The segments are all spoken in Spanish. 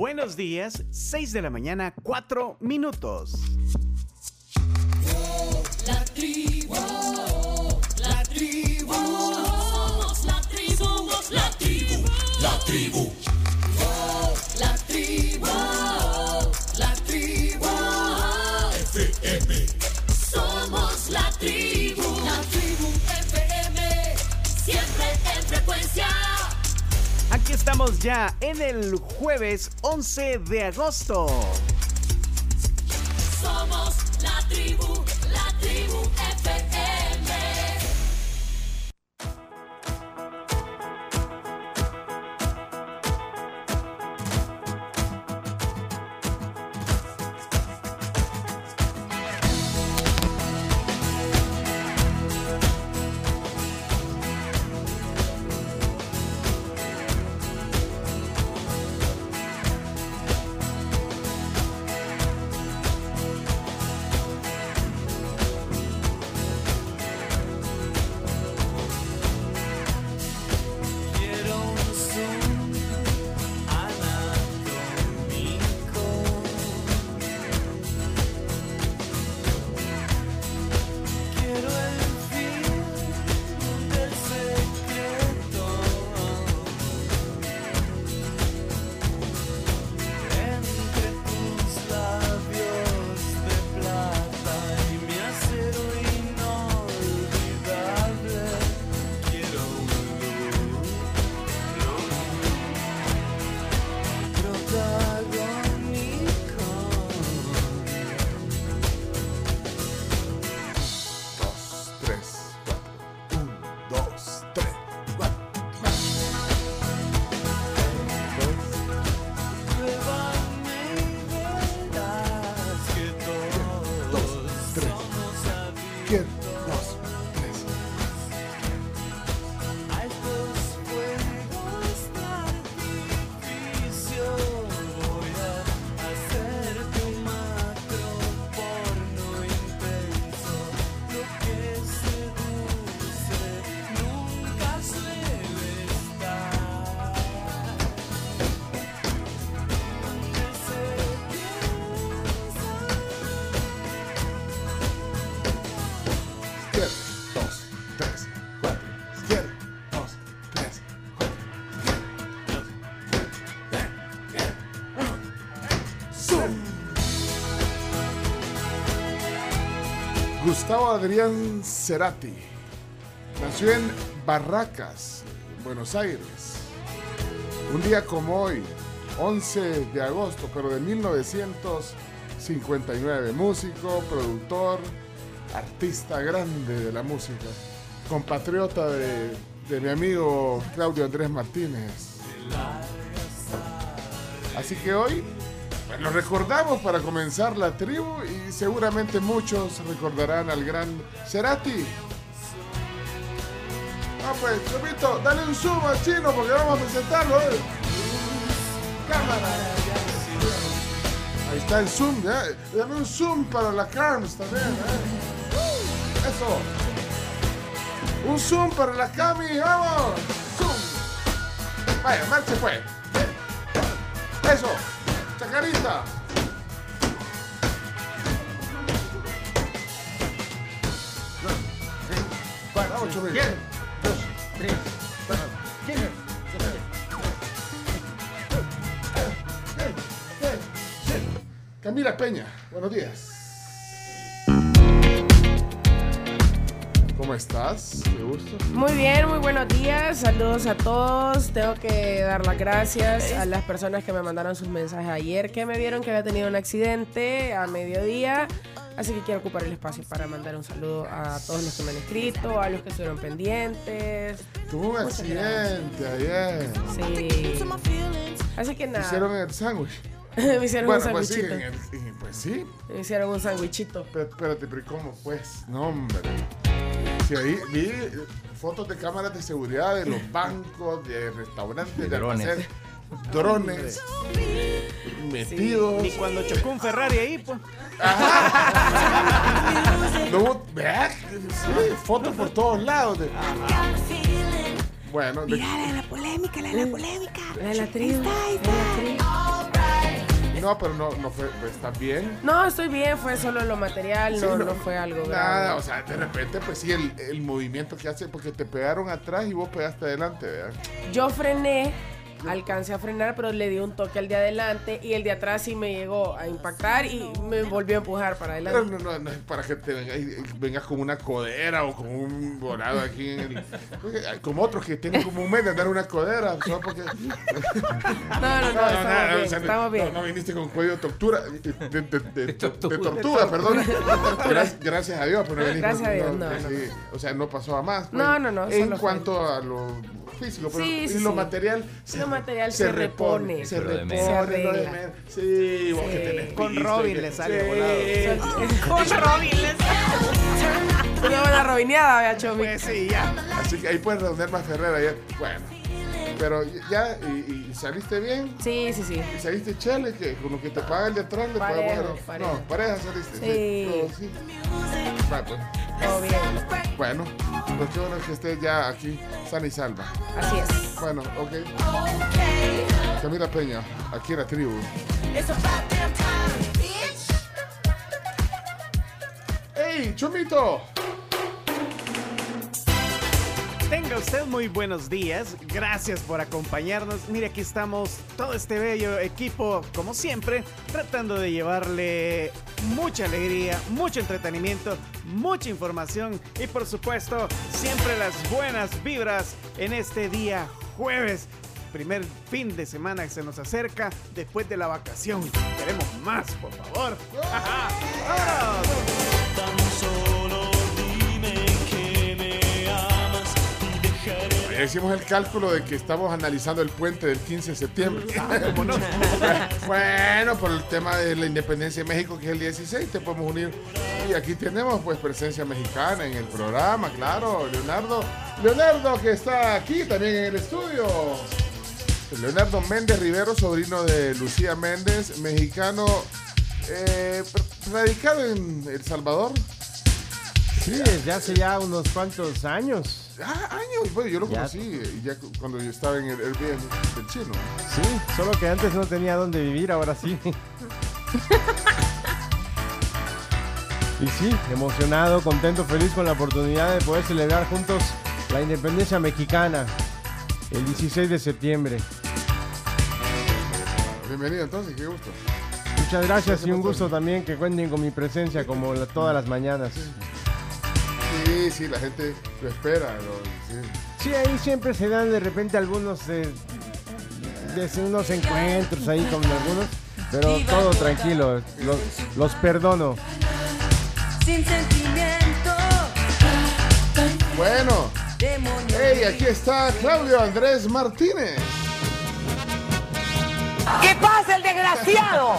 Buenos días, 6 de la mañana, 4 minutos. La tribu, la tribu, somos la tribu, somos la tribu, la tribu, la tribu, la tribu, FM, somos la tribu FM, siempre en frecuencia. Aquí estamos ya en el jueves 11 de agosto. Somos la tribu FM. Gustavo Adrián Cerati nació en Barracas, Buenos Aires, un día como hoy, 11 de agosto, pero de 1959. Músico, productor, artista grande de la música, compatriota de mi amigo Claudio Andrés Martínez. Así que hoy lo recordamos para comenzar la tribu y seguramente muchos recordarán al gran Cerati. Ah, pues, Chomito, dale un zoom al chino porque vamos a presentarlo. Cámara. Ahí está el zoom, ¿eh? Dame un zoom para la Carms también, Eso. Un zoom para la Cami, vamos. Zoom. Vaya, marche pues. Eso. Chacarita. Vamos, Chomito. 1, 2, 3, 4, 5. Camila Peña, buenos días. ¿Cómo estás? Qué gusto. Muy bien, muy buenos días. Saludos a todos. Tengo que dar las gracias a las personas que me mandaron sus mensajes ayer, que me vieron que había tenido un accidente a mediodía. Así que quiero ocupar el espacio para mandar un saludo a todos los que me han escrito, a los que estuvieron pendientes. Tuvo un accidente ayer. Sí. Así que nada. Hicieron el sándwich. Me hicieron un sándwichito. Pues sí. Me hicieron un sándwichito. Pero espérate, pero ¿cómo pues? No, hombre. Sí, ahí vi fotos de cámaras de seguridad de los bancos, de restaurantes, de almacén, drones metidos. Sí, y cuando chocó un Ferrari ahí, pues. No, vea, sí, fotos por todos lados. Bueno, Mira, la polémica. La de la tribu. No, pero no fue, ¿estás bien? No, estoy bien, fue solo lo material, Sí, no fue algo nada, grave. o sea, de repente, pues sí, el movimiento que hace, porque te pegaron atrás y vos pegaste adelante, ¿verdad? Yo frené, alcancé a frenar, pero le di un toque al de adelante y el de atrás sí me llegó a impactar y me volvió a empujar para Pero adelante. no es para que te vengas como una codera o como un volado aquí en el... Como otros que tienen como un mes de andar una codera, solo porque... Estamos bien. No viniste con cuello de tortura, de tortuga. tortuga, perdón. Gracias a Dios, pero no viniste Gracias a Dios, con- no. sí, o sea, no pasó a más. pues. No, En solo cuanto a lo físico, pero Sí, y sí, lo sí. material... Lo material se repone. Se Pero de repone. menos. Se lo de arregla. menos. Sí, vos Sí. que tenés Con pisto, Robin que- le sale sí. volado. Con Robin le sale. Una buena robineada, vea, Chomi. Pues sí, ya. Así que ahí puedes redondear más Ferrera. Ya. Bueno, pero ya, y saliste bien. Sí. Y saliste chale, que con lo que te paga el de atrás le Parejo, podemos... parejo. No, pareja saliste. Sí. Todo, sí. Va, pues. Todo bien. Bueno, pues qué bueno que estés ya aquí, sana y salva. Así es. Bueno, ok. Camila Peña, aquí en la tribu. ¡Ey, Chomito! Tenga usted muy buenos días. Gracias por acompañarnos. Mire, aquí estamos, todo este bello equipo, como siempre, tratando de llevarle mucha alegría, mucho entretenimiento, mucha información y, por supuesto, siempre las buenas vibras en este día jueves. Primer fin de semana que se nos acerca después de la vacación. Queremos más, por favor. ¡Vámonos! Ya hicimos el cálculo de que estamos analizando el puente del 15 de septiembre. Bueno, por el tema de la independencia de México, que es el 16, te podemos unir. Y aquí tenemos pues presencia mexicana en el programa, claro. Leonardo que está aquí también en el estudio. Leonardo Méndez Rivero, sobrino de Lucía Méndez, mexicano, radicado en El Salvador. Sí, desde hace ya unos cuantos años. Años, bueno, yo lo Ya. conocí ya cuando yo estaba en el Airbnb del chino. Sí, solo que antes no tenía dónde vivir, ahora sí. Y sí, emocionado, contento, feliz con la oportunidad de poder celebrar juntos la independencia mexicana el 16 de septiembre. Bienvenido entonces, qué gusto. Muchas gracias y un gusto también que cuenten con mi presencia como todas las mañanas. Sí, la gente lo espera. Sí. Sí, ahí siempre se dan de repente algunos unos encuentros ahí con algunos, pero todo tranquilo, los perdono. Sin sentimiento. Bueno, Demonio. hey, aquí está Claudio Andrés Martínez. ¿Qué pasa, el desgraciado?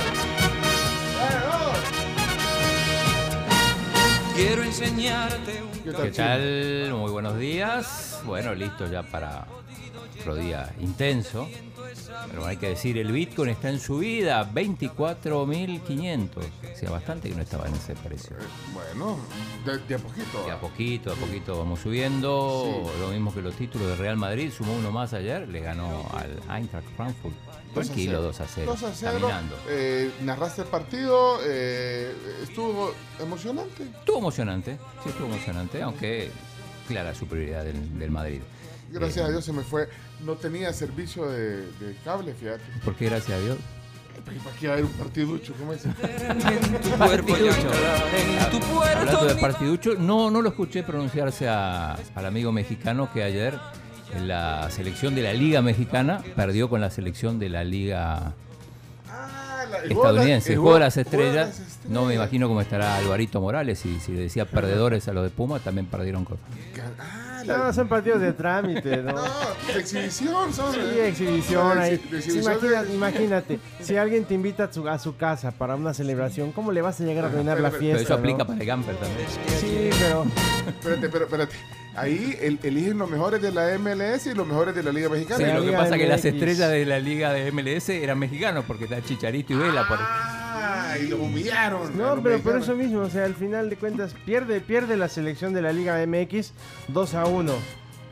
Quiero enseñarte un... ¿Qué ¿Qué chino? tal? Muy buenos días. Bueno, listo ya para otro día intenso. Pero hay que decir, el Bitcoin está en subida, 24.500. Hacía bastante que no estaba en ese precio. Bueno, de a poquito. Y a poquito vamos subiendo. Sí. Lo mismo que los títulos de Real Madrid. Sumó uno más ayer. Le ganó al Eintracht Frankfurt. Tranquilo, 2-0. 2-0. Caminando. Narraste el partido. Estuvo emocionante. Estuvo emocionante. Sí, estuvo emocionante. Aunque clara superioridad del Madrid. Gracias a Dios se me fue. No tenía servicio de cable, fíjate. ¿Por qué? Gracias a Dios. ¿Para qué va a haber un partiducho? ¿Cómo es? En tu cuerpo y anclar en tu puerto. Hablando de partiducho, no lo escuché pronunciarse al amigo mexicano que ayer en la selección de la Liga Mexicana perdió con la selección de la Liga estadounidense. El juego de las estrellas. No me imagino cómo estará Alvarito Morales. Y si le decía perdedores a los de Puma, también perdieron con... No, son partidos de trámite, ¿no? No, de exhibición son. Sí, exhibición ahí. De exhibición Imagínate, si alguien te invita a su casa para una celebración, ¿cómo le vas a llegar a arruinar la pero fiesta? Pero eso aplica ¿no? para el Gamper también. Sí, pero Espérate. Ahí eligen los mejores de la MLS y los mejores de la Liga Mexicana. Sí, la lo que Liga pasa es que las MX. estrellas de la Liga de MLS eran mexicanos porque está Chicharito y Vela. Y los humillaron. a no, los pero por mexicanos. eso mismo, o sea, al final de cuentas pierde la selección de la Liga MX 2-1.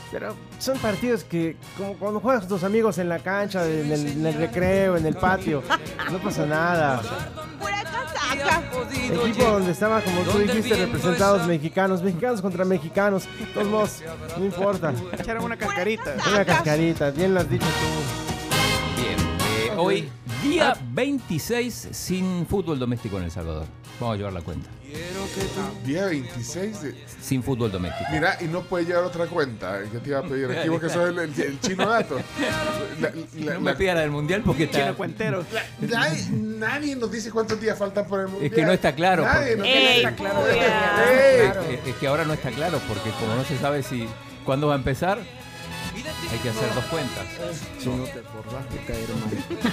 Pero son partidos que, como cuando juegas con tus amigos en la cancha, en el recreo, en el patio, no pasa nada. Pura casaca. Equipo donde estaba, como tú dijiste, representados mexicanos contra mexicanos. De todos modos, no importa. Echaron una cascarita. Una cascarita, bien lo has dicho tú. Bien, hoy día 26 sin fútbol doméstico en El Salvador. Vamos a llevar la cuenta. Día 26 de... Sin fútbol doméstico. Mira, y no puede llevar otra cuenta. ¿Qué te iba a pedir? Aquí vos que sos el chino dato. No me pidas la del mundial porque está... Chino cuentero. Nadie nos dice cuántos días faltan por el mundial. Es que no está claro. Nadie porque- nos Está claro. Es que ahora no está claro porque como no se sabe si cuándo va a empezar, hay que hacer dos cuentas. Si no te acordás de caer mal.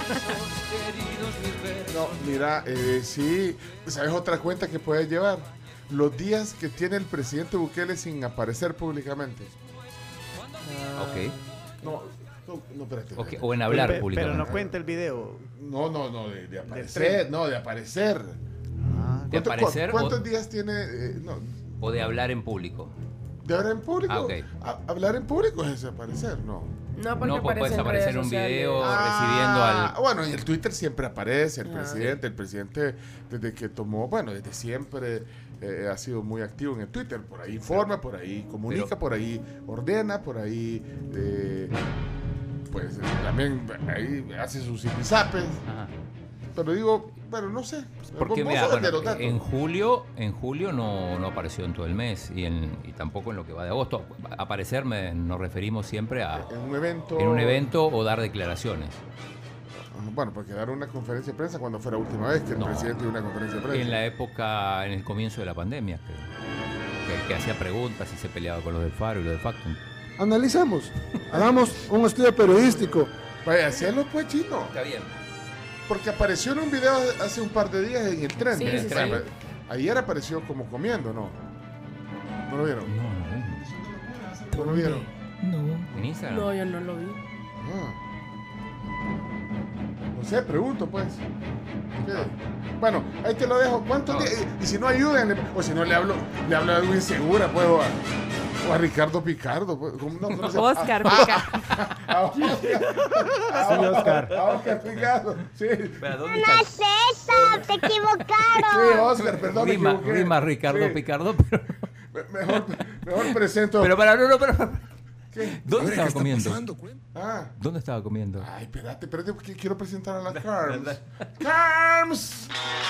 No, mira, sí. ¿Sabes otra cuenta que puedes llevar? Los días que tiene el presidente Bukele sin aparecer públicamente. Ok. No, espérate. Ok, o en hablar Pero públicamente. no cuenta el video. No, de aparecer. No, de aparecer. De aparecer ¿Cuántos días tiene? No, o de hablar en público. ¿de hablar en público? Ah, ok. Hablar en público es desaparecer, ¿no? No, porque No, pues puedes aparece aparecer en un redes video sociales. recibiendo al... Bueno, en el Twitter siempre aparece el presidente. El presidente, desde que tomó, bueno, desde siempre ha sido muy activo en el Twitter. Por ahí informa, por ahí comunica, Pero- por ahí ordena, por ahí, pues también ahí hace sus zipizapes. Ajá. Pero digo, bueno, no sé. Porque Vos mira, sos el de bueno, los datos. en julio no apareció en todo el mes y tampoco en lo que va de agosto. Aparecer nos referimos siempre a En un evento. o dar declaraciones. Bueno, porque dar una conferencia de prensa cuando fue la última vez que el No. presidente dio una conferencia de prensa. En la época, en el comienzo de la pandemia, que hacía preguntas y se peleaba con los del Faro y los de Factum. Analicemos. Hagamos un estudio periodístico. Vaya, hacelo pues, chino. Está bien. Porque apareció en un video hace un par de días en el tren. Sí, En el sí, tren. sí. Ayer apareció como comiendo, ¿no? ¿No lo vieron? No. ¿No lo vieron? ¿En Instagram? No, yo no lo vi. Ah. No sé, pregunto pues. ¿Qué? Bueno, ahí te lo dejo. ¿Cuántos días? Y si no ayúdenle, o si no le hablo a Edwin Segura, pues, o a Ricardo Picardo. Pues. ¿Cómo se llama? Oscar Pica. A Oscar. Sí, Oscar. A Oscar Picardo. Sí. Espera, ¿dónde está? eso, te equivocaron. Sí, Oscar, perdón, me equivoqué. Rima Ricardo Sí. Picardo, pero... Mejor presento. Pero para, no, pero... ¿Qué? ¿Dónde estaba comiendo? Ah. ¿Dónde estaba comiendo? Ay, espérate, porque quiero presentar a la Carms. ¡Carms!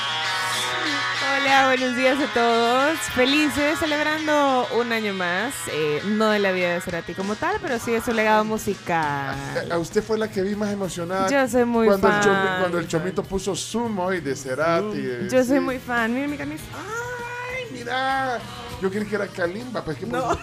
Hola, buenos días a todos. Felices, celebrando un año más. No de la vida de Cerati como tal, pero sí de su legado musical. A usted fue la que vi más emocionada. Yo soy muy cuando fan. cuando el Chomito puso Zoom hoy de Cerati. Yo soy sí. muy fan. Miren mi camisa. Ay, mira. Yo creí que era Kalimba, pues que No.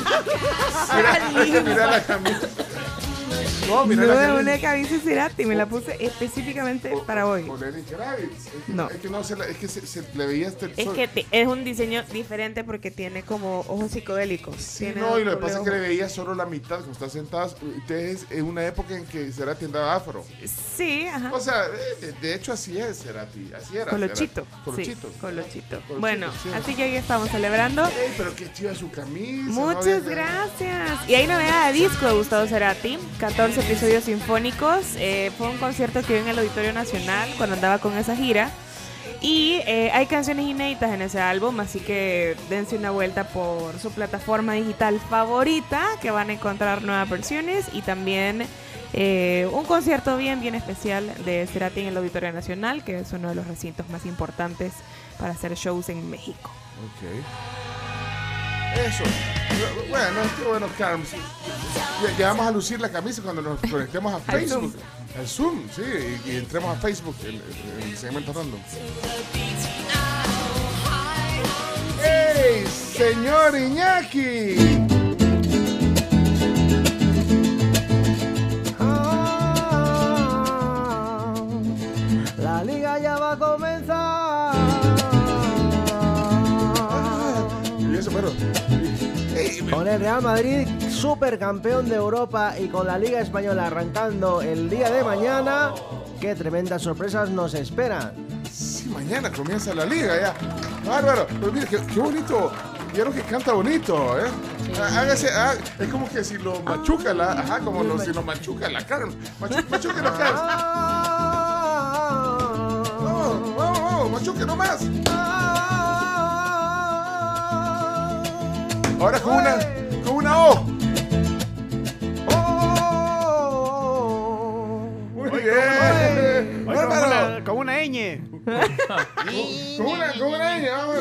mira la camisa. No, mira No, la camisa. una camisa de Cerati. Me la puse específicamente para hoy. O Lenny Kravitz. No. Es que no se, es que se le veía este Es que es un diseño diferente porque tiene como ojos psicodélicos. Sí, Tiene no, y lo que doble pasa es que ojo. le veía solo la mitad, como está sentado. Ustedes en una época en que Cerati andaba afro. Sí, ajá. O sea, de hecho así es Cerati, así era. Colochito. Cerati. Colochito. Sí, Colochito. Colochito, Bueno, sí. así que hoy estamos celebrando. Ey, pero qué chiva su camisa. Muchas ¿no? gracias. Y hay novedad de disco de Gustavo Cerati, 14 episodios sinfónicos. Fue un concierto que dio en el Auditorio Nacional cuando andaba con esa gira. Y hay canciones inéditas en ese álbum, así que dense una vuelta por su plataforma digital favorita, que van a encontrar nuevas versiones y también un concierto bien especial de Cerati en el Auditorio Nacional, que es uno de los recintos más importantes para hacer shows en México. Ok. Eso. Bueno, qué bueno, Carms. Ya vamos a lucir la camisa cuando nos conectemos a Al Facebook. Al Zoom, sí, y entremos a Facebook, el segmento random. ¡Ey, señor Iñaki! La liga ya va a comenzar. Y eso, bueno. Con el Real Madrid supercampeón de Europa y con la Liga Española arrancando el día de mañana, qué tremendas sorpresas nos esperan. Sí, mañana comienza la liga ya. Bárbaro. Pero mira, qué bonito. Vieron que canta bonito, ¿eh? Hágase, es como que si lo machuca si lo machuca la carne. Machuque la carne. Vamos, machuque nomás. Ahora con una O. Muy bien. Con una ñ. Con una ñ, vamos.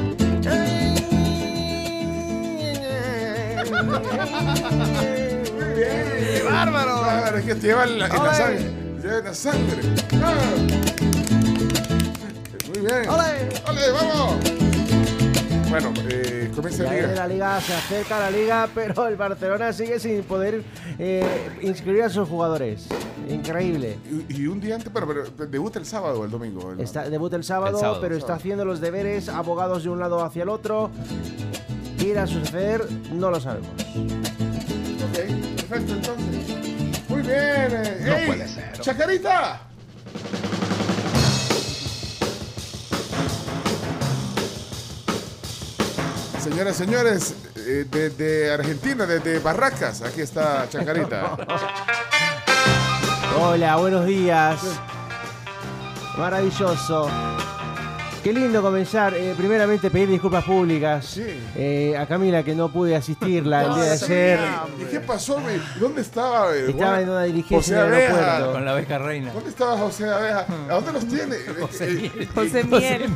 Muy bien. ¡Qué bárbaro! Es que te lleva en la sangre. Lleva en la sangre. Muy bien. ¡Ole, vamos! Bueno, comienza la liga. La liga se acerca a la liga, pero el Barcelona sigue sin poder inscribir a sus jugadores. Increíble. Y un día antes, pero debuta el sábado o el domingo. Debuta el sábado, pero está haciendo los deberes, abogados de un lado hacia el otro. ¿Qué irá a suceder? No lo sabemos. Ok, perfecto, entonces. Muy bien. No puede ser. ¡Chacarita! Señoras, señores, desde Argentina, desde Barracas, aquí está Chacarita. Hola, buenos días. Maravilloso. Qué lindo comenzar. Primeramente pedir disculpas públicas a Camila, que no pude asistirla el día de ayer. ¿Y qué pasó? ¿Dónde estaba? Estaba en una diligencia del aeropuerto. Con la abeja reina. ¿Dónde estaba José Abeja? ¿A dónde los tiene? José Miel.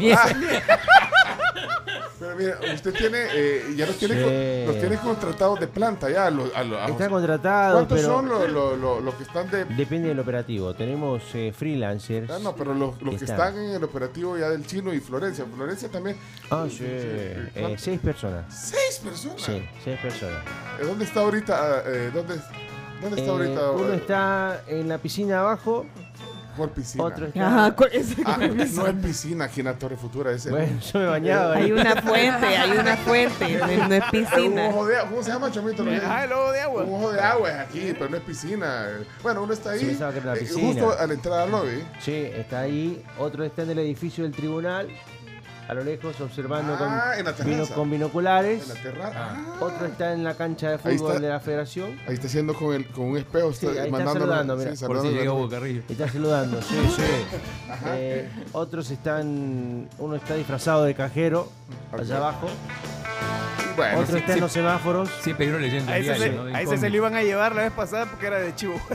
Pero mira, usted tiene, ya los tiene contratados de planta ya. Está contratado. ¿Cuántos pero son los que están de...? Depende del operativo. Tenemos freelancers. No, pero los que están en el operativo ya del Chino y Florencia. Florencia también. Sí. 6 personas. ¿6 personas? Sí, 6 personas. ¿Dónde está ahorita? ¿Dónde está ahorita? Uno está en la piscina abajo. ¿Cuál piscina? Otro está... No es piscina aquí en la Torre Futura. Bueno, yo me bañaba. Hay una fuente, no es piscina. ¿Cómo se llama, Chomito? El ojo de agua. Un ojo de agua es aquí, pero no es piscina. Bueno, uno está ahí, pensaba que era la piscina. justo a la entrada al lobby. Sí, está ahí. Otro está en el edificio del tribunal, a lo lejos, observando con binoculares. En la terraza. Otro está en la cancha de fútbol de la federación. Ahí está haciendo con un espejo. Ahí está saludando, mira. Por si llega Hugo Carrillo. Está saludando, sí. Otros uno está disfrazado de cajero, allá abajo. Bueno, otro está en los semáforos. Siempre uno leyendo el diario, ¿no? A ese se lo iban a llevar la vez pasada porque era de chivo.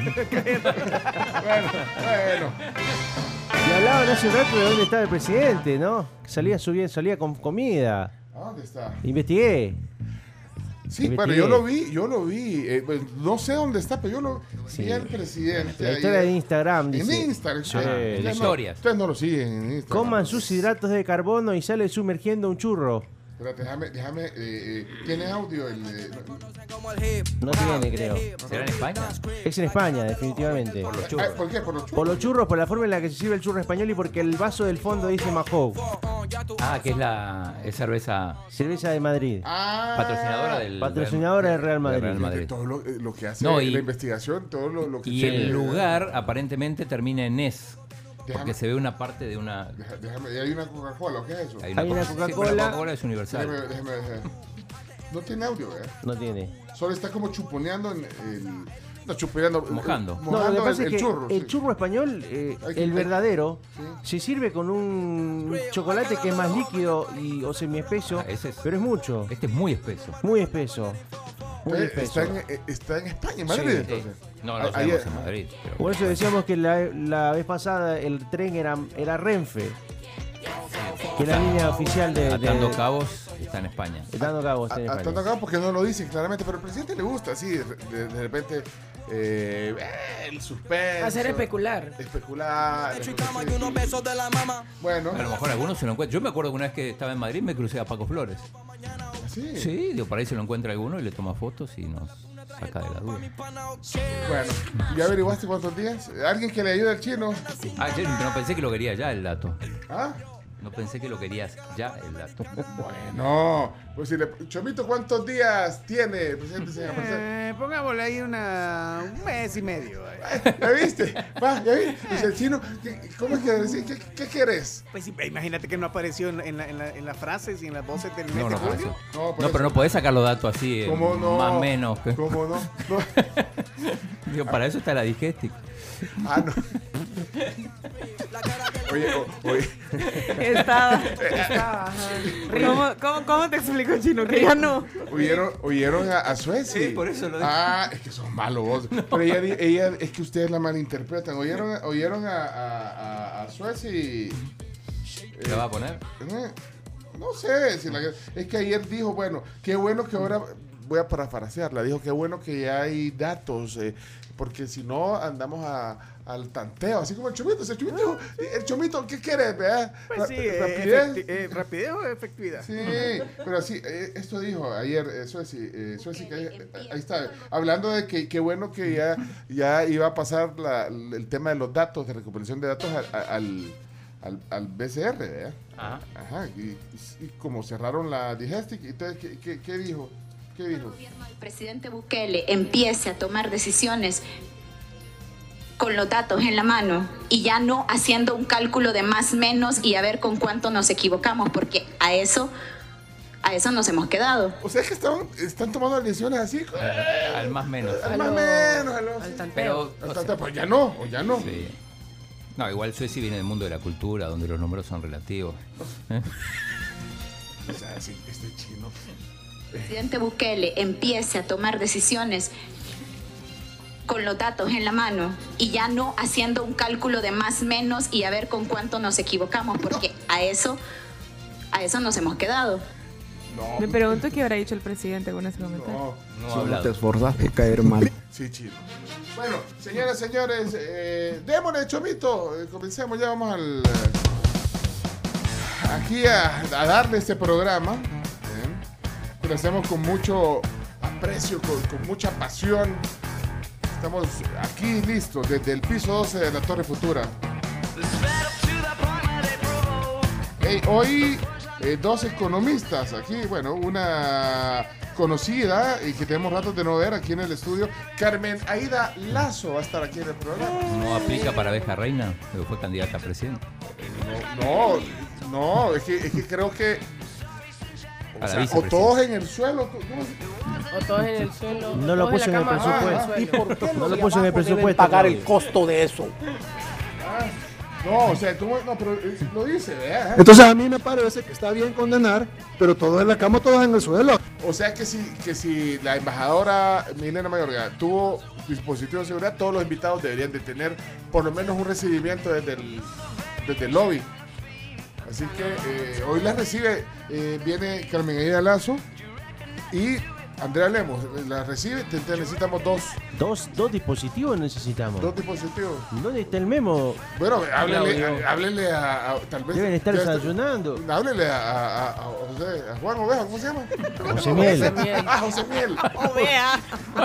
Bueno. Y hablaban hace un rato de dónde estaba el presidente, ¿no? Salía con comida. ¿A dónde está? Investigué. Sí, bueno, yo lo vi. No sé dónde está, pero yo lo vi al presidente. La historia de Instagram, dice. En Instagram. Sí. La historia. Ustedes no lo siguen en Instagram. Coman sus hidratos de carbono y sale sumergiendo un churro. Espérate, déjame. ¿Tiene audio? No tiene, creo. ¿Será en España? Es en España, definitivamente. Por los churros. ¿Por qué? ¿Por los churros? Por los churros, por la forma en la que se sirve el churro español y porque el vaso del fondo dice Mahou. Que es cerveza. Cerveza de Madrid. Patrocinadora del Real Madrid. Todo lo que hace la investigación, todo lo que... Y el lugar aparentemente termina en es. Porque se ve una parte de una... Déjame, hay una Coca-Cola, ¿qué es eso? Hay una Coca-Cola. Sí, la Coca-Cola es universal. Déjame. No tiene audio, ¿eh? No tiene. Solo está como chuponeando chuponeando. Mojando. No, lo que pasa es que churro. El churro español, el verdadero, se sirve con un chocolate que es más líquido o semiespeso, pero es mucho. Este es muy espeso. Muy espeso. Muy espeso. Está en España, en Madrid, entonces. No sabemos en Madrid. Por eso decíamos que la vez pasada el tren era Renfe. Que es la línea oficial de... Atando cabos está en España. Atando cabos está en España. Atando cabos porque no lo dicen claramente, pero al presidente le gusta, así, de repente... el suspenso. Hacer especular. Bueno. A lo mejor algunos se lo encuentran. Yo me acuerdo que una vez que estaba en Madrid me crucé a Paco Flores. ¿Sí? Sí, por ahí se lo encuentra alguno y le toma fotos y nos saca de la duda. Bueno, ¿ya averiguaste cuántos días? ¿Alguien que le ayude al chino? Yo no pensé que lo quería ya el dato. ¿Ah? No pensé que lo querías ya el dato. Bueno, pues si Chomito, ¿cuántos días tiene, presidente, señor presidente? Pongámosle ahí un mes y medio. ¿Ya viste? Va, ya viste. Dice el chino, ¿cómo es que decir? ¿Qué quieres? Pues sí, imagínate que no apareció en las frases y en las voces del mes No, de no, julio. No, no, pero no podés sacar los datos así, ¿Cómo no? más o menos. ¿Cómo no? Digo, para eso está la digéstica. Ah, no. Oye. Estaba. ¿Cómo te explico, chino? Que ya no. ¿Oyeron a Suecia? Sí, por eso lo dije. Ah, es que son malos vos. Pero ella es que ustedes la malinterpretan. ¿Oyeron a Suecia y... ¿Le va a poner? No sé. Es que ayer dijo, bueno, qué bueno que ahora... Voy a parafrasearla. Dijo, qué bueno que ya hay datos, porque si no andamos al tanteo, así como el Chomito. El Chomito, ¿qué quieres? Pues sí, rapidez o efectividad. Sí, pero sí, esto dijo ayer Suecia, que ahí está, hablando de que qué bueno que ya iba a pasar el tema de los datos, de recuperación de datos al BCR, ¿verdad? Ajá, y como cerraron la Digestic, entonces, ¿qué dijo? ¿Qué dijo? El presidente Bukele empiece a tomar decisiones con los datos en la mano y ya no haciendo un cálculo de más menos y a ver con cuánto nos equivocamos, porque a eso nos hemos quedado. O sea, es que están tomando decisiones así. Al más menos. Al más menos. Al tanteo. Pues ya no. Sí. No, igual Suecia viene del mundo de la cultura, donde los números son relativos. O sea, sí, este chino. El presidente Bukele empiece a tomar decisiones con los datos en la mano y ya no haciendo un cálculo de más menos y a ver con cuánto nos equivocamos, porque a eso nos hemos quedado. No. Me pregunto qué habrá dicho el presidente con ese comentario. Si no te esforzas, te caer mal. Sí, chino. Bueno, señoras, señores, démosle, Chomito. Comencemos, ya vamos aquí a darle este programa. Lo hacemos con mucho aprecio, con mucha pasión. Estamos aquí listos desde el piso 12 de la Torre Futura. Hoy dos economistas aquí, bueno, una conocida y que tenemos ratos de no ver aquí en el estudio, Carmen Aida Lazo va a estar aquí en el programa. ¿No aplica para abeja reina? Pero fue candidata a presidente. No, es que creo que o todos en el suelo. O todos en el suelo. No lo puse en el presupuesto. ¿Y por qué no lo puse en el presupuesto? Pagar el costo de eso. No, o sea, pero lo dice, ¿verdad? Entonces a mí me parece que está bien condenar, pero todos en la cama, todos en el suelo. O sea que si la embajadora Milena Mayorga tuvo dispositivo de seguridad, todos los invitados deberían de tener por lo menos un recibimiento desde el lobby. Así que hoy la recibe, viene Carmen Aida Lazo y Andrea Lemos. La recibe, necesitamos dos dispositivos necesitamos. Dos dispositivos. ¿Dónde está el memo? Bueno, háblenle a tal vez. Deben estar desayunando. Háblenle a Juan Oveja, ¿cómo se llama? José Miel. José Miel. Oveja.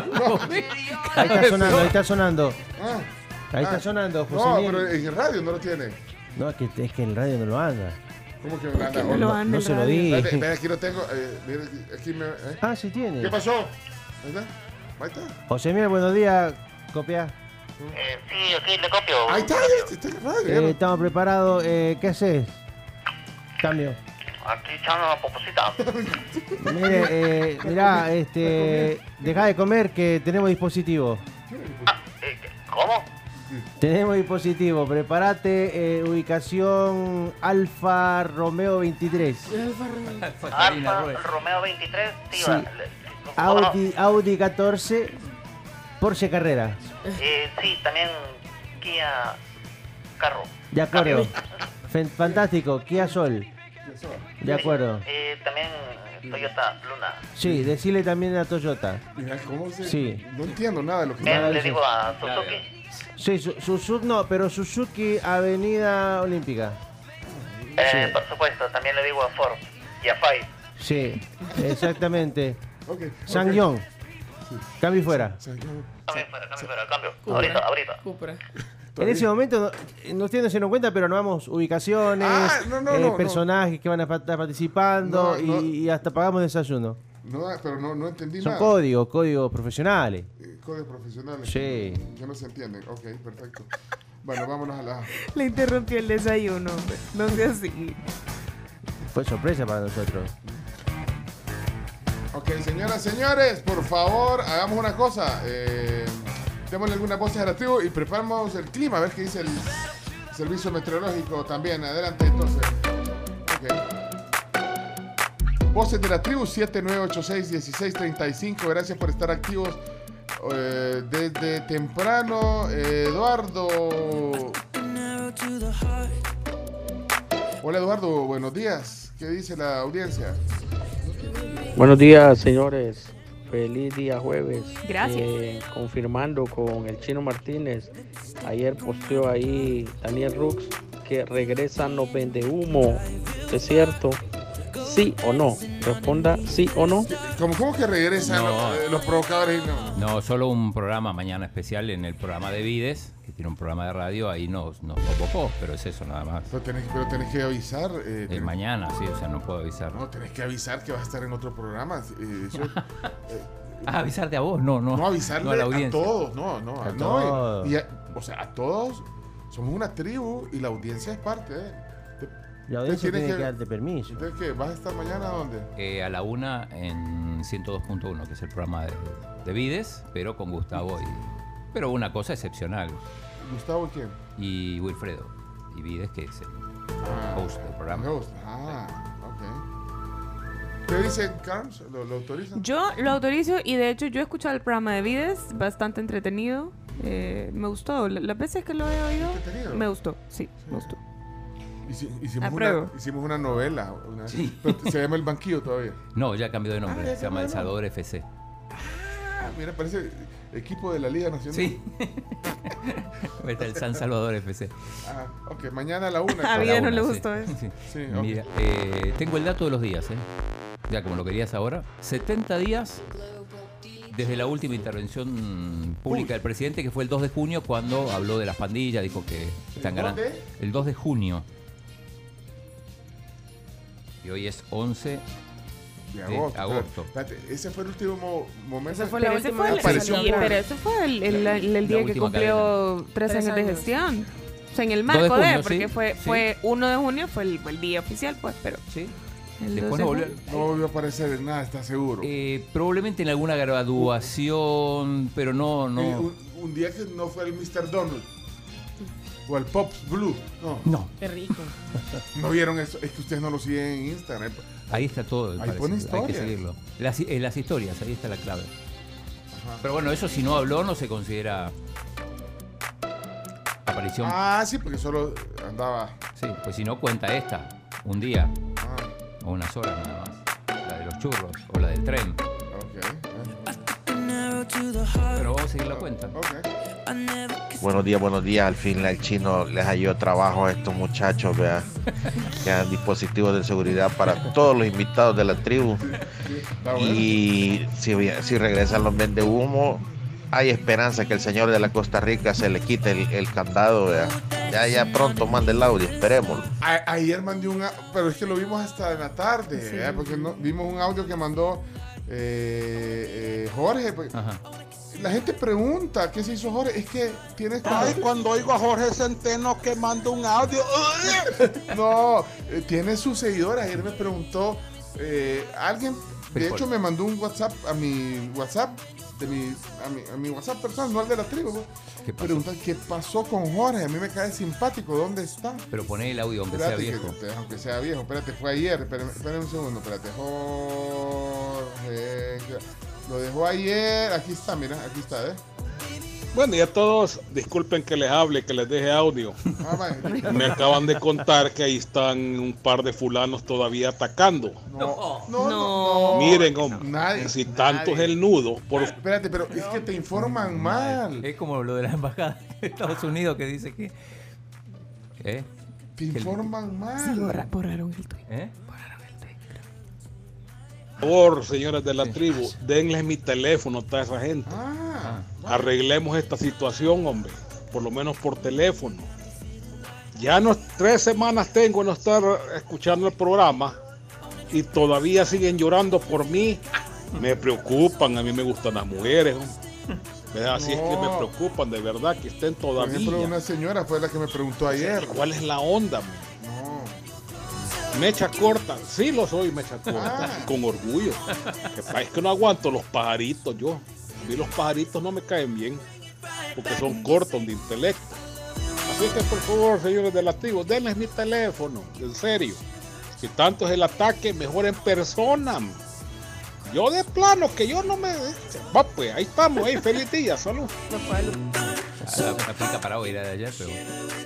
Ahí está sonando. Ahí está sonando, José Miel. No, pero en el radio no lo tiene. No, es que el radio no lo anda. ¿Cómo que no anda? No se lo dije. Ven, aquí lo tengo. Aquí Ah, sí tiene. ¿Qué pasó? Ahí está. José Miel, buenos días. ¿Copia? Sí, aquí le copio. Ahí está en el radio. Estamos preparados. ¿Qué haces? Cambio. Aquí echando una poposita. Mire, mirá, deja de comer que tenemos dispositivo. ¿Cómo? Tenemos dispositivo, prepárate, ubicación Alfa Romeo 23. Alfa Romeo 23, sí. Audi 14, Porsche Carrera. Sí, también Kia Carro. De acuerdo. Fantástico, Kia Sol. De acuerdo. También Toyota Luna. Sí, decirle también a Toyota. Mira, ¿cómo se...? Sí. No entiendo nada de lo que le digo a Suzuki. Sí, Suzuki no, pero Suzuki Avenida Olímpica. Sí. Por supuesto, también le digo a Ford y a Five. Sí, exactamente. Okay. Sangyong. Sí. Cambio fuera. Cambio fuera, cambio. Ahorita. Cupra. En ese momento, no estoy haciendo cuenta, pero armamos ubicaciones, personajes que van a estar participando y hasta pagamos desayuno. No, pero no entendí Son nada. códigos profesionales. Códigos profesionales. Sí. Que no se entienden. Ok, perfecto. Bueno, vámonos a la... Le interrumpió el desayuno, hombre. No sea así. Fue sorpresa para nosotros. Ok, señoras, señores, por favor, hagamos una cosa. Démosle algunas voces a la tribu y preparamos el clima, a ver qué dice el servicio meteorológico también. Adelante, entonces. Ok. Voces de la tribu, 7986-1635. Gracias por estar activos desde temprano. Eduardo. Hola, Eduardo, buenos días. ¿Qué dice la audiencia? Buenos días, señores. Feliz día jueves. Gracias. Confirmando con el Chino Martínez. Ayer posteó ahí Daniel Rux que regresan los vendehumo. ¿Es cierto? ¿Sí o no? Responda sí o no. ¿Cómo que regresan los provocadores? No, solo un programa mañana especial en el programa de Vides, que tiene un programa de radio, ahí nos convocó, pero es eso nada más. Pero tenés que avisar. Mañana, sí, o sea, no puedo avisar. No, tenés que avisar que vas a estar en otro programa. Avisarte a vos, no. No avisarle a la audiencia. A todos, no. Todos. O sea, a todos somos una tribu y la audiencia es parte, La audiencia tiene que darte permiso. Entonces, ¿qué? ¿Vas a estar mañana dónde? A la 1 en 102.1, que es el programa de Vides, pero con Gustavo pero una cosa excepcional. ¿Gustavo quién? Y Wilfredo. Y Vides, que es el host del programa. Ok. ¿Qué dicen, Carms? ¿Lo autorizan? Yo lo autorizo y de hecho yo he escuchado el programa de Vides, bastante entretenido. Me gustó. Las veces que lo he oído, me gustó. Sí, me gustó. Hicimos una novela. Pero se llama El Banquillo todavía. No, ya cambió de nombre. Se llama El Salvador FC. Mira, parece equipo de la Liga Nacional. Sí. Está el San Salvador FC. Ok, mañana a la 1. A Vida no le gustó eso. Sí, Mira, tengo el dato de los días, ya como lo querías ahora. 70 días desde la última intervención pública del presidente, que fue el 2 de junio, cuando habló de las pandillas, dijo que están ganando. El 2 de junio. Y hoy es 11 de agosto. Espérate, ese fue el último momento. Pero ese fue el día que cumplió 3 años de gestión. O sea, en el marco porque fue 1 de junio, fue el día oficial, pues, pero... Sí. Después no volvió a aparecer en nada, ¿estás seguro? Probablemente en alguna graduación, pero no. Un día que no fue el Mr. Donald o el Pops Blue. No. Qué rico. ¿No vieron eso? Es que ustedes no lo siguen en Instagram. Ahí está todo. Ahí pone historia. Hay que seguirlo. Las historias, ahí está la clave. Ajá. Pero bueno, eso si no habló no se considera aparición. Sí, porque solo andaba. Sí, pues si no cuenta esta, un día. O unas horas nada más. La de los churros o la del tren. Pero vamos a seguir la cuenta. Buenos días. Al fin el Chino les halló trabajo a estos muchachos, vea. Que dan dispositivos de seguridad para todos los invitados de la tribu. Y si regresan los vendehumo, hay esperanza que el señor de la Costa Rica se le quite el candado, vea. Ya pronto mande el audio, esperémoslo. Ayer mandé pero es que lo vimos hasta en la tarde, porque vimos un audio que mandó Jorge. Ajá. La gente pregunta qué se hizo Jorge. Es que tienes cuando oigo a Jorge Centeno que manda un audio. No, tiene sus seguidores. Ayer me preguntó alguien, de hecho me mandó un WhatsApp a mi WhatsApp a mi WhatsApp personal, no al de la tribu. Preguntan qué pasó con Jorge. A mí me cae simpático. ¿Dónde está? Pero poné el audio aunque sea viejo. Aunque sea viejo. Espérate, fue ayer. Espérate un segundo. Espérate. Jorge. Lo dejó ayer. Aquí está, mira. Aquí está, Bueno, y a todos, disculpen que les hable, que les deje audio. Me acaban de contar que ahí están un par de fulanos todavía atacando. No. Miren, hombre, si tanto es el nudo. Espérate, pero es que te informan mal. Es como lo de la embajada de Estados Unidos que dice que... Te informan mal. Sí, borraron el tweet. Por favor, señores de la tribu, denles mi teléfono a toda esa gente. Arreglemos esta situación, hombre. por lo menos por teléfono. Ya 3 semanas tengo no estar escuchando el programa y todavía siguen llorando por mí. Me preocupan, a mí me gustan las mujeres, ¿verdad? Así es que me preocupan, de verdad, que estén todavía. Por ejemplo, una señora fue la que me preguntó ayer. ¿Cuál es la onda, man? No. Mecha corta, sí lo soy, mecha corta, con orgullo. Es que no aguanto los pajaritos yo. A mí los pajaritos no me caen bien, porque son cortos de intelecto. Así que por favor, señores de la tribu, denles mi teléfono, en serio. Si tanto es el ataque, mejor en persona. Yo de plano, que yo no me... Va pues, ahí estamos, feliz día, salud. La aplica para hoy, era de ayer, pero...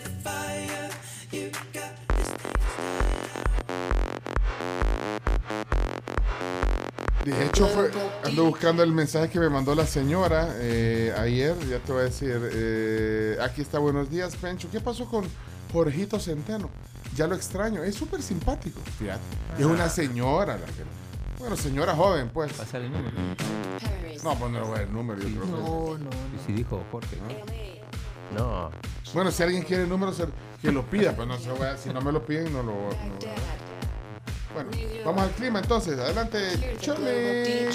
De hecho, ando buscando el mensaje que me mandó la señora ayer, ya te voy a decir, aquí está, buenos días, Pencho. ¿Qué pasó con Jorgito Centeno? Ya lo extraño, es súper simpático, fíjate. Es una señora la que... Bueno, señora joven, pues. Pásale el número. No, pues no le voy a dar el número, yo creo que... No. ¿Y si dijo Jorge? No. Bueno, si alguien quiere el número, que lo pida, pues no se voy a... Si no me lo piden, no lo... Bueno, vamos al clima entonces. Adelante, Chole.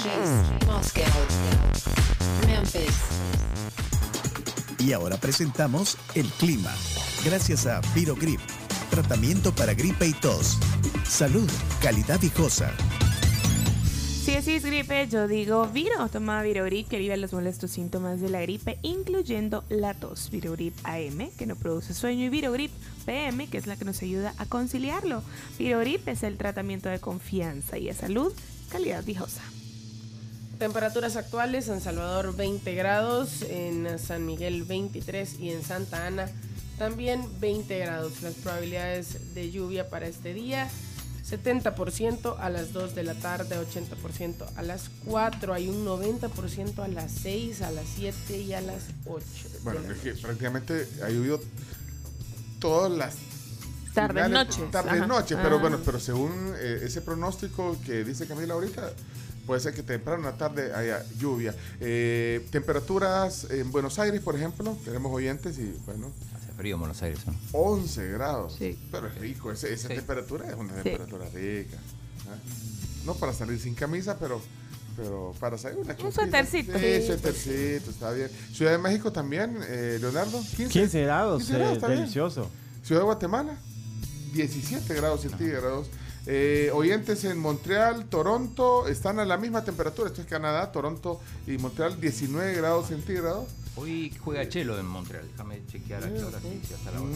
Y ahora presentamos el clima. Gracias a Virogrip, tratamiento para gripe y tos. Salud, calidad viejosa. Si es gripe, yo digo Viro. Toma Virogrip que alivia los molestos síntomas de la gripe, incluyendo la tos. Virogrip AM, que no produce sueño, y Virogrip PM, que es la que nos ayuda a conciliarlo. Virogrip es el tratamiento de confianza y de salud, calidad viejosa. Temperaturas actuales: en Salvador 20 grados, en San Miguel 23 y en Santa Ana también 20 grados. Las probabilidades de lluvia para este día: 70% a las 2 de la tarde, 80% a las 4, hay un 90% a las 6, a las 7 y a las 8. Bueno, es que prácticamente ha llovido todas las tardes-noches. Tardes-noches, pero bueno, pero según ese pronóstico que dice Camila ahorita, puede ser que temprano en la tarde haya lluvia. Temperaturas en Buenos Aires, por ejemplo, tenemos oyentes y bueno... Frío en Buenos Aires, ¿no? 11 grados. Sí. Pero es rico, esa temperatura es una temperatura rica. No para salir sin camisa, pero para salir una un suétercito. Sí, suétercito, está bien. Ciudad de México también, Leonardo. 15 grados, 15 grados está delicioso. Bien. Ciudad de Guatemala, 17 grados centígrados. Oyentes en Montreal, Toronto, están a la misma temperatura. Esto es Canadá, Toronto y Montreal, 19 grados centígrados. Hoy juega Chelo en Montreal. Déjame chequear a qué hora sí, hasta la hora.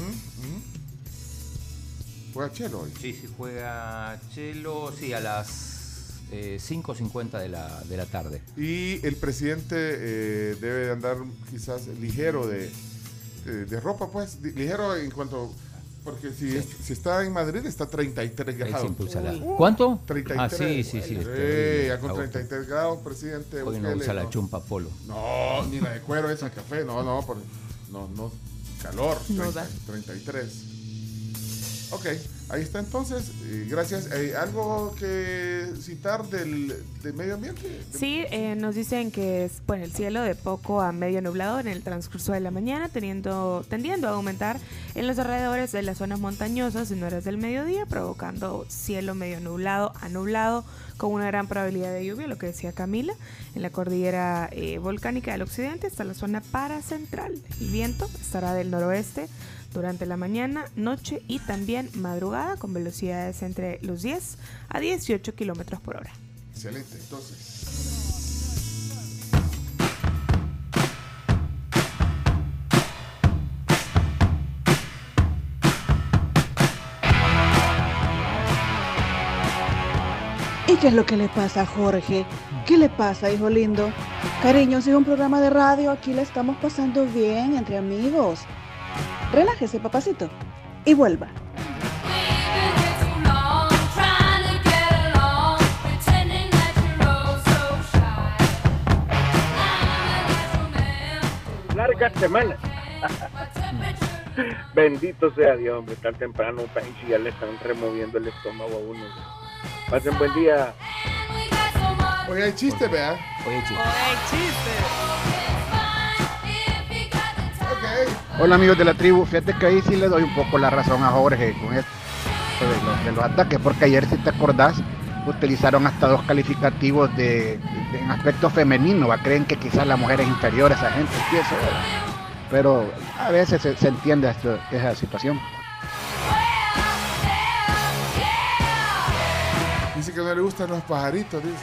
¿Juega Chelo hoy? Sí, juega Chelo, sí, a las 5:50 de la tarde. Y el presidente debe de andar quizás ligero de ropa, pues, ligero en cuanto... Porque si está en Madrid está 33 grados. ¿Cuánto? 33. Ah, sí. Ya con 33 grados, presidente. Hoy no usa la chumpa polo. No, ni la de cuero esa, café. No, calor. No da. 33. Ok, ahí está entonces. Gracias. ¿Algo que citar del medio ambiente? Sí, nos dicen que es el cielo de poco a medio nublado en el transcurso de la mañana, tendiendo a aumentar en los alrededores de las zonas montañosas en horas del mediodía, provocando cielo medio nublado a nublado con una gran probabilidad de lluvia, lo que decía Camila, en la cordillera volcánica del occidente hasta la zona paracentral. El viento estará del noroeste durante la mañana, noche y también madrugada, con velocidades entre los 10 a 18 kilómetros por hora. Excelente, entonces. ¿Y qué es lo que le pasa a Jorge? ¿Qué le pasa, hijo lindo? Cariño, si es un programa de radio, aquí la estamos pasando bien entre amigos. Relájese, papacito, y vuelva. Larga semana. Bendito sea Dios, hombre, tan temprano, y ya le están removiendo el estómago a uno. Pasen buen día. Hoy hay chiste, vea. Hoy hay chiste. Ok. Hola amigos de la tribu, fíjate que ahí sí le doy un poco la razón a Jorge con esto de los ataques, porque ayer, si te acordás, utilizaron hasta 2 calificativos en aspecto femenino, creen que quizás la mujer es inferior a esa gente, sí, eso, pero a veces se entiende esa situación. Dice que no le gustan los pajaritos, dice.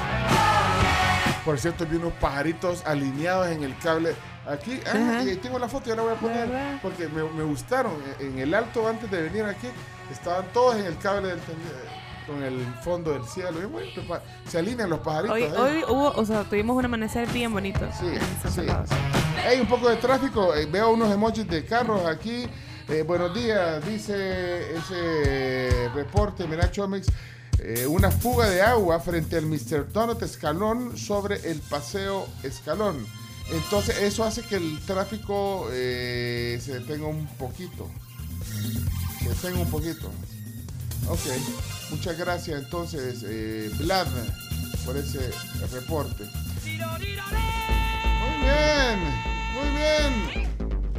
Por cierto, vi unos pajaritos alineados en el cable. Aquí, y tengo la foto, ya la voy a poner, porque me gustaron. En el alto, antes de venir aquí, estaban todos en el cable con el fondo del cielo. Y bueno, se alinean los pajaritos. Hoy tuvimos un amanecer bien bonito. Sí. Hay un poco de tráfico. Veo unos emojis de carros aquí. Buenos días, dice ese reporte. Mira, Chomix. Una fuga de agua frente al Mr. Donut Escalón sobre el Paseo Escalón. Entonces eso hace que el tráfico se detenga un poquito. Ok, muchas gracias entonces, Vlad, por ese reporte. Muy bien.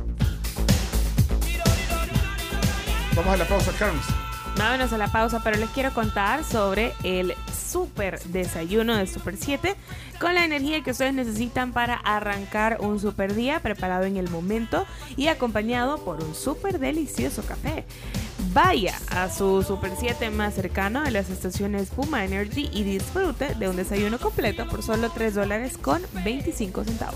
Vamos a la pausa, Carms. Vámonos a la pausa, pero les quiero contar sobre el super desayuno de Super 7 con la energía que ustedes necesitan para arrancar un super día preparado en el momento y acompañado por un super delicioso café. Vaya a su Super 7 más cercano a las estaciones Puma Energy y disfrute de un desayuno completo por solo $3.25.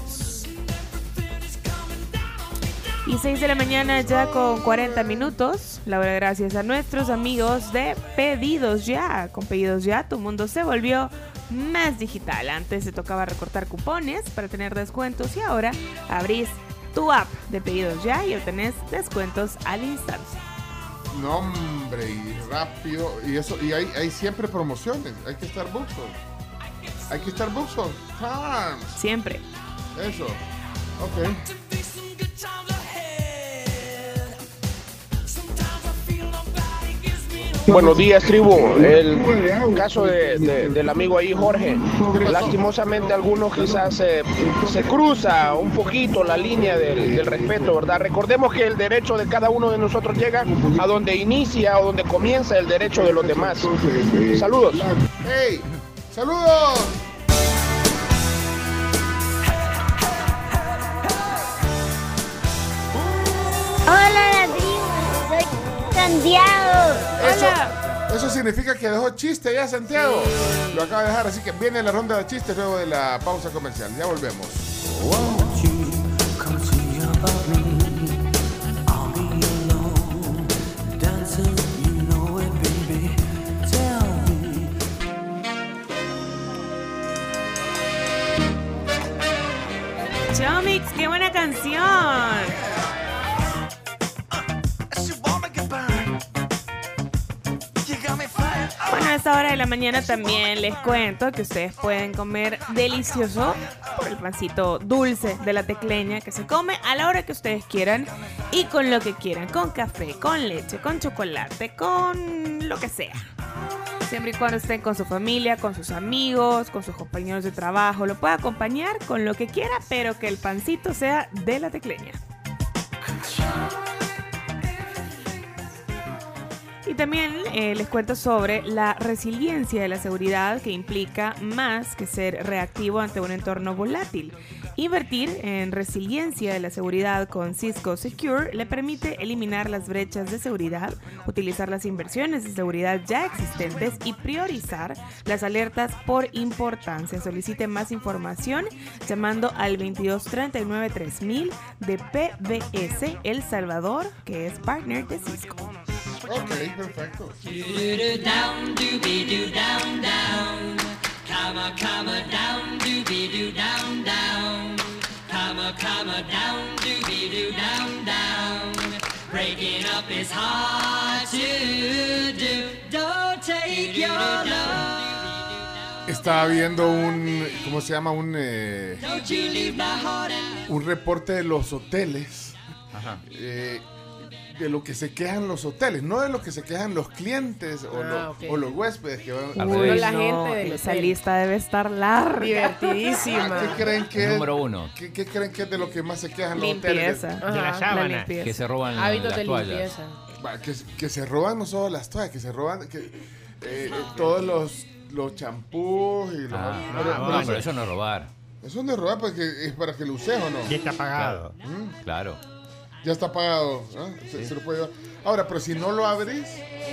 Y 6 de la mañana ya con 40 minutos. La hora gracias a nuestros amigos de Pedidos Ya. Con Pedidos Ya tu mundo se volvió más digital. Antes te tocaba recortar cupones para tener descuentos y ahora abrís tu app de Pedidos Ya y obtenés descuentos al instante. No, hombre, y rápido. Y eso, y hay siempre promociones. Hay que estar Buxton. Siempre. Eso. Ok. Buenos días, tribu. El caso del amigo ahí, Jorge. Lastimosamente, algunos quizás se cruza un poquito la línea del respeto, ¿verdad? Recordemos que el derecho de cada uno de nosotros llega a donde inicia o donde comienza el derecho de los demás. Saludos. ¡Hey! ¡Saludos! Hola, la tribu. Soy Santiago. Eso significa que dejó chiste ya, Santiago. Sí. Lo acaba de dejar, así que viene la ronda de chistes luego de la pausa comercial. Ya volvemos. Chomix, qué buena canción. Bueno, a esta hora de la mañana también les cuento que ustedes pueden comer delicioso por el pancito dulce de la tecleña, que se come a la hora que ustedes quieran y con lo que quieran, con café, con leche, con chocolate, con lo que sea. Siempre y cuando estén con su familia, con sus amigos, con sus compañeros de trabajo, lo puede acompañar con lo que quiera, pero que el pancito sea de la tecleña. Y también les cuento sobre la resiliencia de la seguridad, que implica más que ser reactivo ante un entorno volátil. Invertir en resiliencia de la seguridad con Cisco Secure le permite eliminar las brechas de seguridad, utilizar las inversiones de seguridad ya existentes y priorizar las alertas por importancia. Solicite más información llamando al 2239-3000 de PBS El Salvador, que es partner de Cisco. Ok, perfecto. Breaking up is hard to do. Don't take your love. Estaba viendo ¿cómo se llama? Un reporte de los hoteles. Ajá. de lo que se quejan los hoteles, no de lo que se quejan los clientes o los huéspedes que van a Uy, la no, gente del esa hotel. lista debe estar larga. Divertidísima. ¿Qué creen que Número uno. ¿Qué creen que es de lo que más se quejan los hoteles? Limpieza. De la Ajá, sábana. limpieza. Que se roban Hábitos las de toallas. limpieza. Que se roban no solo las toallas, que se roban todos los champús y los... No, pero eso no es robar. Eso no es robar porque es para que lo uses o no. Ya está pagado. Claro. Ya está pagado. Se lo puede llevar. Ahora, pero si no lo abrís,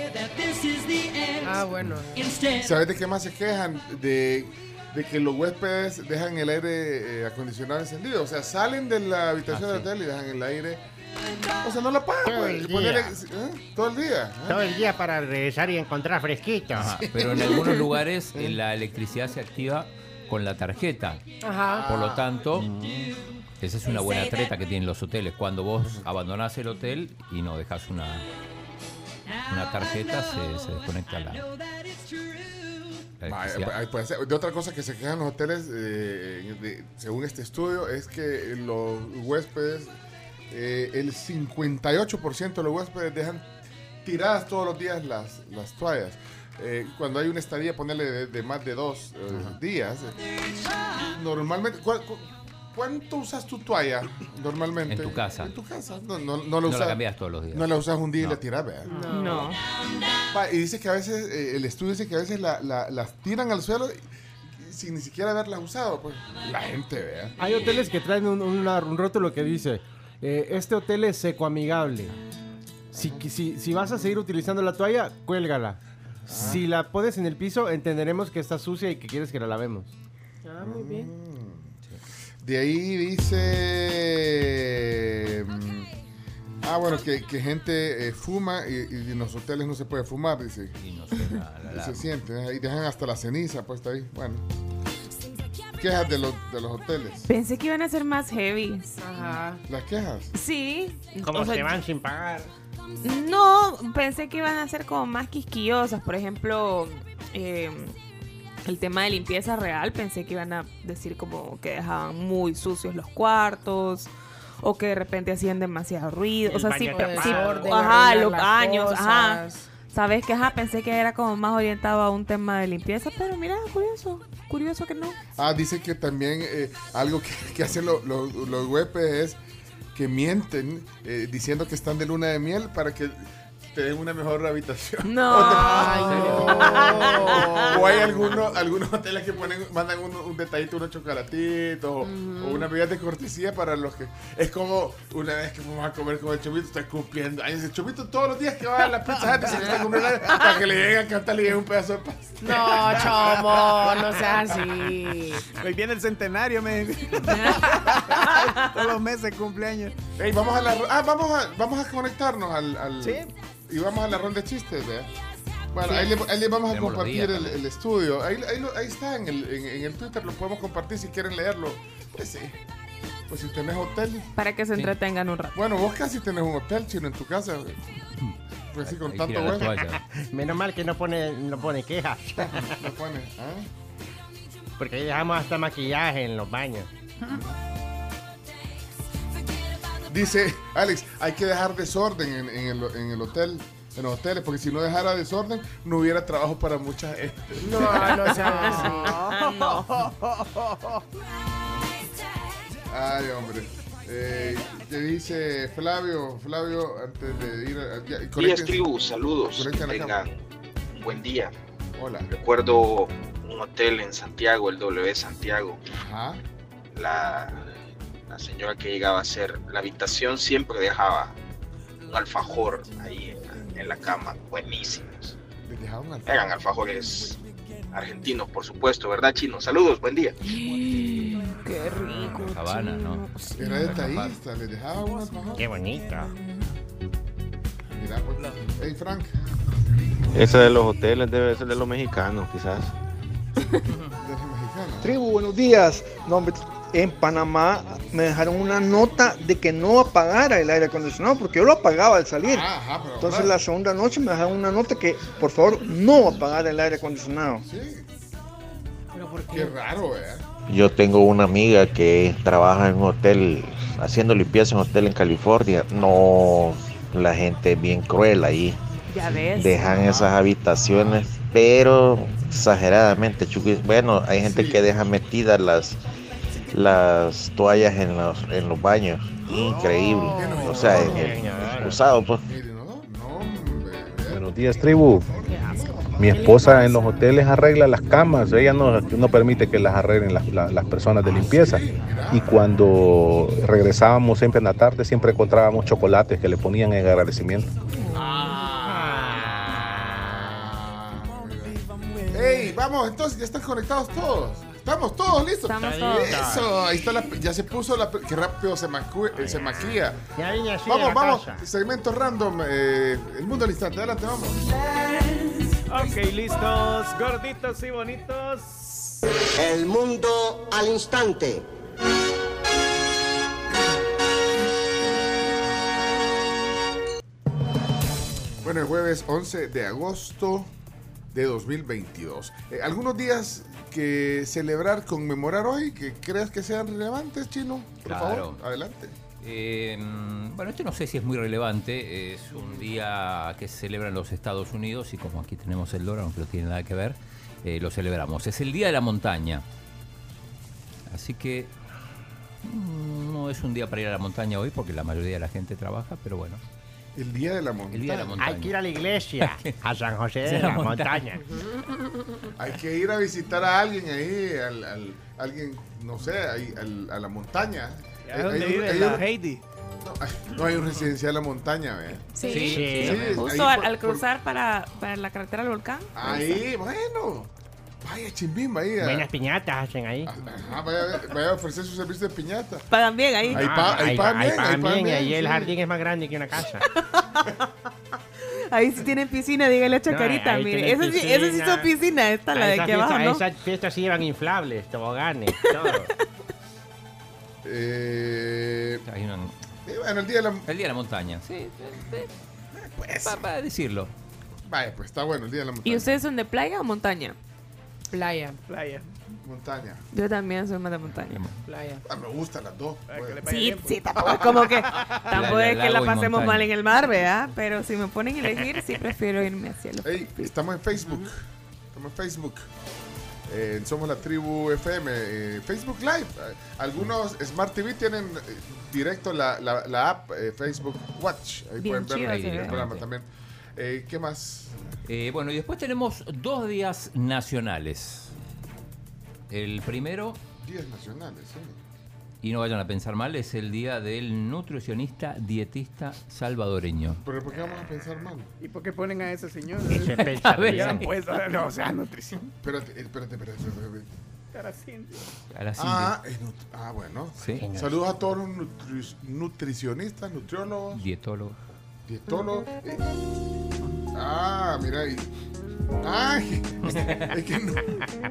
Bueno. ¿sabes de qué más se quejan? De que los huéspedes dejan el aire acondicionado encendido. O sea, salen de la habitación del hotel y dejan el aire. O sea, no lo pagan. Todo el día. Todo el día. Todo el día para regresar y encontrar fresquito. Ajá, pero en algunos lugares la electricidad se activa con la tarjeta. Ajá. Por lo tanto, esa es una buena treta que tienen los hoteles. Cuando vos abandonás el hotel y no dejas una tarjeta, se desconecta la electricidad. Puede ser. De otra cosa que se quejan los hoteles, según este estudio, es que los huéspedes, el 58% de los huéspedes dejan tiradas todos los días las toallas. Cuando hay una estadía, ponerle de más de 2 días, normalmente, ¿cuánto usas tu toalla normalmente? En tu casa. En tu casa. No la cambias todos los días. No la usas un día y la tiras, ¿verdad? No. Y dice que a veces, el estudio dice que a veces las tiran al suelo sin ni siquiera haberlas usado. Pues la gente, vea. Hay hoteles que traen un rótulo que dice, este hotel es ecoamigable. Si vas a seguir utilizando la toalla, cuélgala. Si la pones en el piso, entenderemos que está sucia y que quieres que la lavemos. Muy bien. De ahí dice... bueno, que gente fuma y en los hoteles no se puede fumar, dice. Y no se se siente, ahí dejan hasta la ceniza puesta ahí. Bueno. Quejas de los hoteles. Pensé que iban a ser más heavy. Ajá. ¿Las quejas? Sí. Como se van sin pagar. No, pensé que iban a ser como más quisquillosas. Por ejemplo, el tema de limpieza real, pensé que iban a decir como que dejaban muy sucios los cuartos o que de repente hacían demasiado ruido. O sea, sí, los baños, ajá. Sabes que pensé que era como más orientado a un tema de limpieza, pero mira, curioso que no. Dice que también algo que hacen los huéspedes es que mienten diciendo que están de luna de miel para que te den una mejor habitación. No. O hay algunos hoteles que mandan un detallito, unos chocolatitos o una bebida de cortesía para los que... Es como una vez que vamos a comer con el Chomito, está cumpliendo años. El Chomito todos los días que va a la Pizza Hut se está cumpliendo años para que le lleguen a cantar y le un pedazo de pasta. No, Chomo, no seas así. Hoy viene el centenario, todos los meses cumpleaños. Hey, vamos a conectarnos al ¿sí? Y vamos a la ronda de chistes, ¿verdad? Bueno, ahí le vamos a compartir el estudio. Ahí está en el Twitter, lo podemos compartir si quieren leerlo. Pues sí. Pues si tenés hotel. Para que se entretengan un rato. Bueno, vos casi tenés un hotel, Chino, en tu casa. Pues sí, con tanto huevo. Menos mal que no pone quejas. No pone, Porque ahí dejamos hasta maquillaje en los baños. Dice Alex, hay que dejar desorden en el hotel, en los hoteles, porque si no dejara desorden, no hubiera trabajo para mucha gente. No seas así. No. Ay, hombre. ¿Qué dice Flavio? Flavio, antes de ir a... Días, tribu, saludos. Venga, buen día. Hola. Recuerdo un hotel en Santiago, el W Santiago. Ajá. La señora que llegaba a hacer la habitación siempre dejaba un alfajor ahí en la cama, buenísimos. Eran alfajores argentinos, por supuesto, ¿verdad, Chino? Saludos, buen día. Qué rico. Habana, ¿no? Era detallista, le dejaba un alfajor. Qué bonito. Mira, pues, hey, Frank. Ese de los hoteles debe ser de los mexicanos, quizás. De los mexicanos. Tribu, buenos días. No, hombre, en Panamá me dejaron una nota de que no apagara el aire acondicionado porque yo lo apagaba al salir. Pero entonces claro. La segunda noche me dejaron una nota que por favor no apagara el aire acondicionado. Sí. Pero ¿por qué? Qué raro, Yo tengo una amiga que trabaja en un hotel, haciendo limpieza en un hotel en California. No, la gente es bien cruel ahí. Ya ves. Dejan esas habitaciones, pero exageradamente, Chucky. Bueno, hay gente que deja metidas las toallas en los baños. Increíble. O sea, en el excusado, pues. Buenos días, tribu. Mi esposa en los hoteles arregla las camas, ella no permite que las arreglen las personas de limpieza. Y cuando regresábamos siempre en la tarde, siempre encontrábamos chocolates que le ponían en agradecimiento. ¡Ey, vamos! Entonces ya están conectados todos. Estamos todos listos. Estamos todos. Eso, ahí está ya se puso qué rápido se maquilla. Ya vine así Vamos. Segmento random, el mundo al instante. Adelante, vamos. Ok, listos, gorditos y bonitos. El mundo al instante. Bueno, el jueves 11 de agosto de 2022. ¿Algunos días que celebrar, conmemorar hoy, que creas que sean relevantes, Chino? Por favor, adelante. Bueno, este no sé si es muy relevante. Es un día que se celebra en los Estados Unidos y como aquí tenemos el dólar, aunque no tiene nada que ver, lo celebramos. Es el Día de la Montaña. Así que no es un día para ir a la montaña hoy porque la mayoría de la gente trabaja, pero bueno. El Día de la Montaña. El Día de la Montaña. Hay que ir a la iglesia, a San José de la Montaña. Hay que ir a visitar a alguien ahí, alguien, no sé, ahí, a la montaña. ¿Dónde vive la Heidi? No hay un residencial a la montaña, ¿ve? Sí. Justo al cruzar para la carretera del volcán. Ahí, bueno. Vaya chimbimba ahí. Buenas piñatas hacen ahí. Vaya a ofrecer su servicio de piñata. Pagan bien ahí. Ahí pagan bien. Ahí el jardín es más grande que una casa. Ahí sí tienen piscina, dígale a Chacarita. Mire, eso sí son piscinas. Esta la de aquí abajo, ¿no? Esas fiestas sí llevan inflables, toboganes, todo. Bueno, el Día de la Montaña. Sí, pues. Para decirlo. Vaya, pues está bueno el Día de la Montaña. ¿Y ustedes son de playa o montaña? Playa. Montaña. Yo también soy más de montaña. Playa. Me gustan las dos. Sí, tampoco es como que tampoco es que la pasemos mal en el mar, ¿verdad? Pero si me ponen a elegir, sí prefiero irme hacia los Estamos en Facebook. Somos la Tribu FM. Facebook Live. Algunos Smart TV tienen directo la app Facebook Watch. Ahí bien pueden ver chido, el programa también. ¿Qué más? Bueno, y después tenemos 2 días nacionales. El primero... Días nacionales, sí. Y no vayan a pensar mal, es el día del nutricionista dietista salvadoreño. ¿Pero por qué vamos a pensar mal? ¿Y por qué ponen a ese señor? Pues, no, o sea, nutrición. Espérate. Bueno. Sí. Saludos a todos los nutricionistas, nutriólogos. Dietólogos. Mira ahí. Es que no.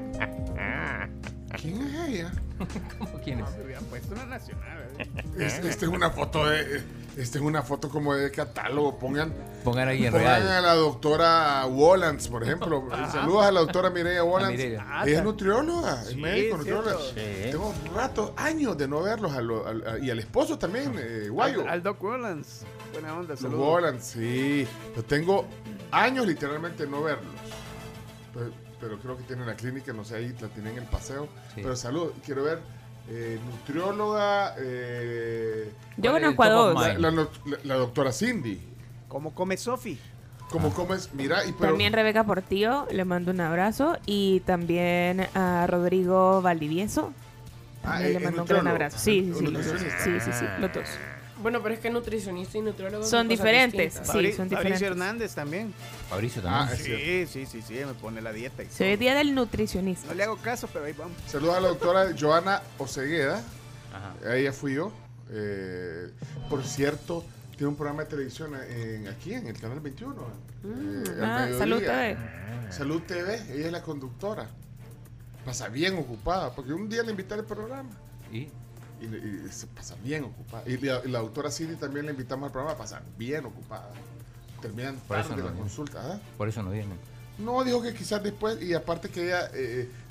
¿Quién es ella? ¿Cómo quién es? Se habían puesto una nacional. Esta es una foto como de catálogo. Pongan ahí en real. Pongan a la doctora Wolans, por ejemplo. Saludos a la doctora Mireya Wolans. Ella es nutrióloga, es médico, nutrióloga. Sí. Tengo años de no verlos. Y al esposo también, Guayo. Al Doc Wolans. Buena onda, saludos. Wolans, sí. Yo tengo años literalmente de no verlos. Pero creo que tiene una clínica, no sé, ahí la tienen en el paseo. Sí. Pero salud, quiero ver nutrióloga. Yo conozco a dos. La doctora Cindy. ¿Cómo come Sofi? ¿Cómo comes? Mira, también Rebeca Portillo, le mando un abrazo. Y también a Valdivieso. Le mando un gran abrazo. Sí, los dos. Bueno, pero es que nutricionista y nutriólogo son diferentes. Sí, son diferentes. Fabricio Hernández también. Fabricio también. Sí, me pone la dieta. Soy el día del nutricionista. No le hago caso, pero ahí vamos. Saludos a la doctora Joana Osegueda. A ella fui yo. Por cierto, tiene un programa de televisión aquí en el canal 21. Salud TV. Salud TV, ella es la conductora. Pasa bien ocupada, porque un día le invité al programa. Y se pasa bien ocupada. Y la doctora Cindy también le invitamos al programa, pasa bien ocupada. Terminan tarde la consulta. Por eso no viene. No, dijo que quizás después, y aparte que ella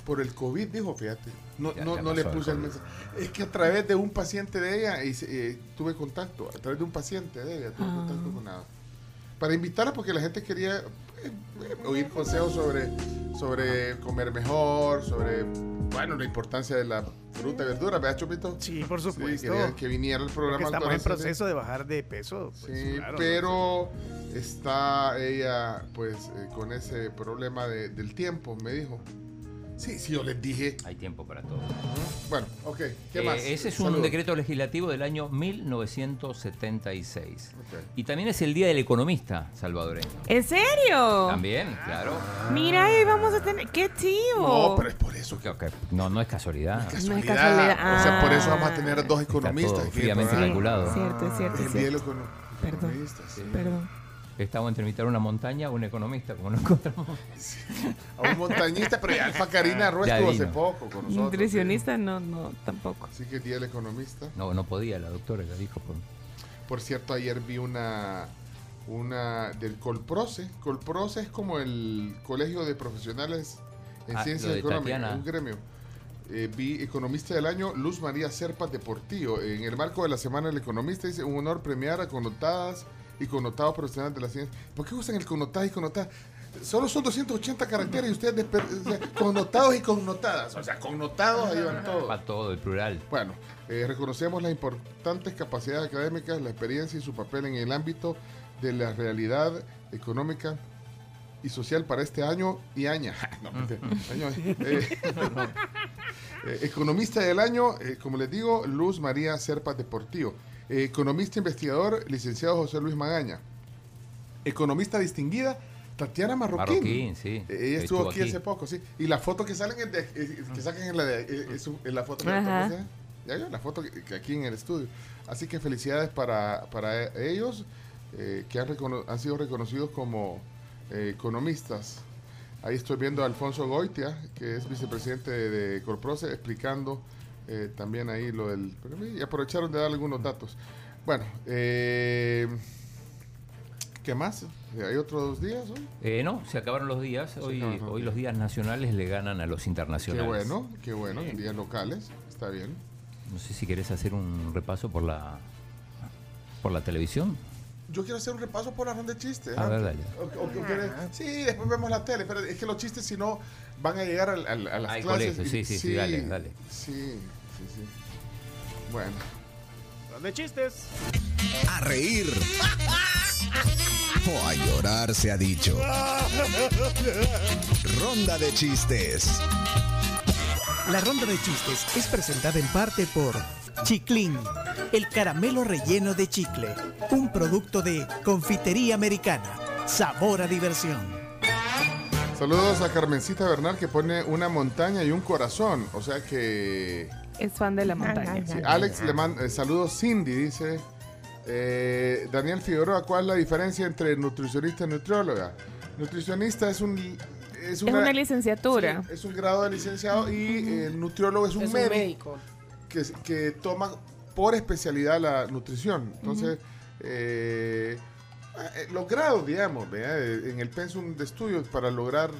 por el COVID, dijo, fíjate. No le pasó puse el el mensaje. Es que a través de un paciente de ella tuve contacto. A través de un paciente de ella tuve contacto con nada. Para invitarla porque la gente quería oír consejos sobre comer mejor, sobre, bueno, la importancia de la fruta y verdura, ¿verdad, Chupito? Sí, por supuesto. Sí, que viniera el programa. Porque estamos en proceso de bajar de peso. Pues, sí, claro, pero está ella, pues, con ese problema del tiempo, me dijo. Sí, yo les dije. Hay tiempo para todo. Bueno, ok, ¿qué más? Ese es un Saludos. decreto legislativo del año 1976. Okay. Y también es el Día del Economista salvadoreño. ¿En serio? También, claro. Mira, ahí vamos a tener... ¡Qué tío! No, pero es por eso. No es casualidad. No es casualidad. O sea, por eso vamos a tener dos economistas. Está todo fríamente calculado. Cierto. El Día del Perdón. Sí. Perdón. Estamos entre invitar a una montaña a un economista, como nos encontramos. A un montañista, pero Alfa Karina Ruiz Ya estuvo vino. hace poco con nosotros. Nutricionista, no, tampoco. Así que Día del Economista. No podía, la doctora ya dijo. Por cierto, ayer vi una del Colproce. Colproce es como el Colegio de Profesionales en Ciencias lo de Económicas, Tatiana. un gremio. Vi Economista del Año, Luz María Serpas de Portillo. En el marco de la Semana del Economista dice, un honor premiar a connotadas y connotados profesionales de la ciencia. ¿Por qué usan el connotadas y connotadas? Solo son 280 caracteres y ustedes connotados y connotadas. O sea, connotados, ahí van todos. Va todo, el plural. Bueno, reconocemos las importantes capacidades académicas, la experiencia y su papel en el ámbito de la realidad económica y social para este año y año. Economista del año, como les digo, Luz María Serpas de Portillo. Economista investigador, licenciado José Luis Magaña. Economista distinguida, Tatiana Marroquín. Sí. Ella estuvo aquí hace poco, sí. Y la foto que salen que sacan en la foto que ya vio, la foto que aquí en el estudio. Así que felicidades para ellos que han sido reconocidos como economistas. Ahí estoy viendo a Alfonso Goitia, que es vicepresidente de Colproce, explicando también ahí lo del... Y aprovecharon de dar algunos datos. Bueno, ¿qué más? ¿Hay otros días hoy? No, se acabaron los días. Hoy los días nacionales le ganan a los internacionales. Qué bueno. Sí. Días locales, está bien. No sé si querés hacer un repaso por la televisión. Yo quiero hacer un repaso por la ronda de chistes. A ver, dale. Sí, después vemos la tele, pero es que los chistes si no van a llegar a las clases. Colegio. Sí, dale. Sí. Bueno. Ronda de chistes. A reír. O a llorar se ha dicho. Ronda de chistes. La ronda de chistes es presentada en parte por Chiclín, el caramelo relleno de chicle, un producto de Confitería Americana. Sabor a diversión. Saludos a Carmencita Bernal que pone una montaña y un corazón, o sea que... Es fan de la montaña. Sí, Alex le manda saludos. Cindy dice, Daniel Figueroa, ¿cuál es la diferencia entre nutricionista y nutrióloga? Nutricionista es una licenciatura. Sí, es un grado de licenciado y el nutriólogo es un médico que toma por especialidad la nutrición. Entonces, los grados, digamos, en el pensum de estudios para lograr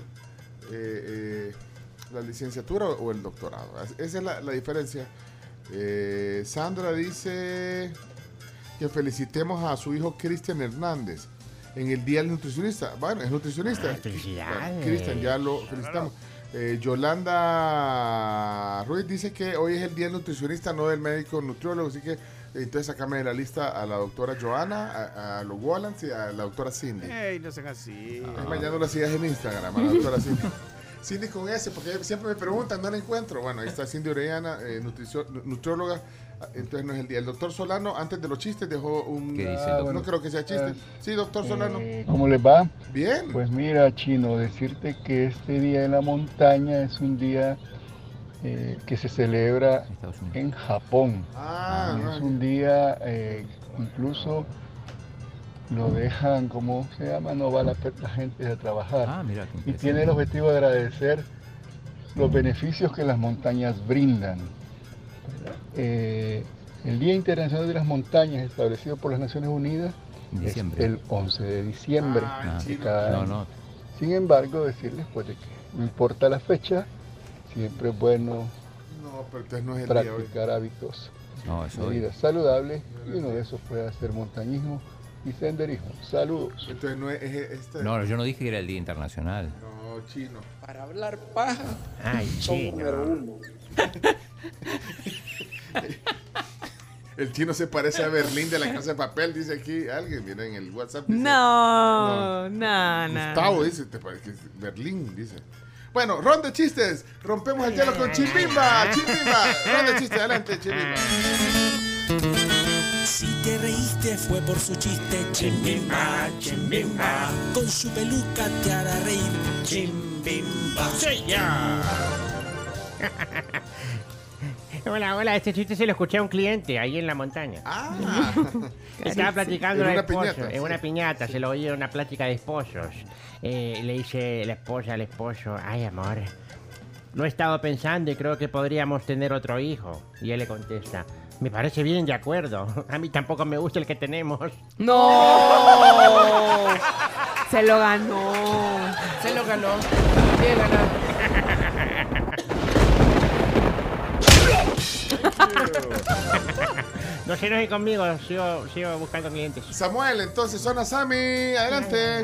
la licenciatura o el doctorado. Esa es la diferencia. Sandra dice que felicitemos a su hijo Cristian Hernández en el Día del Nutricionista. Bueno, es nutricionista. Felicidades. Cristian, ya lo felicitamos. Yolanda Ruiz dice que hoy es el Día del Nutricionista, no del médico nutriólogo, así que entonces sacame de la lista a la doctora Joana, a los Wallans y a la doctora Cindy. Ey, no sean así. Mañana lo hacías en Instagram, a la doctora Cindy. Cindy con S, porque siempre me preguntan, no la encuentro. Bueno, ahí está Cindy Orellana, nutrióloga. Entonces no es el día. El doctor Solano, antes de los chistes, dejó un... ¿Qué dice, no creo que sea chiste. Sí, doctor Solano. ¿Cómo les va? Bien. Pues mira, Chino, decirte que este Día de la Montaña es un día que se celebra en Japón. Es un día, incluso lo dejan, ¿cómo se llama? No va la gente a trabajar. Mira, y tiene el objetivo de agradecer los beneficios que las montañas brindan. El Día Internacional de las Montañas, establecido por las Naciones Unidas, es el 11 de diciembre de cada año. Sin embargo, decirles pues, de que no importa la fecha, siempre es bueno No, pero entonces no es el día hoy. practicar hábitos No, eso de vida saludable y uno de esos puede hacer montañismo y senderismo. Saludos. Entonces no es este. No, yo no dije que era el Día Internacional. No, chino. Para hablar paja, Ay, son chino. número uno. El chino se parece a Berlín de la Casa de Papel, dice aquí alguien, mira en el WhatsApp. Dice, No. Gustavo dice, te parece que es Berlín, dice. Bueno, ronda de chistes. Rompemos el hielo con Chimbimba. Chimbimba. Ronda de chistes, adelante, Chimbimba. Si te reíste fue por su chiste, Chimbimba, Chimbimba. Con su peluca te hará reír, Chimbimba. ¡Sí, ya! Hola, este chiste se lo escuché a un cliente ahí en la montaña. Estaba platicando En de una esposo, piñata. en una piñata, se lo oí en una plática de esposos. Le dice la esposa al esposo, ay amor, lo he estado pensando y creo que podríamos tener otro hijo. Y él le contesta, me parece bien, de acuerdo. A mí tampoco me gusta el que tenemos. ¡No! Se lo ganó. Se lo ganó. Bien ganado. No se enoje conmigo, sigo buscando clientes. Samuel, entonces, Zona Sammy, adelante.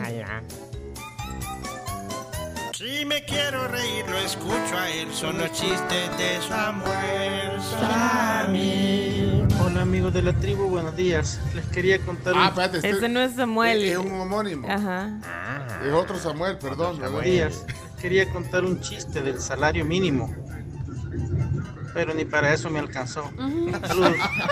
Si me quiero reír, lo escucho a él. Son los chistes de Samuel Sammy. Hola amigos de la tribu, buenos días. Les quería contar espérate, Ese no es Samuel. Es un homónimo. Ajá. Es otro Samuel, perdón. Buenos días. Les quería contar un chiste del salario mínimo. Pero ni para eso me alcanzó. Saludos.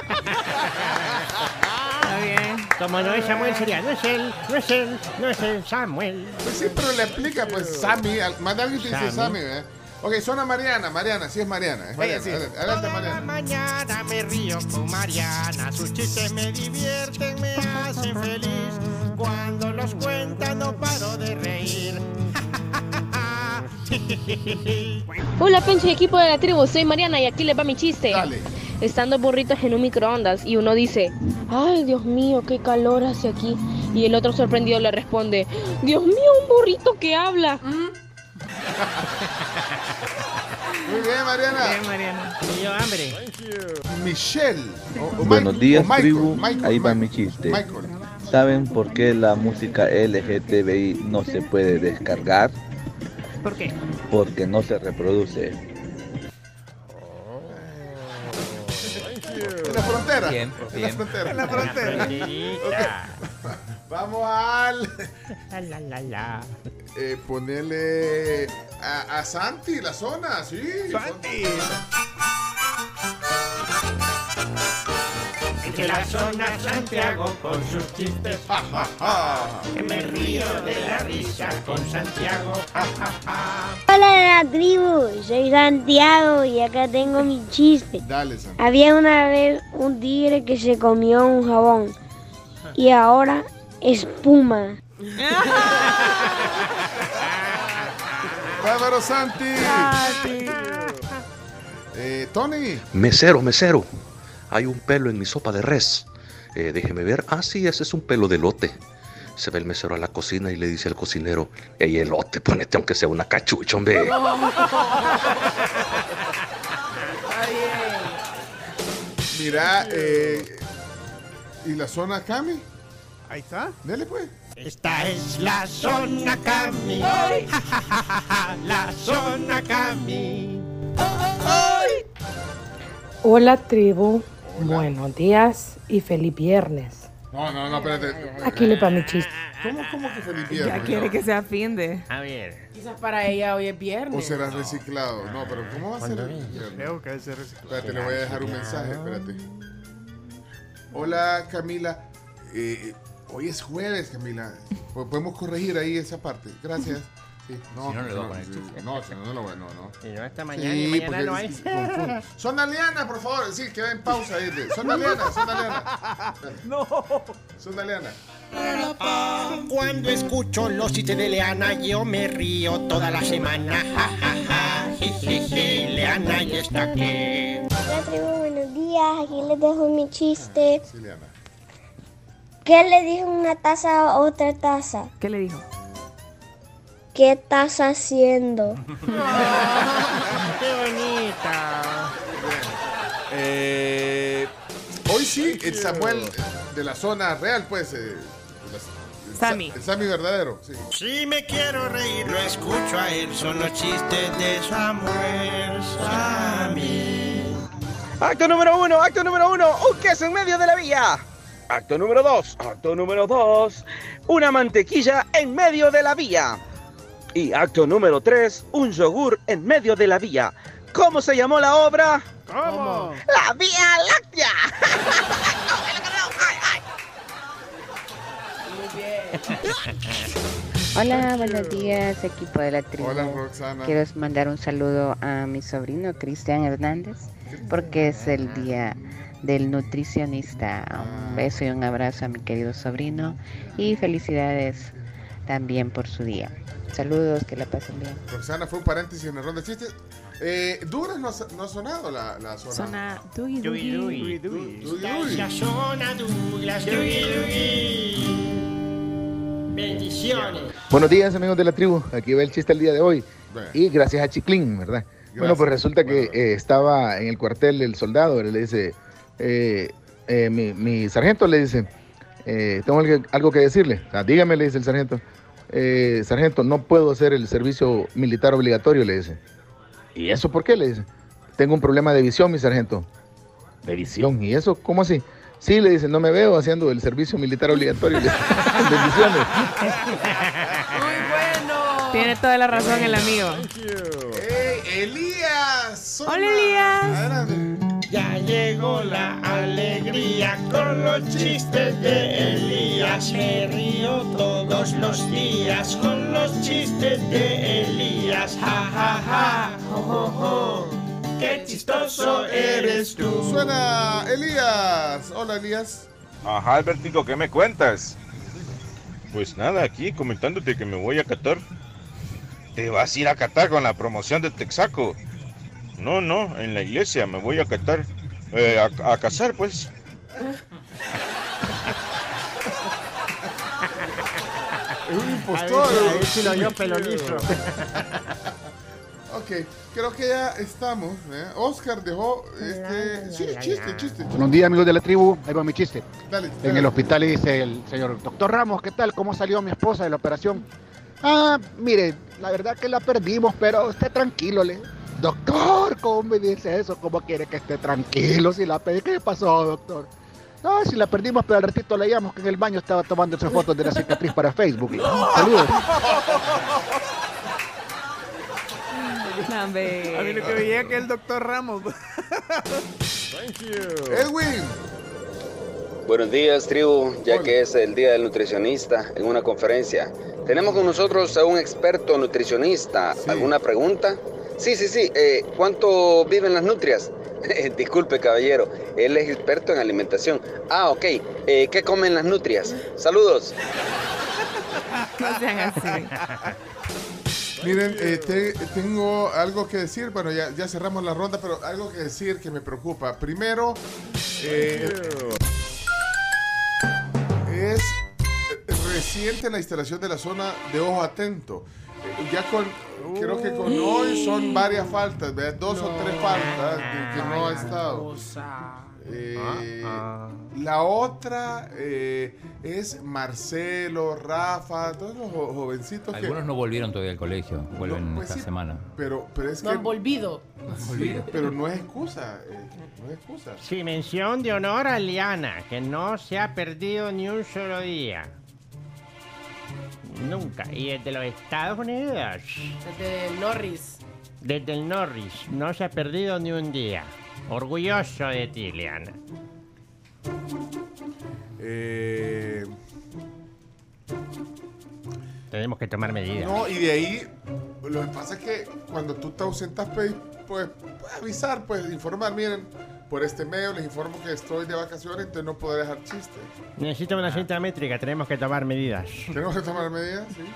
Está bien. Como no es Samuel sería, no es el Samuel. Pues sí, pero le aplica, pues, Sammy. Más de alguien te dice Sammy, ¿eh? Ok, Zona Mariana, sí es Mariana. Es Mariana. Sí. Adelante, Mariana. Mañana me río con Mariana. Sus chistes me divierten, me hacen feliz. Cuando los cuenta no paro de reír. Hola, Pencho y equipo de la tribu, soy Mariana y aquí les va mi chiste. Dale. Están dos burritos en un microondas y uno dice, ay, Dios mío, qué calor hace aquí. Y el otro sorprendido le responde, Dios mío, un burrito que habla. Muy bien, Mariana. Bien, Mariana. Me dio hambre. Michelle. Buenos días, Michael, tribu. Michael, Ahí va Michael, mi chiste. Michael. ¿Saben por qué la música LGTBI no se puede descargar? ¿Por qué? Porque no se reproduce. En la frontera. Bien, En bien. la frontera. En la fronterita. Vamos al. La. Ponele a Santi, la zona, sí. Santi. Que la zona Santiago con sus chistes, ja, ja, ja. Que me río de la risa con Santiago, ja, ja, ja. Hola de la tribu, soy Santiago y acá tengo mi chiste. Dale, Santi. Había una vez un tigre que se comió un jabón y ahora espuma. Bárbaro, Santi. Tony. Mesero, hay un pelo en mi sopa de res. Déjeme ver. Ah, sí, ese es un pelo de elote. Se va el mesero a la cocina y le dice al cocinero, ey, elote, ponete aunque sea una cachucha, hombre. Mira, ¿y la zona Cami? Ahí está. Dele, pues. Esta es la zona Cami, ja, ja, ja, ja, ja, la zona Cami. Hola tribu, buenos días y feliz viernes. No, espérate. Aquí le va mi chiste. ¿Cómo que feliz Ya viernes? quiere que sea fin de. A ver. Quizás para ella hoy es ¿O viernes. será reciclado? No, pero ¿cómo va a ser? Creo que es reciclado. Espérate, le voy a dejar un mensaje, espérate. Hola, Camila. Hoy es jueves, Camila. Podemos corregir ahí esa parte. Gracias. Sí, no, Si no, le voy a poner chiste. No, si no, no lo voy a. No. Si no, esta mañana Sí, y mañana porque no hay. confundo. Zona Liana, por favor. Sí, queda en pausa ahí. Zona Liana. No. Zona Liana. Cuando escucho los chistes de Leana, yo me río toda la semana. Ja, ja, ja, jijiji, Leana ya está aquí. Hola tribu, buenos días, aquí les dejo mi chiste. Sí, Liana. ¿Qué le dijo una taza a otra taza? ¿Qué le dijo? ¿qué estás haciendo? ¡Qué bonita! Hoy sí, el Samuel de la zona real, pues. Sammy. El Sammy verdadero, sí. Si me quiero reír, lo escucho a él. Son los chistes de Samuel Sammy. Acto número uno, un queso en medio de la vía. Acto número dos, una mantequilla en medio de la vía. Y acto número 3, un yogur en medio de la vía. ¿Cómo se llamó la obra? ¿Cómo? ¡La Vía Láctea! Hola, buenos días, equipo de la tribu. Hola, Roxana. Quiero mandar un saludo a mi sobrino Cristian Hernández, porque es el día del nutricionista. Un beso y un abrazo a mi querido sobrino y felicidades también por su día. Saludos, que la pasen bien. Roxana, fue un paréntesis en la ronda de chistes. Douglas no ha sonado la zona. Zona Dougie. La zona Douglas, Dougie. Bendiciones. Buenos días, amigos de la tribu. Aquí va el chiste el día de hoy. Y gracias a Chiclín, ¿verdad? Gracias. Bueno, pues resulta que estaba en el cuartel el soldado. Le dice, mi sargento le dice, tengo algo que decirle. O sea, dígame, le dice el sargento. Sargento, no puedo hacer el servicio militar obligatorio, le dice. ¿Y eso por qué? Le dice. Tengo un problema de visión, mi sargento. ¿De visión? ¿Y eso? ¿Cómo así? Sí, le dice, no me veo haciendo el servicio militar obligatorio. Bendiciones. Muy bueno. Tiene toda la razón el amigo. Elías. Hola, Elías. Adelante. Ya llegó la alegría con los chistes de Elías. Me río todos los días con los chistes de Elías. Ja, ja, ja, jo, jo, jo. ¡Qué chistoso eres tú! Suena Elías. Hola, Elías. Ajá, Albertico, ¿qué me cuentas? Pues nada, aquí comentándote que me voy a Qatar. ¿Te vas a ir a Qatar con la promoción de Texaco? No, en la iglesia me voy a Qatar. A casar, pues. Es un impostor. Ahí sí lo oyó pelo liso. Ok, creo que ya estamos. Oscar dejó chiste. Buenos días, amigos de la tribu. Ahí va mi chiste. Dale. En el hospital dice el señor doctor Ramos, ¿qué tal? ¿Cómo salió mi esposa de la operación? Mire, la verdad que la perdimos, pero esté tranquilo, Doctor, ¿cómo me dice eso? ¿Cómo quiere que esté tranquilo si la perdí? ¿Qué pasó, doctor? No, si la perdimos, pero al ratito la llamamos que en el baño estaba tomándose fotos de la cicatriz para Facebook. Saludos. A mí lo que veía que el doctor Ramos. Thank you. Edwin. Buenos días, tribu, ya que es el día del nutricionista en una conferencia. Tenemos con nosotros a un experto nutricionista. Sí. ¿Alguna pregunta? Sí. ¿Cuánto viven las nutrias? Disculpe, caballero, él es experto en alimentación. Ok. ¿Qué comen las nutrias? Saludos. No sean así. Miren, tengo algo que decir. Bueno, ya cerramos la ronda, pero algo que decir que me preocupa. Primero, es reciente la instalación de la zona de ojo atento. Creo que con hoy son varias faltas, ¿verdad? 2 o 3 faltas que no ha estado. La otra es Marcelo, Rafa, todos los jovencitos. Algunos no volvieron todavía al colegio, vuelven esta semana. Pero es no que han volvido. Pero no es excusa. Sí, mención de honor a Liana, que no se ha perdido ni un solo día. Nunca. Y desde los Estados Unidos. Desde el Norris. Desde el Norris. No se ha perdido ni un día. Orgulloso de ti, Liana. Tenemos que tomar medidas. No, y de ahí, lo que pasa es que cuando tú te ausentas, pues avisar, pues informar. Miren, por este medio les informo que estoy de vacaciones, entonces no podré dejar chistes. Necesito una cinta métrica, tenemos que tomar medidas. ¿Tenemos que tomar medidas? Sí.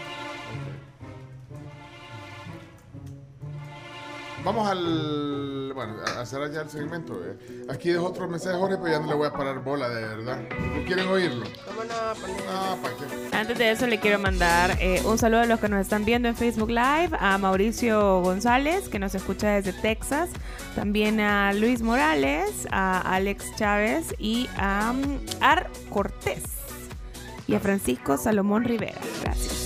Vamos bueno, hacer ya el segmento. Aquí dejo otro mensaje, Jorge, pero ya no le voy a parar bola, de verdad. ¿No quieren oírlo? ¿Cómo no? ¿Para qué? Antes de eso le quiero mandar un saludo a los que nos están viendo en Facebook Live, a Mauricio González, que nos escucha desde Texas, también a Luis Morales, a Alex Chávez y a Ar Cortés y a Francisco Salomón Rivera. Gracias.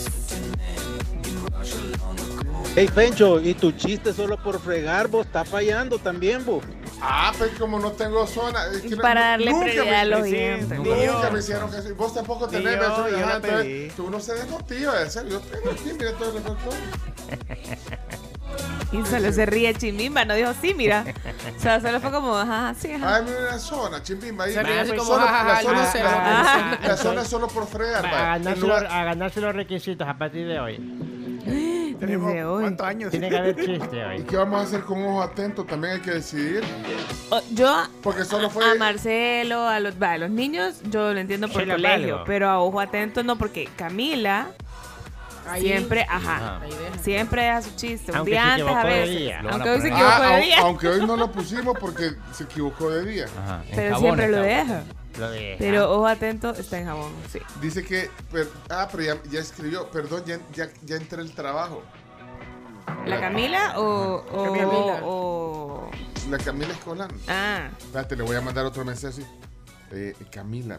Hey, Pencho, y tu chiste solo por fregar, vos, está fallando también, vos. Pues como no tengo zona. Es que para darle prioridad a los dientes. Nunca me hicieron que eso. Vos tampoco tenés. Tú no se dejó, tío. En serio, yo tengo aquí, mira todo el recortó. Y solo se ríe Chimbimba, no dijo sí, mira. O sea, solo fue como, ajá, sí, ajá. Ay, mira una zona, Chimbimba. Ahí. La zona es solo por fregar. A ganarse los requisitos a partir de hoy. Tenemos ¿cuántos años? Tiene que haber chiste hoy. ¿Y qué vamos a hacer con ojos atentos? También hay que decidir. Yo, porque solo fue a Marcelo, a los niños, yo lo entiendo por colegio, pero a ojo atento no, porque Camila siempre, siempre deja su chiste. Un día antes a veces. Aunque hoy se equivocó de día. Aunque hoy no lo pusimos porque se equivocó de día. Pero siempre lo deja. Pero ojo atento, está en jabón, sí. Dice que, pero ya escribió, perdón, ya entré el trabajo. ¿La Camila o la Camila Escolán? Espérate, le voy a mandar otro mensaje. Camila.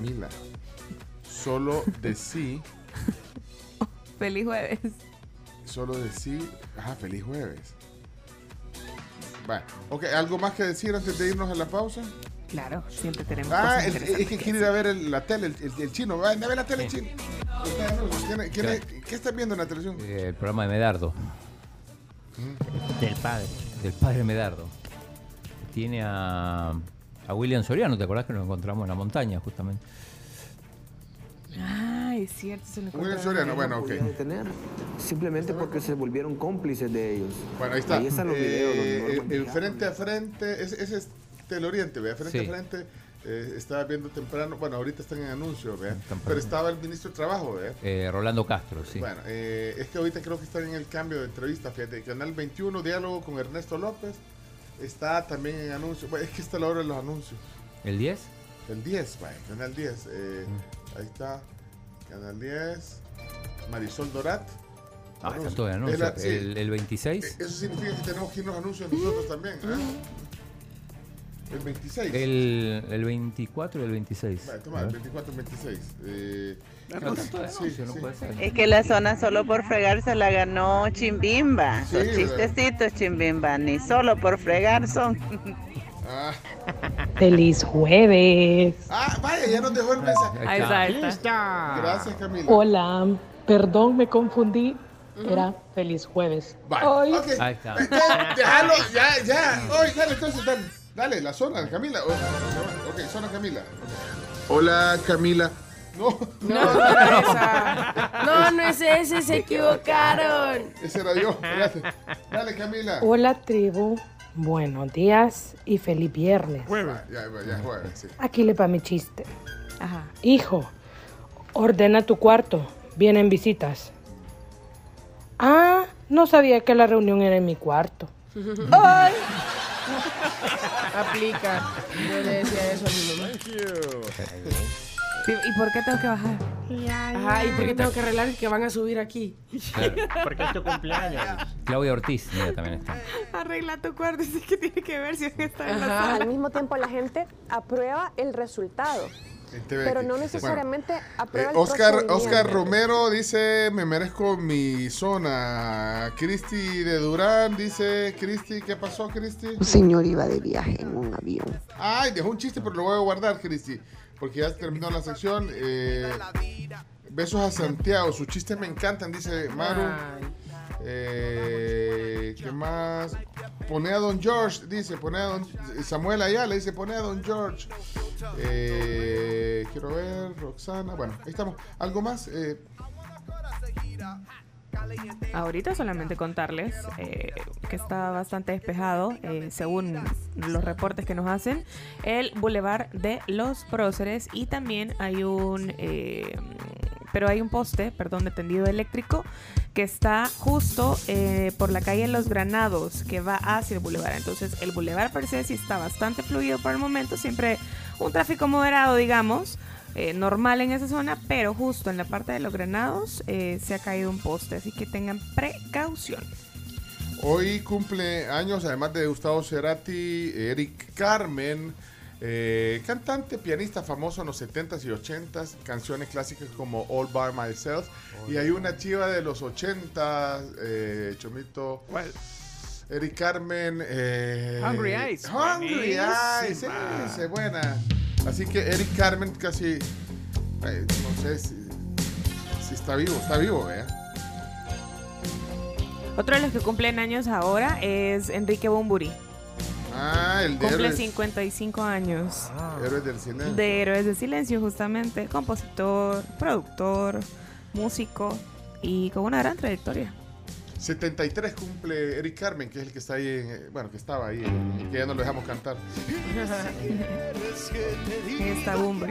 Solo de sí. Feliz jueves. Solo de sí. Feliz jueves. Bueno, ok, ¿algo más que decir antes de irnos a la pausa? Claro, siempre tenemos cosas es que quiere ir a ver la tele, el chino. Va a ver la tele, el chino. ¿Qué estás viendo en la televisión? El programa de Medardo. Del padre Medardo. Tiene a William Soriano, ¿te acordás que nos encontramos en la montaña justamente? Es cierto, se lo William Soriano, bueno, ok. Simplemente porque se volvieron cómplices de ellos. Bueno, ahí está. Ahí están los videos. El frente a frente, ese es del Oriente, ¿vea? Frente a frente, estaba viendo temprano, bueno, ahorita están en anuncio, ¿vea? Pero estaba el ministro de Trabajo, ¿vea? Rolando Castro, sí. Bueno, es que ahorita creo que están en el cambio de entrevista, fíjate, Canal 21, diálogo con Ernesto López, está también en anuncio, bueno, es que está la hora de los anuncios. ¿El 10? El 10, vaya, Canal 10, ahí está, Canal 10, Marisol Dorat. Está todo en anuncio. ¿El 26? Eso significa que tenemos que irnos anuncios nosotros también, El 26. El 24 y el 26. Vale, toma, el 24 y el 26. No puede ser. Es que la zona solo por fregar se la ganó Chimbimba. Sí, Los chistecitos Chimbimba, ni solo por fregar son. Feliz jueves. Vaya, ya nos dejó el mensaje. Ahí está. Gracias, Camila. Hola, perdón, me confundí. Era feliz jueves. Vale. Okay. Ahí está. Déjalo, ya. Oye, dale, entonces, dale, la zona, Camila. Ok, zona Camila. Hola, Camila. No es ese, se equivocaron. Ese era yo, gracias. Dale, Camila. Hola, tribu. Buenos días y feliz viernes. Ya jueves, sí. Aquí le va mi chiste. Hijo, ordena tu cuarto. Vienen visitas. No sabía que la reunión era en mi cuarto. ¡Ay! Aplica. Yo le decía eso a mi mamá. ¿Y por qué tengo que bajar? ¿Y por qué tengo que arreglar que van a subir aquí? Claro. Porque es tu cumpleaños. Claudia Ortiz, mira, también está. Arregla tu cuarto, sí que tiene que ver si está en la sala. Al mismo tiempo la gente aprueba el resultado. Pero no necesariamente aprueba el procedimiento. Oscar Romero dice, me merezco mi zona. Cristi de Durán dice, Cristi, ¿qué pasó, Cristi? Un señor iba de viaje en un avión. Dejó un chiste, pero lo voy a guardar, Cristi, porque ya terminó la sección. Besos a Santiago, sus chistes me encantan, dice Maru. ¿Qué más? Pone a Don George, dice, Samuel Ayala dice, pone a Don George. Quiero ver, Roxana. Bueno, ahí estamos. ¿Algo más? Ahorita solamente contarles que está bastante despejado, según los reportes que nos hacen, el Boulevard de los Próceres, y también hay un pero hay un poste, de tendido eléctrico que está justo por la calle Los Granados, que va hacia el bulevar. Entonces el bulevar per se sí está bastante fluido por el momento, siempre un tráfico moderado, digamos, normal en esa zona, pero justo en la parte de Los Granados se ha caído un poste, así que tengan precaución. Hoy cumple años, además de Gustavo Cerati, Eric Carmen, cantante, pianista famoso en los 70s y 80s, canciones clásicas como All By Myself. Y hay una chiva de los 80s, Chomito. ¿Cuál? Eric Carmen. Hungry Eyes. Hungry Eyes, esa es buena. Así que Eric Carmen casi, no sé si está vivo, ¿verdad? Otro de los que cumplen años ahora es Enrique Bunbury. El de cumple Héroes. 55 años. Héroes del Silencio. De Héroes del Silencio, justamente. Compositor, productor, músico y con una gran trayectoria. 73 cumple Eric Carmen, que es el que está ahí, que estaba ahí, que ya no lo dejamos cantar. Está Bunbury.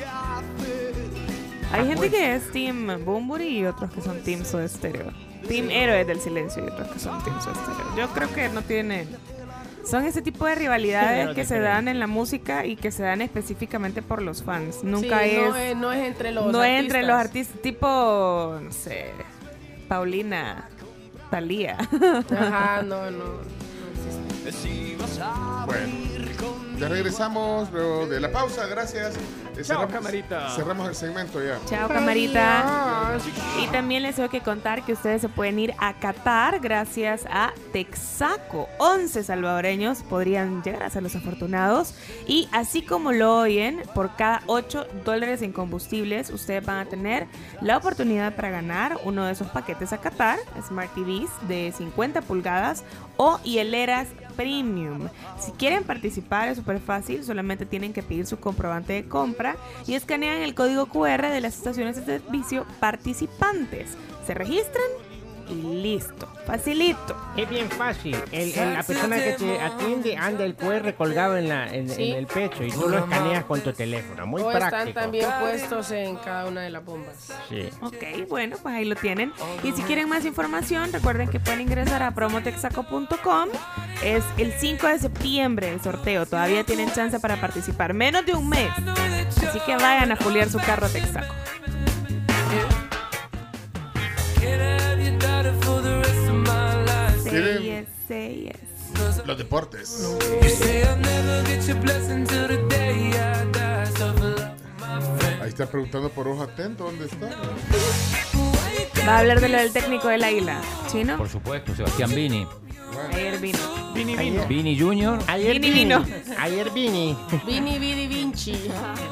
Hay gente que es Team Bunbury y otros que son Team Soda Stereo. Team Héroes del Silencio y otros que son Team Soda Stereo. Yo creo que no tienen... Son ese tipo de rivalidades que se dan en la música y que se dan específicamente por los fans. Nunca no es entre los artistas. No es entre los artistas, tipo, no sé, Paulina, Thalía. Ajá, no existe. Bueno, ya regresamos luego de la pausa, gracias. Chao, camarita. Cerramos el segmento ya. Chao, camarita. Y también les tengo que contar que ustedes se pueden ir a Qatar gracias a Texaco. 11 salvadoreños podrían llegar a ser los afortunados. Y así como lo oyen, por cada $8 en combustibles, ustedes van a tener la oportunidad para ganar uno de esos paquetes a Qatar, Smart TVs de 50 pulgadas o hieleras Premium. Si quieren participar es súper fácil, solamente tienen que pedir su comprobante de compra y escanean el código QR de las estaciones de servicio participantes. Se registran y listo. Facilito. Es bien fácil. La persona que te atiende anda el QR colgado en el pecho y tú lo escaneas con tu teléfono. Muy práctico. Están también puestos en cada una de las bombas. Sí. Ok, bueno, pues ahí lo tienen. Y si quieren más información, recuerden que pueden ingresar a promotexaco.com. Es el 5 de septiembre el sorteo. Todavía tienen chance para participar. Menos de un mes. Así que vayan a juliar su carro a Texaco. Los deportes. Ahí está preguntando por Ojo Atento, ¿dónde está? Va a hablar de lo del técnico del Águila, ¿Chino? Por supuesto, Sebastián Vini. Ayer vino. Vini Junior. Ayer Vini vino. Ayer Vini. Vini Vinci.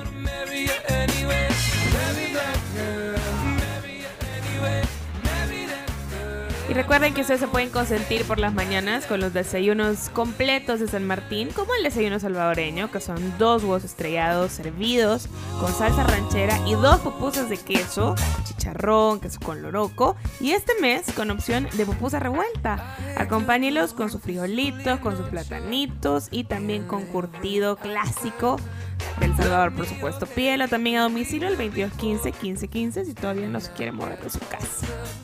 Y recuerden que ustedes se pueden consentir por las mañanas con los desayunos completos de San Martín, como el desayuno salvadoreño, que son 2 huevos estrellados servidos con salsa ranchera y 2 pupusas de queso, chicharrón, queso con loroco, y este mes con opción de pupusa revuelta. Acompáñelos con sus frijolitos, con sus platanitos y también con curtido clásico del Salvador, por supuesto. Pídelo también a domicilio el 2215-1515 si todavía no se quiere mover de su casa.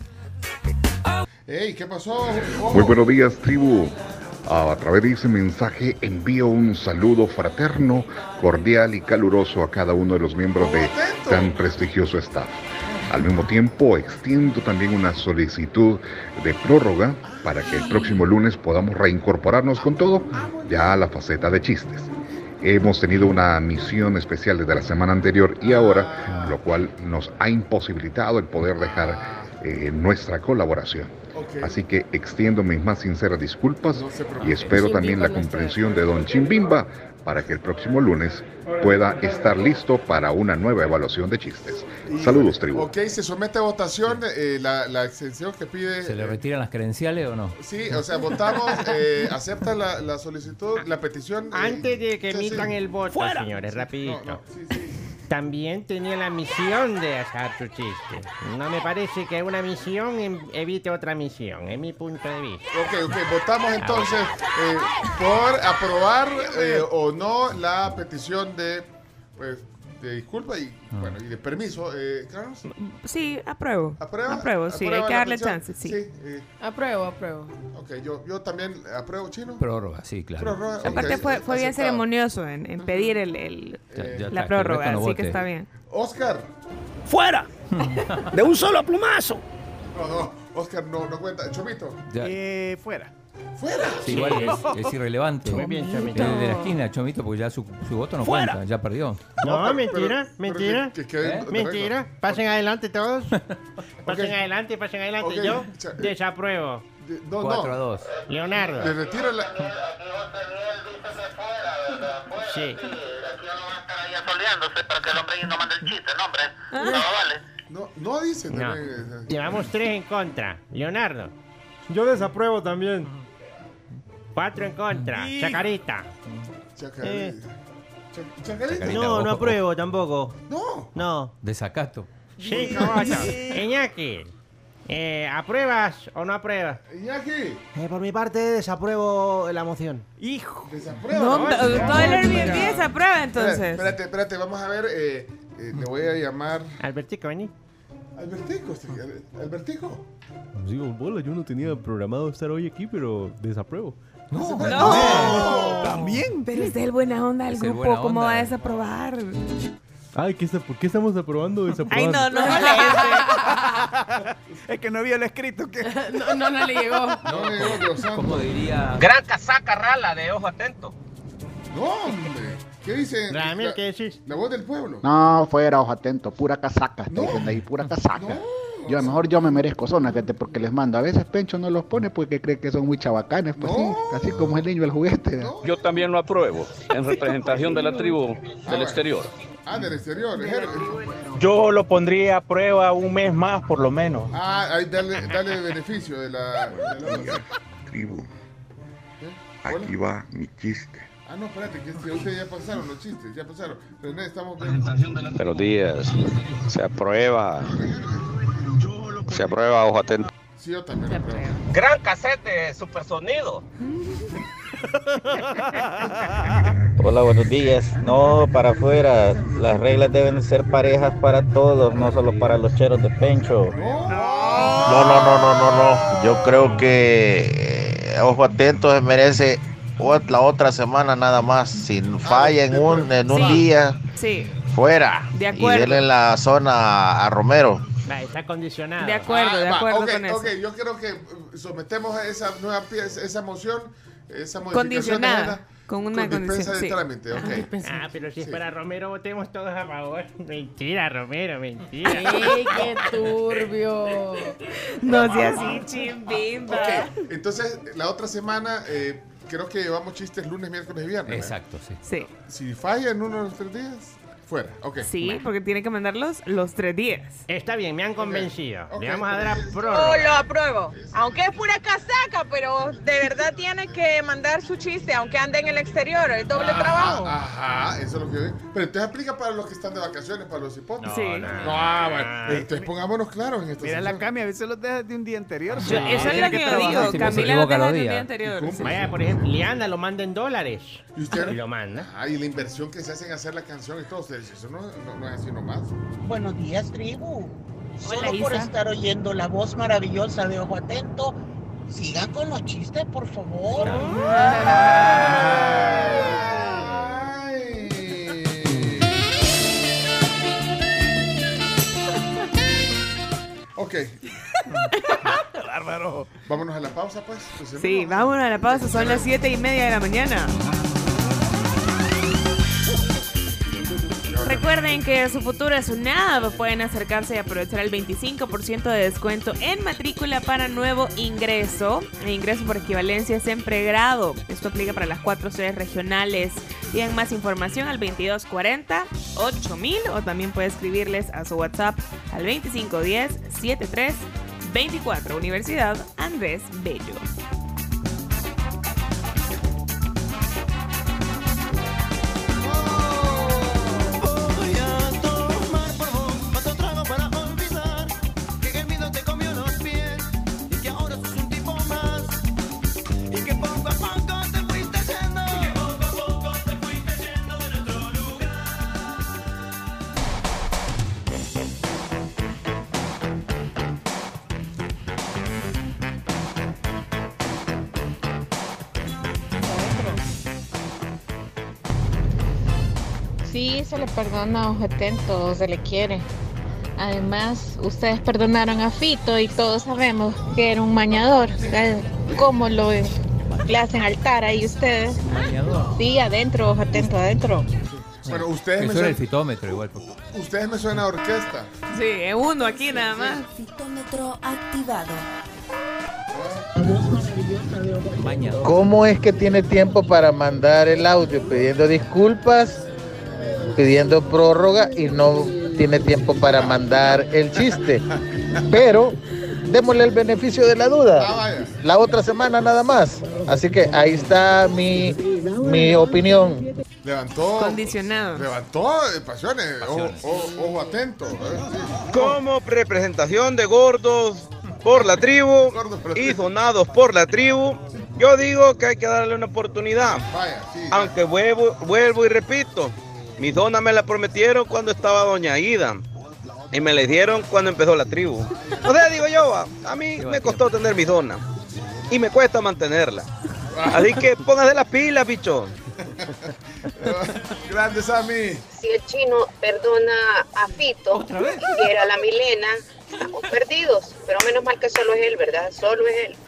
Hey, ¿qué pasó? Muy buenos días, tribu. A través de ese mensaje envío un saludo fraterno, cordial y caluroso a cada uno de los miembros de tan prestigioso staff. Al mismo tiempo, extiendo también una solicitud de prórroga para que el próximo lunes podamos reincorporarnos con todo ya a la faceta de chistes. Hemos tenido una misión especial desde la semana anterior y ahora, lo cual nos ha imposibilitado el poder dejar nuestra colaboración. Así que extiendo mis más sinceras disculpas y espero también la comprensión de don Chimbimba para que el próximo lunes pueda estar listo para una nueva evaluación de chistes. Saludos, tribu. Ok, se somete a votación la extensión que pide... ¿Se le retiran las credenciales o no? Sí, o sea, votamos, acepta la solicitud, la petición... Antes de que emitan el voto, señores, rapidito. También tenía la misión de hacer tu chiste. No me parece que una misión evite otra misión, es mi punto de vista. Ok, votamos entonces por aprobar o no la petición de de disculpa y bueno, y de permiso, Carlos. Sí, apruebo. ¿Aprueba? Apruebo, sí, hay que darle chance, sí. Apruebo. Ok, yo también apruebo, Chino. Prórroga, sí, claro. Prórroga, Aparte fue bien ceremonioso en pedir la prórroga, así que está bien. Oscar. ¡Fuera! ¡De un solo plumazo! No, Oscar no cuenta. Chomito. Fuera. ¡Fuera! Sí, igual es irrelevante. Muy bien, Chomito. De la esquina, Chomito, porque ya su voto no ¡Fuera! cuenta, ya perdió. No, mentira. Mentira. Pasen adelante todos. Pasen adelante. Okay. Yo desapruebo. 4-2. Leonardo. Le retiro la... Sí. Para que el hombre no mande el chiste, no, hombre. No, vale. No dice. No. Llevamos 3 en contra. Leonardo. Yo desapruebo también. 4 en contra. Chacarita. Chacarita. No apruebo tampoco. No. Desacato. 5 votos. Iñaki. ¿Apruebas o no apruebas? Iñaki. Por mi parte, desapruebo la moción. Hijo. Desaprueba. No, todo el Airbnb desaprueba entonces. Espérate, vamos a ver. Le voy a llamar. Albertico, vení. Albertico. Digo, bola, yo no tenía programado estar hoy aquí, pero desapruebo. No. También. Pero es el buena onda del grupo, ¿cómo va a desaprobar? Ay, ¿por qué estamos aprobando desaprobando? Ay, no Es que no vio el escrito. No le llegó. No le llegó, Dios santo. ¿Cómo diría? Gran casaca rala de ojo atento. No, hombre. ¿Qué dice? Ramiro, ¿qué decís? La voz del pueblo. No, fuera, ojo atento, pura casaca, está diciendo ahí, pura casaca. Yo a lo mejor yo me merezco zona, gente, porque les mando. A veces Pencho no los pone porque cree que son muy chabacanes, pues sí, así como el niño del juguete. Yo también lo apruebo, en representación de la tribu del exterior. Del exterior. Yo lo pondría a prueba un mes más, por lo menos. Ahí dale beneficio de la... Tribu, aquí va mi chiste. No, espérate, que ustedes ya pasaron los chistes, ya pasaron. Pero no, estamos... Buenos días, se aprueba ojo atento. Sí, yo también apruebo. Gran cassette de supersonido. Hola, buenos días. No, para afuera. Las reglas deben ser parejas para todos, no solo para los cheros de Pencho. No. Yo creo que ojo atento se merece la otra semana nada más. Si falla en un día, fuera. De acuerdo. Y denle la zona a Romero. Está condicionado. De acuerdo con eso. Ok, yo creo que sometemos a esa nueva pieza, esa moción, esa modificación condicionada. Con una dispensa condición, de trámite, ok. Pero si es para Romero, votemos todos a favor. Mentira, Romero, mentira. ¡Ey, qué turbio! No sea así, chimbimba. Ok, entonces la otra semana creo que llevamos chistes lunes, miércoles y viernes. Exacto, sí. Si falla en uno de los 3 días, fuera. Ok. Sí, porque tiene que mandarlos los 3 días. Está bien, me han convencido. Le vamos a dar a Yo prórroga. lo apruebo. Aunque es pura casaca, pero de verdad tiene que mandar su chiste, aunque ande en el exterior, el doble trabajo. Ajá, eso es lo que yo digo. Pero entonces aplica para los que están de vacaciones, para los hipótesis. Sí. Bueno. Entonces pongámonos claros en esto. Mira la Cami, a veces los dejas de un día anterior. Eso es lo que yo digo. Camila lo deja de un día anterior. Vaya, por ejemplo, Lianda lo manda en $. ¿Y usted? Y lo manda. Y la inversión que se hace en hacer la canción y todo. Eso no es así nomás. Buenos días, tribu. Hola, Solo por Isa. estar oyendo la voz maravillosa de Ojo Atento, sigan con los chistes, por favor. Ok. Bárbaro. Vámonos a la pausa, pues. Sí, vámonos a la pausa. Son las 7:30 de la mañana. Recuerden que su futuro es UNAV. Pueden acercarse y aprovechar el 25% de descuento en matrícula para nuevo ingreso. El ingreso por equivalencias en pregrado. Esto aplica para las 4 sedes regionales. Tienen más información al 2240-8000 o también puede escribirles a su WhatsApp al 2510-7324. Universidad Andrés Bello. Sí, se le perdona a Ojo Atento, se le quiere. Además, ustedes perdonaron a Fito y todos sabemos que era un mañador. ¿Cómo le hacen altar ahí ustedes? ¿Mañador? Sí, adentro, Ojo Atento, adentro. Bueno, ustedes me Eso era el fitómetro igual. Ustedes me suenan a orquesta. Sí, es uno aquí nada más. Fitómetro activado. ¿Cómo es que tiene tiempo para mandar el audio pidiendo disculpas, pidiendo prórroga y no tiene tiempo para mandar el chiste? Pero démosle el beneficio de la duda. La otra semana nada más. Así que ahí está mi opinión. Levantó. Condicionado. Levantó pasiones. Ojo atento. Sí. Como representación de gordos por la tribu y donados por la tribu, yo digo que hay que darle una oportunidad. Aunque vuelvo y repito, mi dona me la prometieron cuando estaba doña Ida y me la dieron cuando empezó la tribu. O sea, digo yo, a mí me costó tener mi dona y me cuesta mantenerla. Así que póngase las pilas, bicho. Grande, Sammy. Si el chino perdona a Fito y quiere a la Milena, estamos perdidos. Pero menos mal que solo es él, ¿verdad? Solo es él.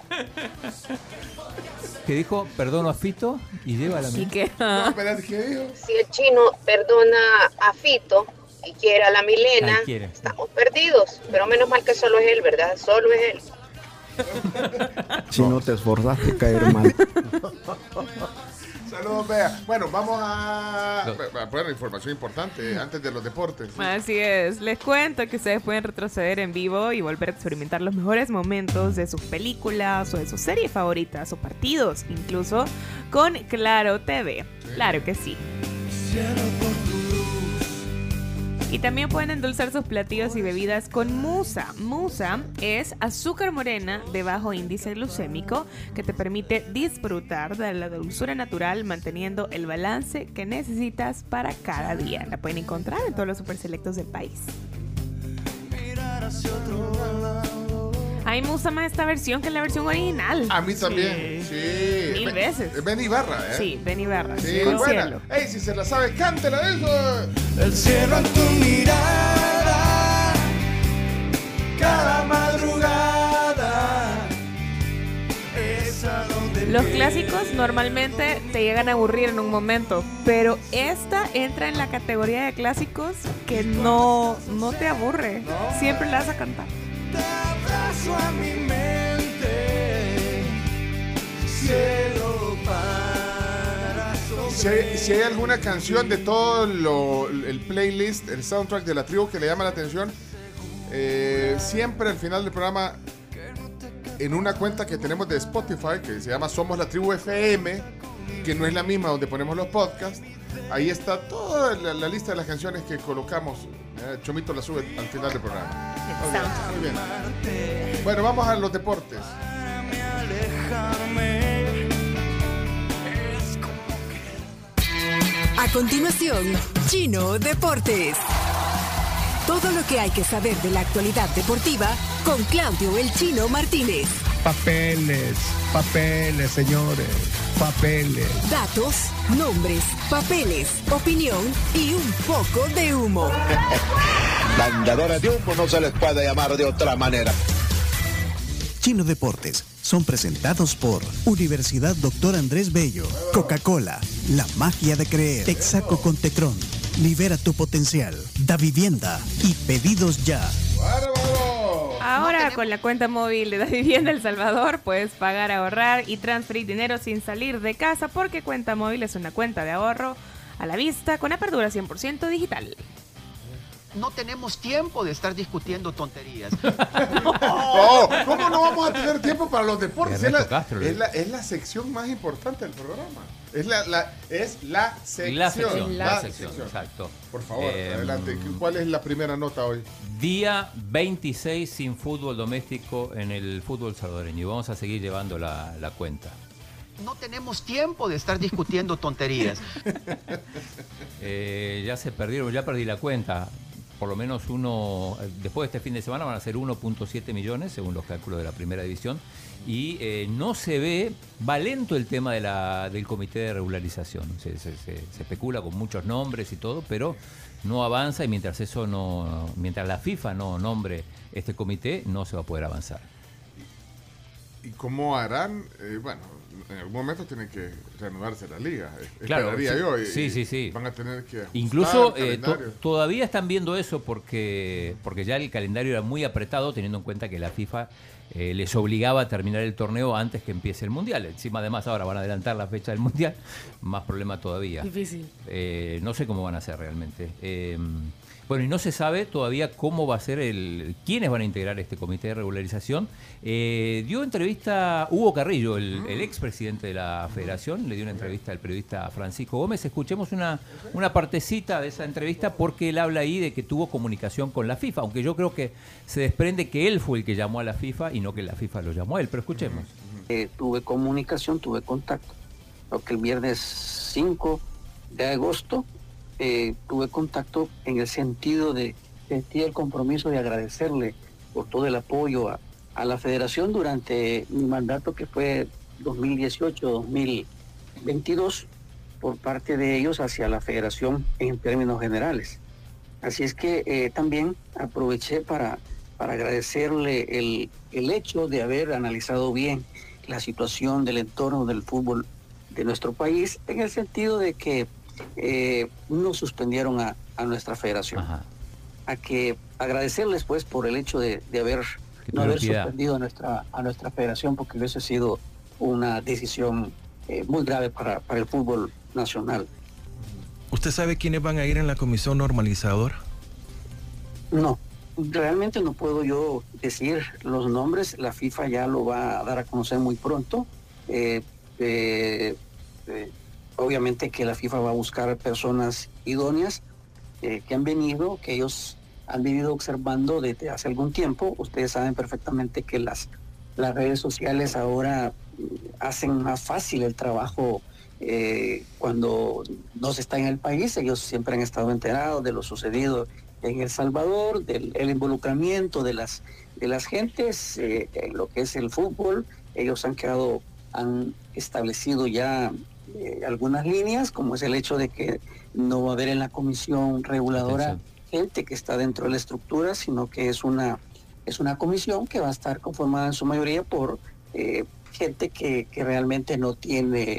¿Qué dijo? Perdono a Fito y lleva a la Milena. No, espérate, ¿qué dijo? Si el chino perdona a Fito y quiere a la Milena, quiere. estamos perdidos. Pero menos mal que solo es él, ¿verdad? Solo es él. Si no te esforzaste, caer mal. Saludos, Bea. Bueno, vamos a poner información importante antes de los deportes. Así es, les cuento que ustedes pueden retroceder en vivo y volver a experimentar los mejores momentos de sus películas o de sus series favoritas o partidos, incluso con Claro TV. Claro que sí. Y también pueden endulzar sus platillos y bebidas con Musa. Musa es azúcar morena de bajo índice glucémico que te permite disfrutar de la dulzura natural manteniendo el balance que necesitas para cada día. La pueden encontrar en todos los superselectos del país. A mí me gusta más esta versión que la versión original. A mí también, sí. 1000 veces. Ben Ibarra, ¿eh? Sí, Ben Ibarra. Sí, El buena. cielo. Ey, si se la sabe, cántela eso. El cielo en tu mirada, cada madrugada es a donde Los clásicos normalmente te llegan a aburrir en un momento, pero esta entra en la categoría de clásicos que no te aburre. Siempre la vas a cantar. abrazo a mi mente, cielo para sobrevivir. Si hay alguna canción de todo el playlist, el soundtrack de la tribu que le llama la atención, siempre al final del programa, en una cuenta que tenemos de Spotify, que se llama Somos la Tribu FM, que no es la misma donde ponemos los podcasts, ahí está toda la lista de las canciones que colocamos. Chomito la sube al final del programa. Okay, muy bien. Bueno, vamos a los deportes. A continuación, Chino Deportes. Todo lo que hay que saber de la actualidad deportiva con Claudio El Chino Martínez. Papeles, señores, papeles. Datos, nombres, papeles, opinión y un poco de humo. Mandadores de humo no se les puede llamar de otra manera. Chino Deportes son presentados por Universidad Dr. Andrés Bello, Coca-Cola, la magia de creer, Texaco con Tecron, libera tu potencial, Da Vivienda y Pedidos Ya. Ahora con la cuenta móvil de Da Vivienda El Salvador puedes pagar, ahorrar y transferir dinero sin salir de casa porque cuenta móvil es una cuenta de ahorro a la vista con apertura 100% digital. No tenemos tiempo de estar discutiendo tonterías. No, ¿cómo no vamos a tener tiempo para los deportes? Es la sección más importante del programa. Es la sección. La sección, exacto. Por favor, adelante. ¿Cuál es la primera nota hoy? Día 26 sin fútbol doméstico en el fútbol salvadoreño. Y vamos a seguir llevando la cuenta. No tenemos tiempo de estar discutiendo tonterías. Ya se perdieron, ya perdí la cuenta. por lo menos después de este fin de semana van a ser 1.7 millones, según los cálculos de la primera división, y no se ve, va lento el tema del comité de regularización. Se especula con muchos nombres y todo, pero no avanza, y mientras la FIFA no nombre este comité, no se va a poder avanzar. ¿Y cómo harán? Bueno, en algún momento tiene que reanudarse la liga. Claro, yo. Sí. Van a tener que incluso todavía están viendo eso porque ya el calendario era muy apretado, teniendo en cuenta que la FIFA les obligaba a terminar el torneo antes que empiece el Mundial. Encima, además, ahora van a adelantar la fecha del Mundial. Más problema todavía. Difícil. No sé cómo van a hacer realmente. Bueno, y no se sabe todavía cómo va a ser quiénes van a integrar este comité de regularización. Dio entrevista Hugo Carrillo, el expresidente de la Federación, le dio una entrevista al periodista Francisco Gómez. Escuchemos una partecita de esa entrevista, porque él habla ahí de que tuvo comunicación con la FIFA, aunque yo creo que se desprende que él fue el que llamó a la FIFA y no que la FIFA lo llamó a él, pero escuchemos. Tuve comunicación, tuve contacto. Creo que el viernes 5 de agosto tuve contacto en el sentido de sentir el compromiso de agradecerle por todo el apoyo a la federación durante mi mandato, que fue 2018-2022, por parte de ellos hacia la federación en términos generales. Así es que también aproveché para agradecerle el hecho de haber analizado bien la situación del entorno del fútbol de nuestro país, en el sentido de que no suspendieron a nuestra federación. Ajá. Agradecerles pues por el hecho de haber suspendido a nuestra federación, porque hubiese sido una decisión muy grave para el fútbol nacional. ¿Usted sabe quiénes van a ir en la comisión normalizadora? No, realmente no puedo yo decir los nombres. La FIFA ya lo va a dar a conocer muy pronto. Obviamente que la FIFA va a buscar personas idóneas que han venido, que ellos han venido observando desde hace algún tiempo. Ustedes saben perfectamente que las redes sociales ahora hacen más fácil el trabajo cuando no se está en el país. Ellos siempre han estado enterados de lo sucedido en El Salvador, del involucramiento de las gentes en lo que es el fútbol. Ellos han establecido ya algunas líneas, como es el hecho de que no va a haber en la comisión reguladora gente que está dentro de la estructura, sino que es una comisión que va a estar conformada en su mayoría por gente que realmente no tiene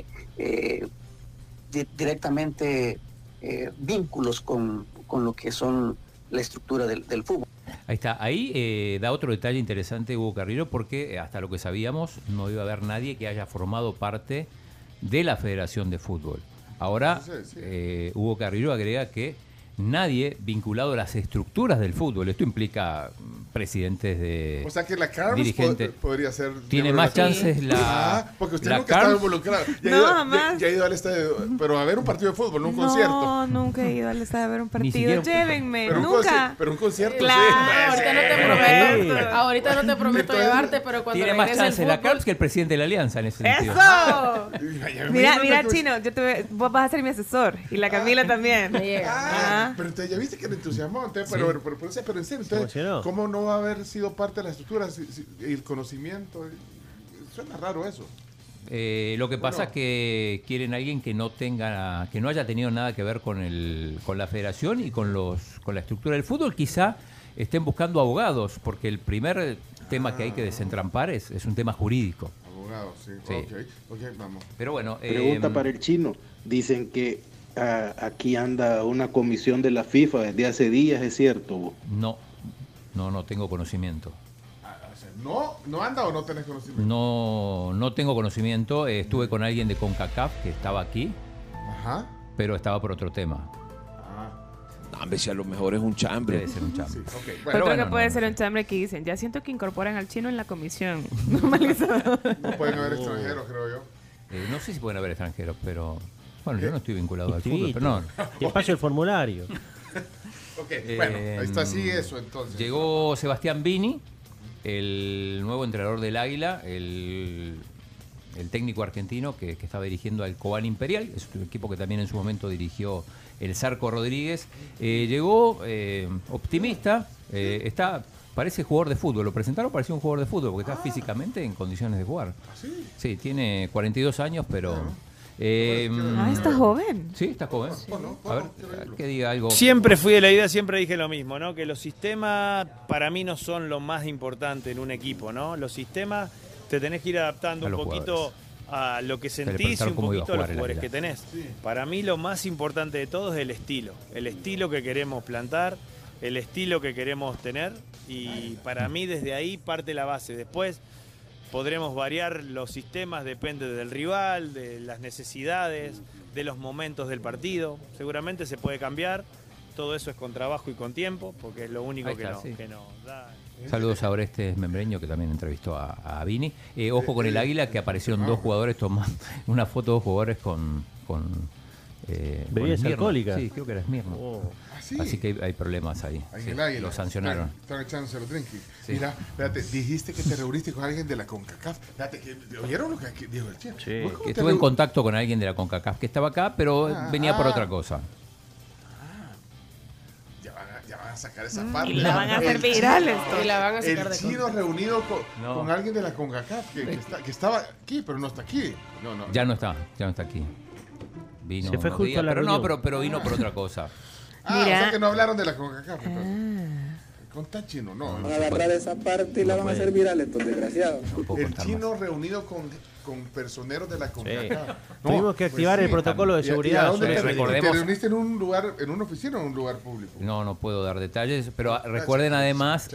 directamente vínculos con lo que son la estructura del fútbol. Ahí está, ahí da otro detalle interesante Hugo Carrillo, porque hasta lo que sabíamos no iba a haber nadie que haya formado parte de la Federación de Fútbol. Ahora Hugo Carrillo agrega que nadie vinculado a las estructuras del fútbol. Esto implica presidentes de... O sea que la CARMS dirigente, podría ser... Tiene más chances porque usted la nunca estaba CARMS. involucrado. Jamás. Ya ha ido al estadio, pero a ver un partido de fútbol, no un concierto. No, nunca he ido al estadio a ver un partido. Llévenme, pero nunca. Pero un concierto, claro, sí. Ahorita no te prometo llevarte, pero cuando tiene más regrese chance el la fútbol... CARMS que el presidente de la Alianza en ese sentido. ¡Eso! Mira, Chino, vos vas a ser mi asesor. Y la Camila también. Pero entonces ya viste que le entusiasmó. Entonces, pero en serio, entonces, ¿cómo no va a haber sido parte de la estructura y el conocimiento? Suena raro eso. Lo que pasa es que quieren a alguien que no haya tenido nada que ver con la federación y con la estructura del fútbol. Quizá estén buscando abogados, porque el primer tema que hay que desentrampar es un tema jurídico. Abogados, sí. Ok, vamos. Pero bueno, pregunta para el Chino. Dicen que aquí anda una comisión de la FIFA desde hace días, ¿es cierto? No tengo conocimiento. ¿No anda o no tenés conocimiento? No tengo conocimiento. Estuve con alguien de CONCACAF que estaba aquí, pero estaba por otro tema. No, hombre, si a lo mejor es un chambre. Debe ser un chambre. Sí, Pero creo que puede ser un chambre que dicen, ya siento que incorporan al Chino en la comisión normalizadora. No pueden haber extranjeros, creo yo. No sé si pueden haber extranjeros, pero... Bueno, yo no estoy vinculado al fútbol, pero no. Te paso el formulario. Bueno, ahí está así eso entonces. Llegó Sebastián Vini, el nuevo entrenador del Águila, el técnico argentino que estaba dirigiendo al Cobán Imperial, es un equipo que también en su momento dirigió el Zarco Rodríguez. Llegó optimista, parece jugador de fútbol. Lo presentaron, parecía un jugador de fútbol, porque está físicamente en condiciones de jugar. ¿Sí? Sí, tiene 42 años, pero... está joven. Sí, está joven. A ver, que diga algo. Siempre fui de la idea, siempre dije lo mismo, ¿no? Que los sistemas para mí no son lo más importante en un equipo, ¿no? Los sistemas te tenés que ir adaptando un poquito a lo que sentís y un poquito a los jugadores que tenés. Para mí lo más importante de todo es el estilo que queremos plantar, el estilo que queremos tener, y para mí desde ahí parte la base. Después podremos variar los sistemas, depende del rival, de las necesidades, de los momentos del partido. Seguramente se puede cambiar. Todo eso es con trabajo y con tiempo, porque es lo único que nos da. Saludos a Orestes Membreño, que también entrevistó a Vini. Ojo con el Águila, que aparecieron dos jugadores tomando una foto de dos jugadores con bebidas alcohólicas. Sí, creo que era Esmirno. ¿Sí? Así que hay problemas ahí. Sí, lo sancionaron. Están echándose los drinks. Sí. Mira, espérate, dijiste que te reuniste con alguien de la CONCACAF. Espérate, ¿oyeron lo que dijo el chico? Sí. Estuve en contacto con alguien de la CONCACAF que estaba acá, pero venía por otra cosa. Ya van a sacar esa parte. Y la van a hacer viral esto. Y la van a sacar el de chino reunido con alguien de la CONCACAF que estaba aquí, pero no está aquí. Ya no está aquí. Vino se fue justo días, a la reunión. pero vino por otra cosa. O sea que no hablaron de la CONCACAF. Conta chino, no. Van a agarrar esa parte y la van a hacer viral estos desgraciados. El chino reunido con personeros de la CONCACAF. Tuvimos que activar el protocolo de seguridad. ¿Y a dónde te reuniste en un lugar, en una oficina o en un lugar público? No puedo dar detalles, pero recuerden además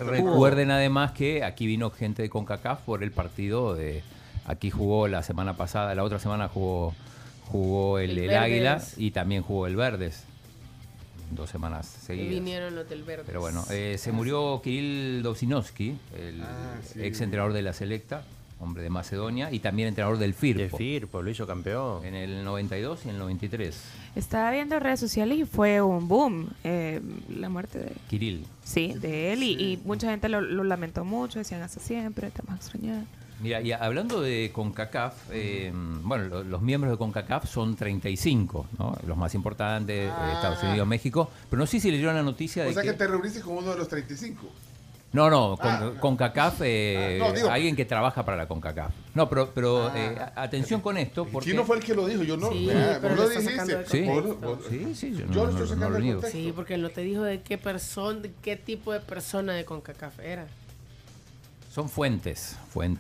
que aquí vino gente de CONCACAF por el partido de... Aquí jugó la semana pasada, la otra semana jugó el Águila y también jugó el Verdes. 2 semanas seguidas. Y vinieron los del Verdes. Pero bueno, se murió Kirill Dovzinovski, el ex entrenador de la Selecta, hombre de Macedonia, y también entrenador del Firpo. El Firpo, lo hizo campeón. En el 92 y en el 93. Estaba viendo redes sociales y fue un boom la muerte de Kirill. Sí, de él, y mucha gente lo lamentó mucho, decían hasta siempre, te vamos a extrañar. Mira, y hablando de CONCACAF, los miembros de CONCACAF son 35, ¿no? Los más importantes, Estados Unidos, México, pero no sé si leyeron la noticia de que te reuniste con uno de los 35. No, CONCACAF, alguien que trabaja para la CONCACAF. No, pero atención con esto, porque... Chino fue el que lo dijo, yo no. Sí, pero lo lo está dijiste. sacando de Sí, yo lo estoy sacando de contexto. Sí, porque él no te dijo de qué tipo de persona de CONCACAF era. Son fuentes.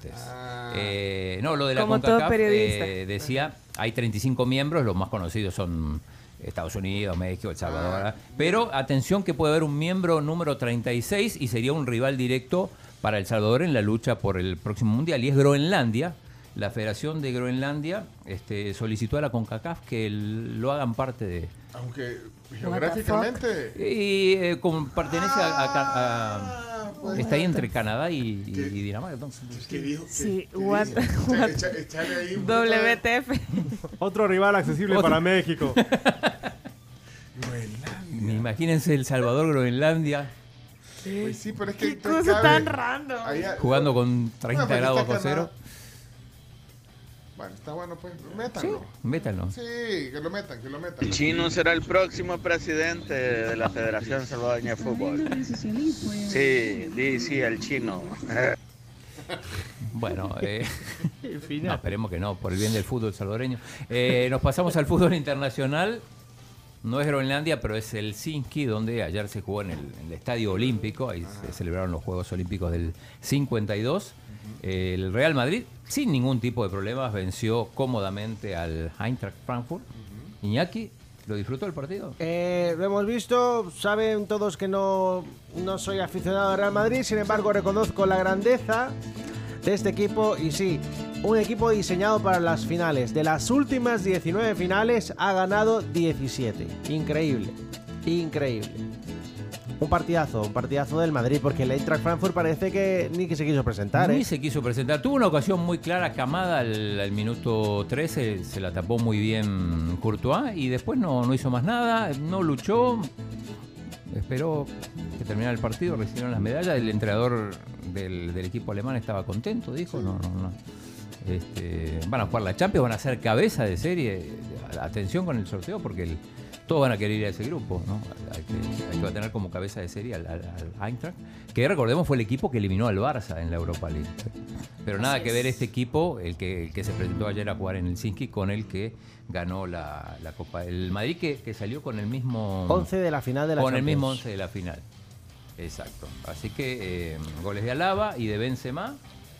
Lo de la Como CONCACAF decía, hay 35 miembros, los más conocidos son Estados Unidos, México, El Salvador. Pero atención que puede haber un miembro número 36 y sería un rival directo para El Salvador en la lucha por el próximo mundial, y es Groenlandia. La Federación de Groenlandia solicitó a la CONCACAF que lo hagan parte de... Aunque geográficamente... Y pertenece está ahí entre Canadá y Dinamarca. Entonces. ¿Qué dijo? Sí, Echale ahí WTF. Otro rival accesible para México. Groenlandia. Imagínense El Salvador, Groenlandia. Pues sí, pero es que... ¿Qué cosa tan random? Jugando con 30 grados bajo cero. Bueno, está bueno, pues, métanlo. Sí, métanlo. Sí, que lo metan. El chino será el próximo presidente de la Federación Salvadoreña de Fútbol. Sí, el chino. Bueno, no, esperemos que no, por el bien del fútbol salvadoreño. Nos pasamos al fútbol internacional. No es Groenlandia, pero es Helsinki, donde ayer se jugó en el Estadio Olímpico. Ahí se celebraron los Juegos Olímpicos del 52. El Real Madrid, sin ningún tipo de problemas, venció cómodamente al Eintracht Frankfurt. Iñaki, ¿lo disfrutó el partido? Lo hemos visto, saben todos que no soy aficionado al Real Madrid, sin embargo reconozco la grandeza de este equipo, y sí, un equipo diseñado para las finales. De las últimas 19 finales ha ganado 17. Increíble. Un partidazo del Madrid, porque el Eintracht Frankfurt parece que ni que se quiso presentar. Ni se quiso presentar. Tuvo una ocasión muy clara Camada al minuto 13, se la tapó muy bien Courtois y después no hizo más nada, no luchó, esperó que terminara el partido, recibieron las medallas. El entrenador del equipo alemán estaba contento, dijo, no. Van a jugar la Champions, van a ser cabeza de serie. Atención con el sorteo, porque todos van a querer ir a ese grupo, ¿no? Hay que va a tener como cabeza de serie al Eintracht, que recordemos fue el equipo que eliminó al Barça en la Europa League. Pero nada que ver este equipo, el que se presentó ayer a jugar en Helsinki, con el que ganó la Copa. El Madrid que salió con el mismo 11 de la final de la Con Champions. el mismo 11 de la final. Exacto. Así que goles de Alaba y de Benzema.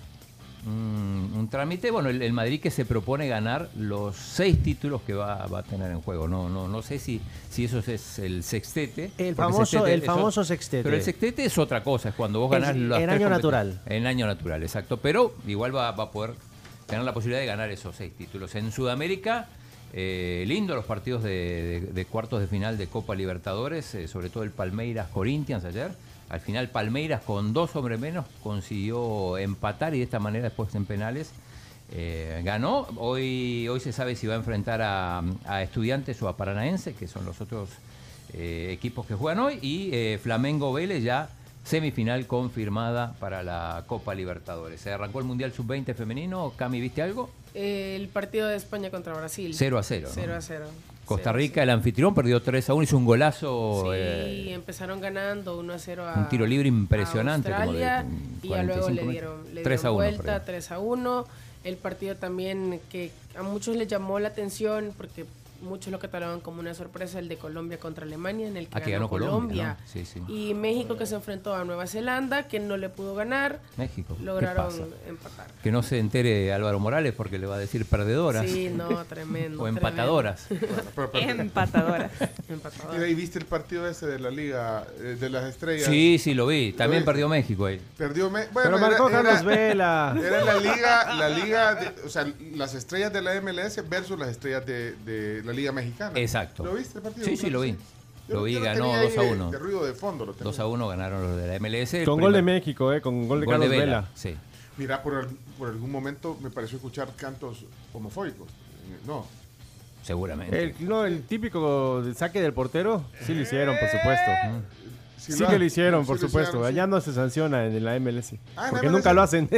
Un trámite. Bueno, el Madrid que se propone ganar los 6 títulos que va a tener en juego. No sé si eso es el sextete. El famoso sextete. Pero el sextete es otra cosa, es cuando vos ganás en año natural. En año natural, exacto. Pero igual va a poder tener la posibilidad de ganar esos 6 títulos. En Sudamérica, lindo los partidos de cuartos de final de Copa Libertadores, sobre todo el Palmeiras Corinthians ayer. Al final Palmeiras con 2 hombres menos consiguió empatar y de esta manera después en penales ganó. Hoy se sabe si va a enfrentar a Estudiantes o a Paranaense, que son los otros equipos que juegan hoy. Y Flamengo Vélez ya semifinal confirmada para la Copa Libertadores. Se arrancó el Mundial Sub-20 femenino. Cami, ¿viste algo? El partido de España contra Brasil. 0-0. 0-0. Costa Rica, el anfitrión, perdió 3-1, hizo un golazo. Sí, empezaron ganando 1-0 a un tiro libre impresionante. Australia, como de y ya luego le dieron vuelta, 3-1. El partido también que a muchos les llamó la atención porque muchos lo catalogan como una sorpresa, el de Colombia contra Alemania, en el que ganó Colombia. ¿No? Sí, sí. Y México, que se enfrentó a Nueva Zelanda, que no le pudo ganar. México. Lograron empatar. Que no se entere Álvaro Morales porque le va a decir perdedoras. Sí, no, tremendo. O empatadoras. Empatadoras. ¿Y viste el partido ese de la Liga de las Estrellas? Sí, lo vi. También perdió México ahí. Perdió México. Bueno, pero marcó Carlos Vela. Era la liga o sea, las estrellas de la MLS versus las estrellas de la Liga Mexicana. Exacto. ¿Lo viste el partido? Sí, lo vi. Lo vi, ganó 2-1. De ruido de fondo. 2-1 ganaron los de la MLS. Con gol de México, con gol de Carlos Vela. Sí. Mira, por algún momento me pareció escuchar cantos homofóbicos. No. Seguramente. El típico saque del portero, sí lo hicieron, por supuesto. Sí que lo hicieron, por supuesto. Allá no se sanciona en la MLS. Porque nunca lo hacen.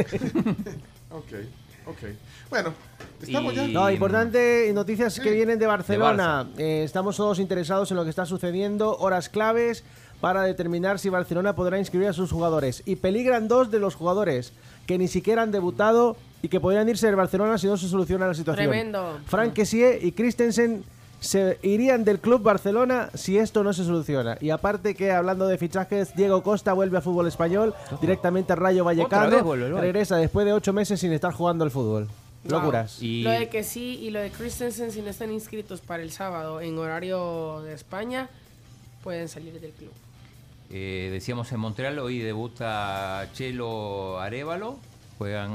Ok. Bueno, estamos ya. No, importante, noticias que vienen de Barcelona. Estamos todos interesados en lo que está sucediendo. Horas claves para determinar si Barcelona podrá inscribir a sus jugadores. Y peligran 2 de los jugadores que ni siquiera han debutado y que podrían irse de Barcelona si no se soluciona la situación. Tremendo. Frank Kessie y Christensen se irían del club Barcelona si esto no se soluciona. Y aparte que, hablando de fichajes, Diego Costa vuelve a fútbol español, directamente a Rayo Vallecano. Regresa después de 8 meses sin estar jugando al fútbol. Wow. Locuras. Lo de Kessie y lo de Christensen, si no están inscritos para el sábado en horario de España, pueden salir del club. Decíamos en Montreal, hoy debuta Chelo Arévalo. Juegan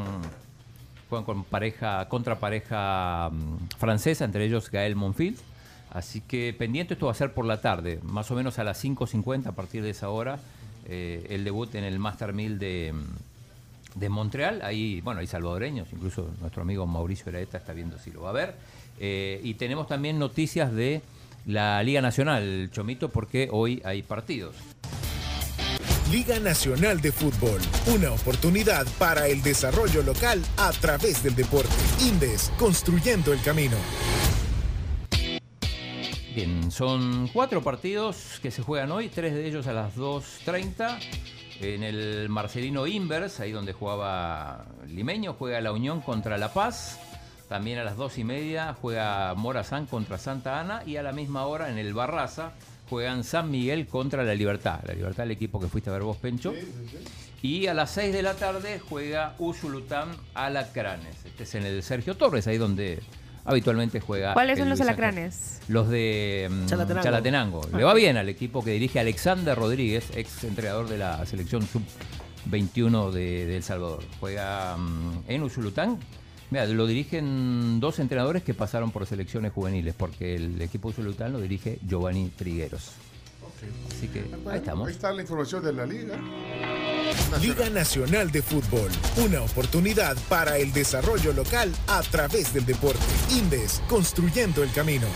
contra pareja francesa, entre ellos Gael Monfils. Así que pendiente, esto va a ser por la tarde, más o menos a las 5:50, a partir de esa hora, el debut en el Master 1000 de Montreal. Ahí, hay salvadoreños, incluso nuestro amigo Mauricio Eraeta está viendo si lo va a ver. Y tenemos también noticias de la Liga Nacional, Chomito, porque hoy hay partidos. Liga Nacional de Fútbol, una oportunidad para el desarrollo local a través del deporte. Indes, construyendo el camino. Bien, son 4 partidos que se juegan hoy, 3 de ellos a las 2:30. En el Marcelino Inverse, ahí donde jugaba Limeño, juega La Unión contra La Paz. También a las 2:30 juega Morazán contra Santa Ana. Y a la misma hora en el Barraza juegan San Miguel contra La Libertad. La Libertad, el equipo que fuiste a ver vos, Pencho. Sí. Y a las 6 de la tarde juega Usulután Alacranes. Este es en el Sergio Torres, ahí donde habitualmente juega. ¿Cuáles son los Alacranes? Los de Chalatenango. Le va bien al equipo que dirige Alexander Rodríguez, ex entrenador de la selección sub-21 de El Salvador. Juega en Usulután. Mira, lo dirigen 2 entrenadores que pasaron por selecciones juveniles, porque el equipo Usulután lo dirige Giovanni Trigueros. Así que ahí estamos. Ahí está la información de la Liga Nacional. Liga Nacional de Fútbol, una oportunidad para el desarrollo local a través del deporte. Indes, construyendo el camino.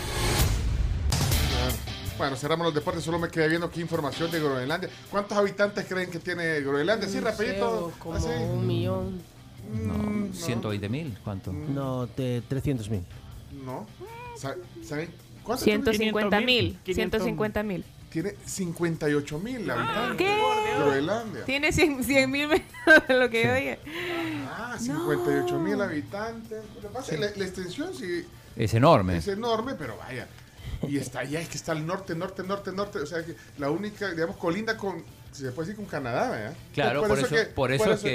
Bueno, cerramos los deportes, solo me quedé viendo qué información de Groenlandia. ¿Cuántos habitantes creen que tiene Groenlandia? Sí, rapidito. Como 1 millón. No, 120.000, ¿cuánto? No, de 300.000. No. ¿Saben 150.000. 150.000. Tiene 58.000 habitantes. ¿Qué? Groenlandia. Tiene 100.000 menos de lo que yo dije. 58.000 habitantes. Lo que pasa es que la extensión sí es enorme. Es enorme, pero vaya. Y está allá, es que está al norte. O sea, que la única, digamos, colinda con, se puede decir, con Canadá, ¿verdad? Claro, por eso es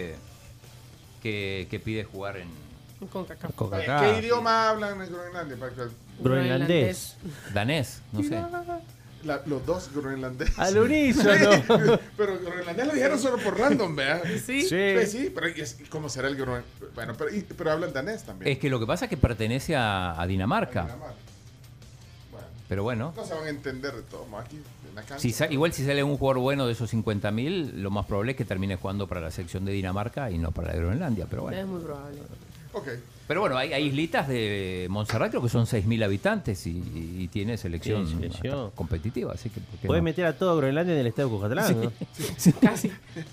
que pide jugar en CONCACAF. ¿Qué idioma hablan en Groenlandia? Groenlandés. Danés, no sé. Los dos groenlandeses. Al unísono. Pero groenlandés lo dijeron solo por random, ¿verdad? Sí, pero ¿cómo será el groenlandés? Bueno, pero hablan danés también. Es que lo que pasa es que pertenece a Dinamarca. Pero bueno. No se van a entender de todo, aquí en la cancha. Igual si sale un jugador bueno de esos 50.000, lo más probable es que termine jugando para la sección de Dinamarca y no para la de Groenlandia, pero bueno. Es muy probable. Okay. Pero bueno, hay islitas de Montserrat, creo que son 6.000 habitantes y tiene selección competitiva, así que puede meter a todo Groenlandia en el estado de Cucatlán, ¿no? Sí. Casi.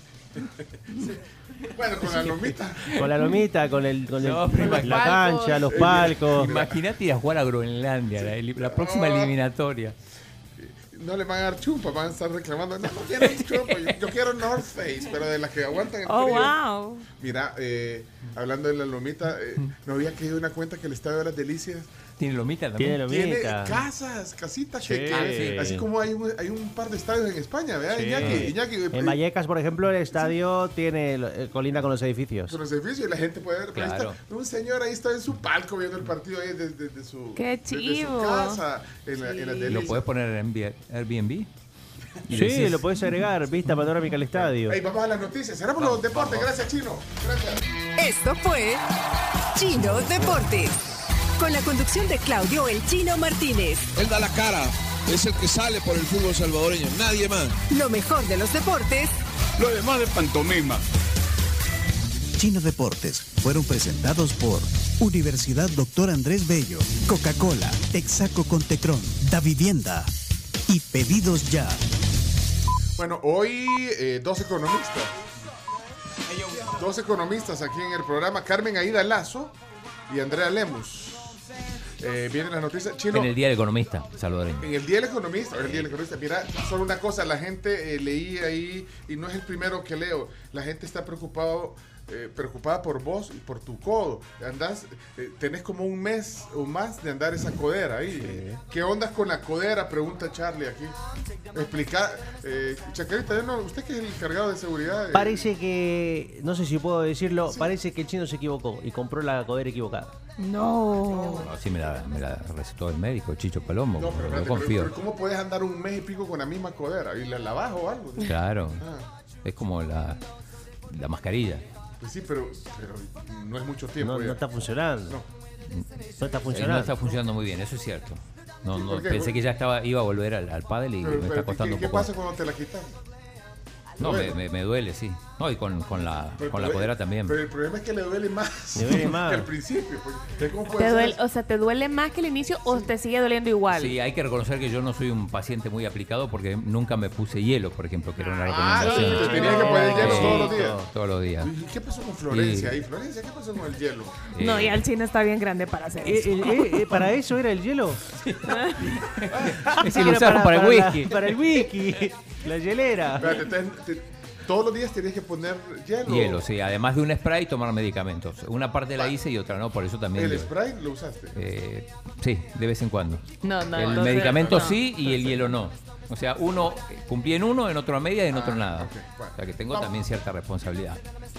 Bueno, con la lomita. Con la lomita, la cancha, los palcos. Imagínate ir a jugar a Groenlandia, la próxima eliminatoria. No le van a dar chupa, van a estar reclamando. No quiero chupa, yo quiero North Face, pero de las que aguantan el frío. Wow. Mira, hablando de la lomita, no había caído una cuenta que el Estadio de las Delicias tiene lomita también. Tiene casitas, así como hay un par de estadios en España, ¿verdad? Sí. Iñaki, en Vallecas, por ejemplo, el estadio tiene colinda con los edificios. Con los edificios y la gente puede ver. Claro. Un señor ahí está en su palco viendo el partido ahí desde su casa en la Delicias. ¿Lo puedes poner en Airbnb? Sí, lo puedes agregar, vista panorámica al estadio. Ahí vamos a las noticias. Cerramos los deportes. Gracias, Chino. Gracias. Esto fue Chino Deportes. Con la conducción de Claudio El Chino Martínez. Él da la cara, es el que sale por el fútbol salvadoreño, nadie más. Lo mejor de los deportes. Lo demás de pantomima. Chino Deportes fueron presentados por Universidad Dr. Andrés Bello, Coca-Cola, Texaco con Tecron, Da Vivienda y Pedidos Ya. Bueno, hoy dos economistas. Dos economistas aquí en el programa, Carmen Aida Lazo y Andrea Lemus. Vienen las noticias. Chino, en el Día del Economista salvadoreño. En el Día del Economista. Mira, solo una cosa, la gente leí ahí, y no es el primero que leo, la gente está preocupada por vos y por tu codo. Tenés como un mes o más de andar esa codera ahí. Sí. ¿Qué ondas con la codera? Pregunta Charlie aquí. Explica, Chacarita, usted que es el encargado de seguridad. Parece que, no sé si puedo decirlo, parece que el chino se equivocó y compró la codera equivocada. No. Así me la recetó el médico, Chicho Palomo. No, pero confío. Pero ¿cómo puedes andar un mes y pico con la misma codera? ¿Y la lavas o algo? Claro. Es como la mascarilla. Pues sí, pero no es mucho tiempo. No está funcionando. No está funcionando. No está funcionando muy bien, eso es cierto. No, pensé que ya iba a volver al pádel y me está costando un poco. ¿Qué pasa cuando te la quitas? No, me duele, sí. No, y con la codera también. Pero el problema es que le duele más, que al principio. ¿Te duele más que el inicio o te sigue doliendo igual? Sí, hay que reconocer que yo no soy un paciente muy aplicado porque nunca me puse hielo, por ejemplo, que era una recomendación. Te tenías que poner hielo todos los días. Todos los días. ¿Y qué pasó con Florencia ahí? Florencia, ¿qué pasó con el hielo? No, ya el chino está bien grande para hacer eso. ¿Para eso era el hielo? Es que lo usaron para el whisky. Para el whisky. La hielera. Todos los días tenías que poner hielo. Hielo, sí. Además de un spray, tomar medicamentos. Una parte la hice y otra no, por eso también. ¿El spray lo usaste? Sí, de vez en cuando. No, el medicamento sí y el hielo no. O sea, uno cumplí en uno, en otro a media y en otro nada. Okay, bueno. O sea que tengo también cierta responsabilidad.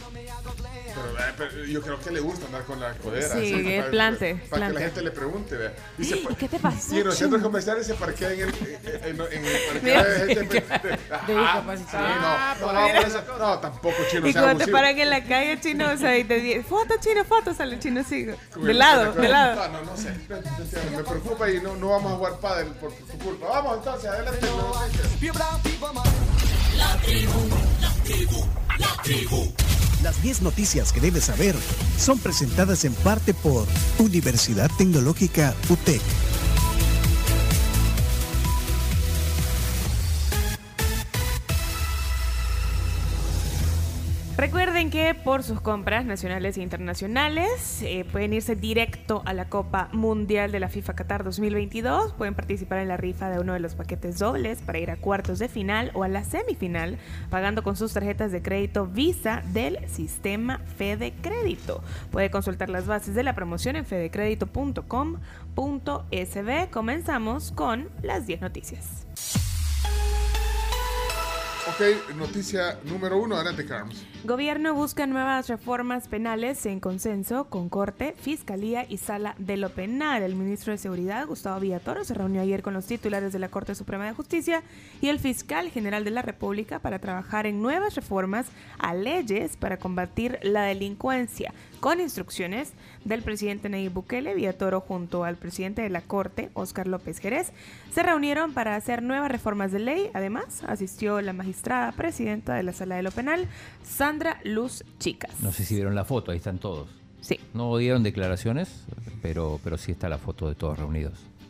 Pero yo creo que le gusta andar con la codera. Sí, es plante. Para que la gente le pregunte, ¿verdad? ¿Y qué te pasó? Y en los centros comerciales se parquea en el parqueo de gente de discapacidad. No, tampoco, Chino. Y cuando te paran en la calle, Chino, o sea, y te dicen, foto, sale el Chino sigo. De lado. No sé. Me preocupa y no vamos a jugar pádel por tu culpa. Vamos entonces, adelante. La tribu. Las 10 noticias que debes saber son presentadas en parte por Universidad Tecnológica UTEC. Recuerden que por sus compras nacionales e internacionales pueden irse directo a la Copa Mundial de la FIFA Qatar 2022. Pueden participar en la rifa de uno de los paquetes dobles para ir a cuartos de final o a la semifinal, pagando con sus tarjetas de crédito Visa del sistema Fede Crédito. Puede consultar las bases de la promoción en fedecredito.com.sb. Comenzamos con las 10 noticias. Ok, noticia número 1, adelante, Carms. Gobierno busca nuevas reformas penales en consenso con Corte, Fiscalía y Sala de lo Penal. El ministro de Seguridad, Gustavo Villatoro, se reunió ayer con los titulares de la Corte Suprema de Justicia y el fiscal general de la República para trabajar en nuevas reformas a leyes para combatir la delincuencia. Con instrucciones del presidente Nayib Bukele, Villatoro junto al presidente de la Corte, Óscar López Jerez, se reunieron para hacer nuevas reformas de ley. Además, asistió la magistrada presidenta de la Sala de lo Penal, Sandra Luz Chicas. No sé si vieron la foto, ahí están todos. Sí. No dieron declaraciones, pero sí está la foto de todos reunidos.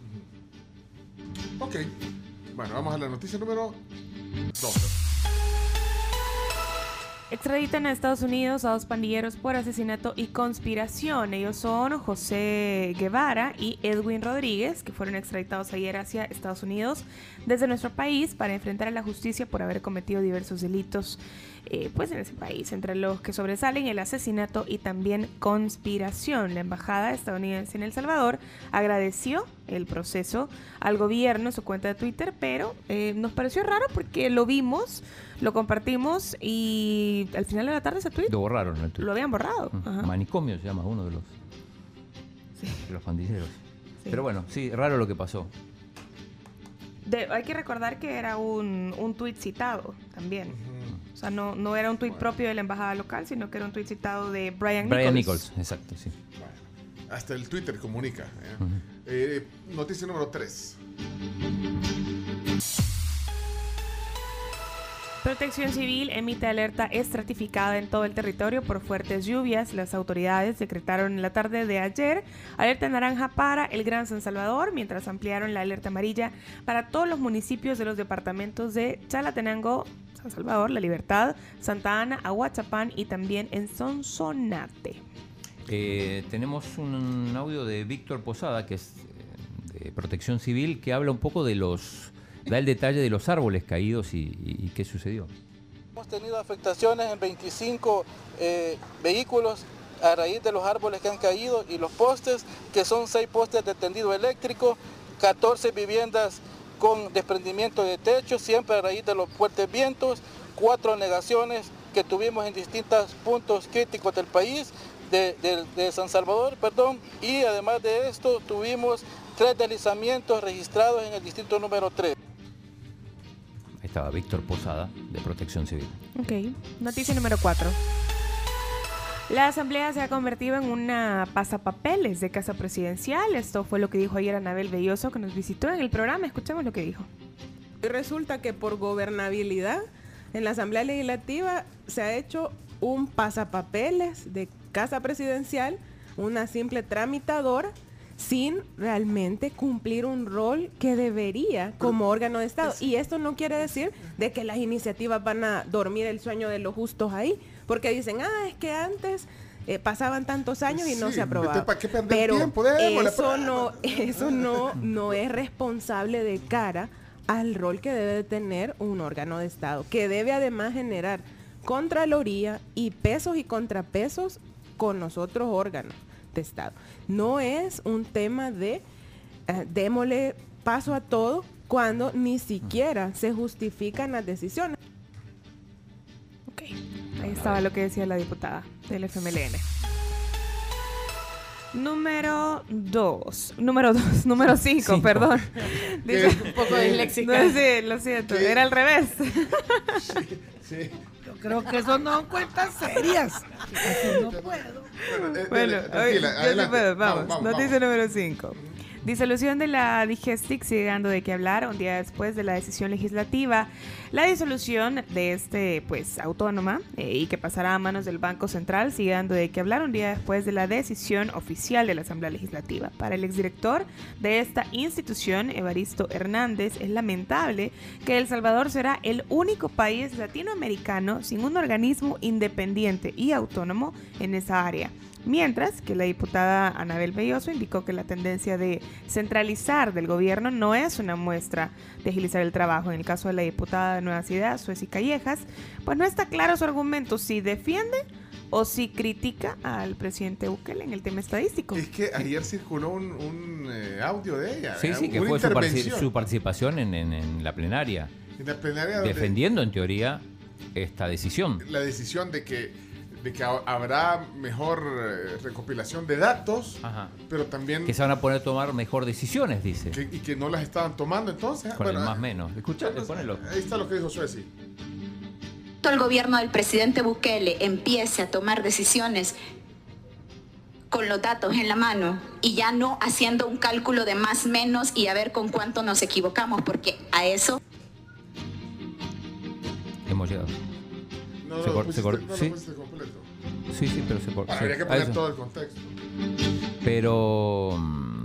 Ok. Bueno, vamos a la noticia número 2. Extraditan a Estados Unidos a 2 pandilleros por asesinato y conspiración. Ellos son José Guevara y Edwin Rodríguez, que fueron extraditados ayer hacia Estados Unidos desde nuestro país para enfrentar a la justicia por haber cometido diversos delitos pues en ese país, entre los que sobresalen el asesinato y también conspiración. La embajada estadounidense en El Salvador agradeció el proceso al gobierno en su cuenta de Twitter, pero nos pareció raro porque lo vimos, lo compartimos y al final de la tarde ese tweet lo borraron. El tweet. Lo habían borrado. Ajá. Manicomio se llama uno de los pandilleros. Sí. Pero bueno, sí, raro lo que pasó. Hay que recordar que era un tuit citado también. O sea, no era un tuit propio de la embajada local, sino que era un tuit citado de Brian Nichols. Exacto, sí. Bueno, hasta el Twitter comunica. Noticia número 3. Protección Civil emite alerta estratificada en todo el territorio por fuertes lluvias. Las autoridades decretaron en la tarde de ayer alerta naranja para el Gran San Salvador, mientras ampliaron la alerta amarilla para todos los municipios de los departamentos de Chalatenango, San Salvador, La Libertad, Santa Ana, Ahuachapán y también en Sonsonate. Tenemos un audio de Víctor Posada, que es de Protección Civil, que habla un poco de da el detalle de los árboles caídos y qué sucedió. Hemos tenido afectaciones en 25 vehículos a raíz de los árboles que han caído y los postes, que son 6 postes de tendido eléctrico, 14 viviendas con desprendimiento de techo, siempre a raíz de los fuertes vientos, 4 anegaciones que tuvimos en distintos puntos críticos del país, de San Salvador, y además de esto tuvimos 3 deslizamientos registrados en el distrito número 3. Ahí estaba Víctor Posada, de Protección Civil. Ok, noticia número 4. La asamblea se ha convertido en una pasapapeles de casa presidencial. Esto fue lo que dijo ayer Anabel Belloso, que nos visitó en el programa. Escuchemos lo que dijo. Y resulta que por gobernabilidad en la Asamblea Legislativa se ha hecho un pasapapeles de casa presidencial, una simple tramitadora, sin realmente cumplir un rol que debería como órgano de Estado. Y esto no quiere decir de que las iniciativas van a dormir el sueño de los justos ahí, porque dicen, es que antes pasaban tantos años y no se aprobaba. Pero eso no es responsable de cara al rol que debe de tener un órgano de Estado, que debe además generar contraloría y pesos y contrapesos con los otros órganos de Estado. No es un tema de démosle paso a todo cuando ni siquiera se justifican las decisiones. Ok, ahí estaba lo que decía la diputada del FMLN. Número 5, perdón. Dice, un poco disléxica. No, sí, lo siento, era al revés. Sí. Yo creo que eso no son cuentas serias. Así no puedo. Bueno, vamos. Noticia número 5. Disolución de la Digestic sigue dando de qué hablar un día después de la decisión legislativa. La disolución de autónoma y que pasará a manos del Banco Central sigue dando de qué hablar un día después de la decisión oficial de la Asamblea Legislativa. Para el exdirector de esta institución, Evaristo Hernández, es lamentable que El Salvador será el único país latinoamericano sin un organismo independiente y autónomo en esa área. Mientras que la diputada Anabel Belloso indicó que la tendencia de centralizar del gobierno no es una muestra de agilizar el trabajo. En el caso de la diputada de Nuevas Ideas, Sueci Callejas, pues no está claro su argumento, si defiende o si critica al presidente Bukele en el tema estadístico. Es que ayer circuló un audio de ella. Sí, que fue su participación en la plenaria. En la plenaria defendiendo, en teoría, esta decisión. La decisión de que habrá mejor recopilación de datos, pero también que se van a poner a tomar mejor decisiones, dice. Y que no las estaban tomando entonces. Con el más menos. Escucha, ponelo. Ahí está lo que dijo Sueci. El gobierno del presidente Bukele empiece a tomar decisiones con los datos en la mano y ya no haciendo un cálculo de más menos y a ver con cuánto nos equivocamos, porque a eso hemos llegado. Se cortó. Sí, pero se cortó. Habría que poner todo el contexto. Pero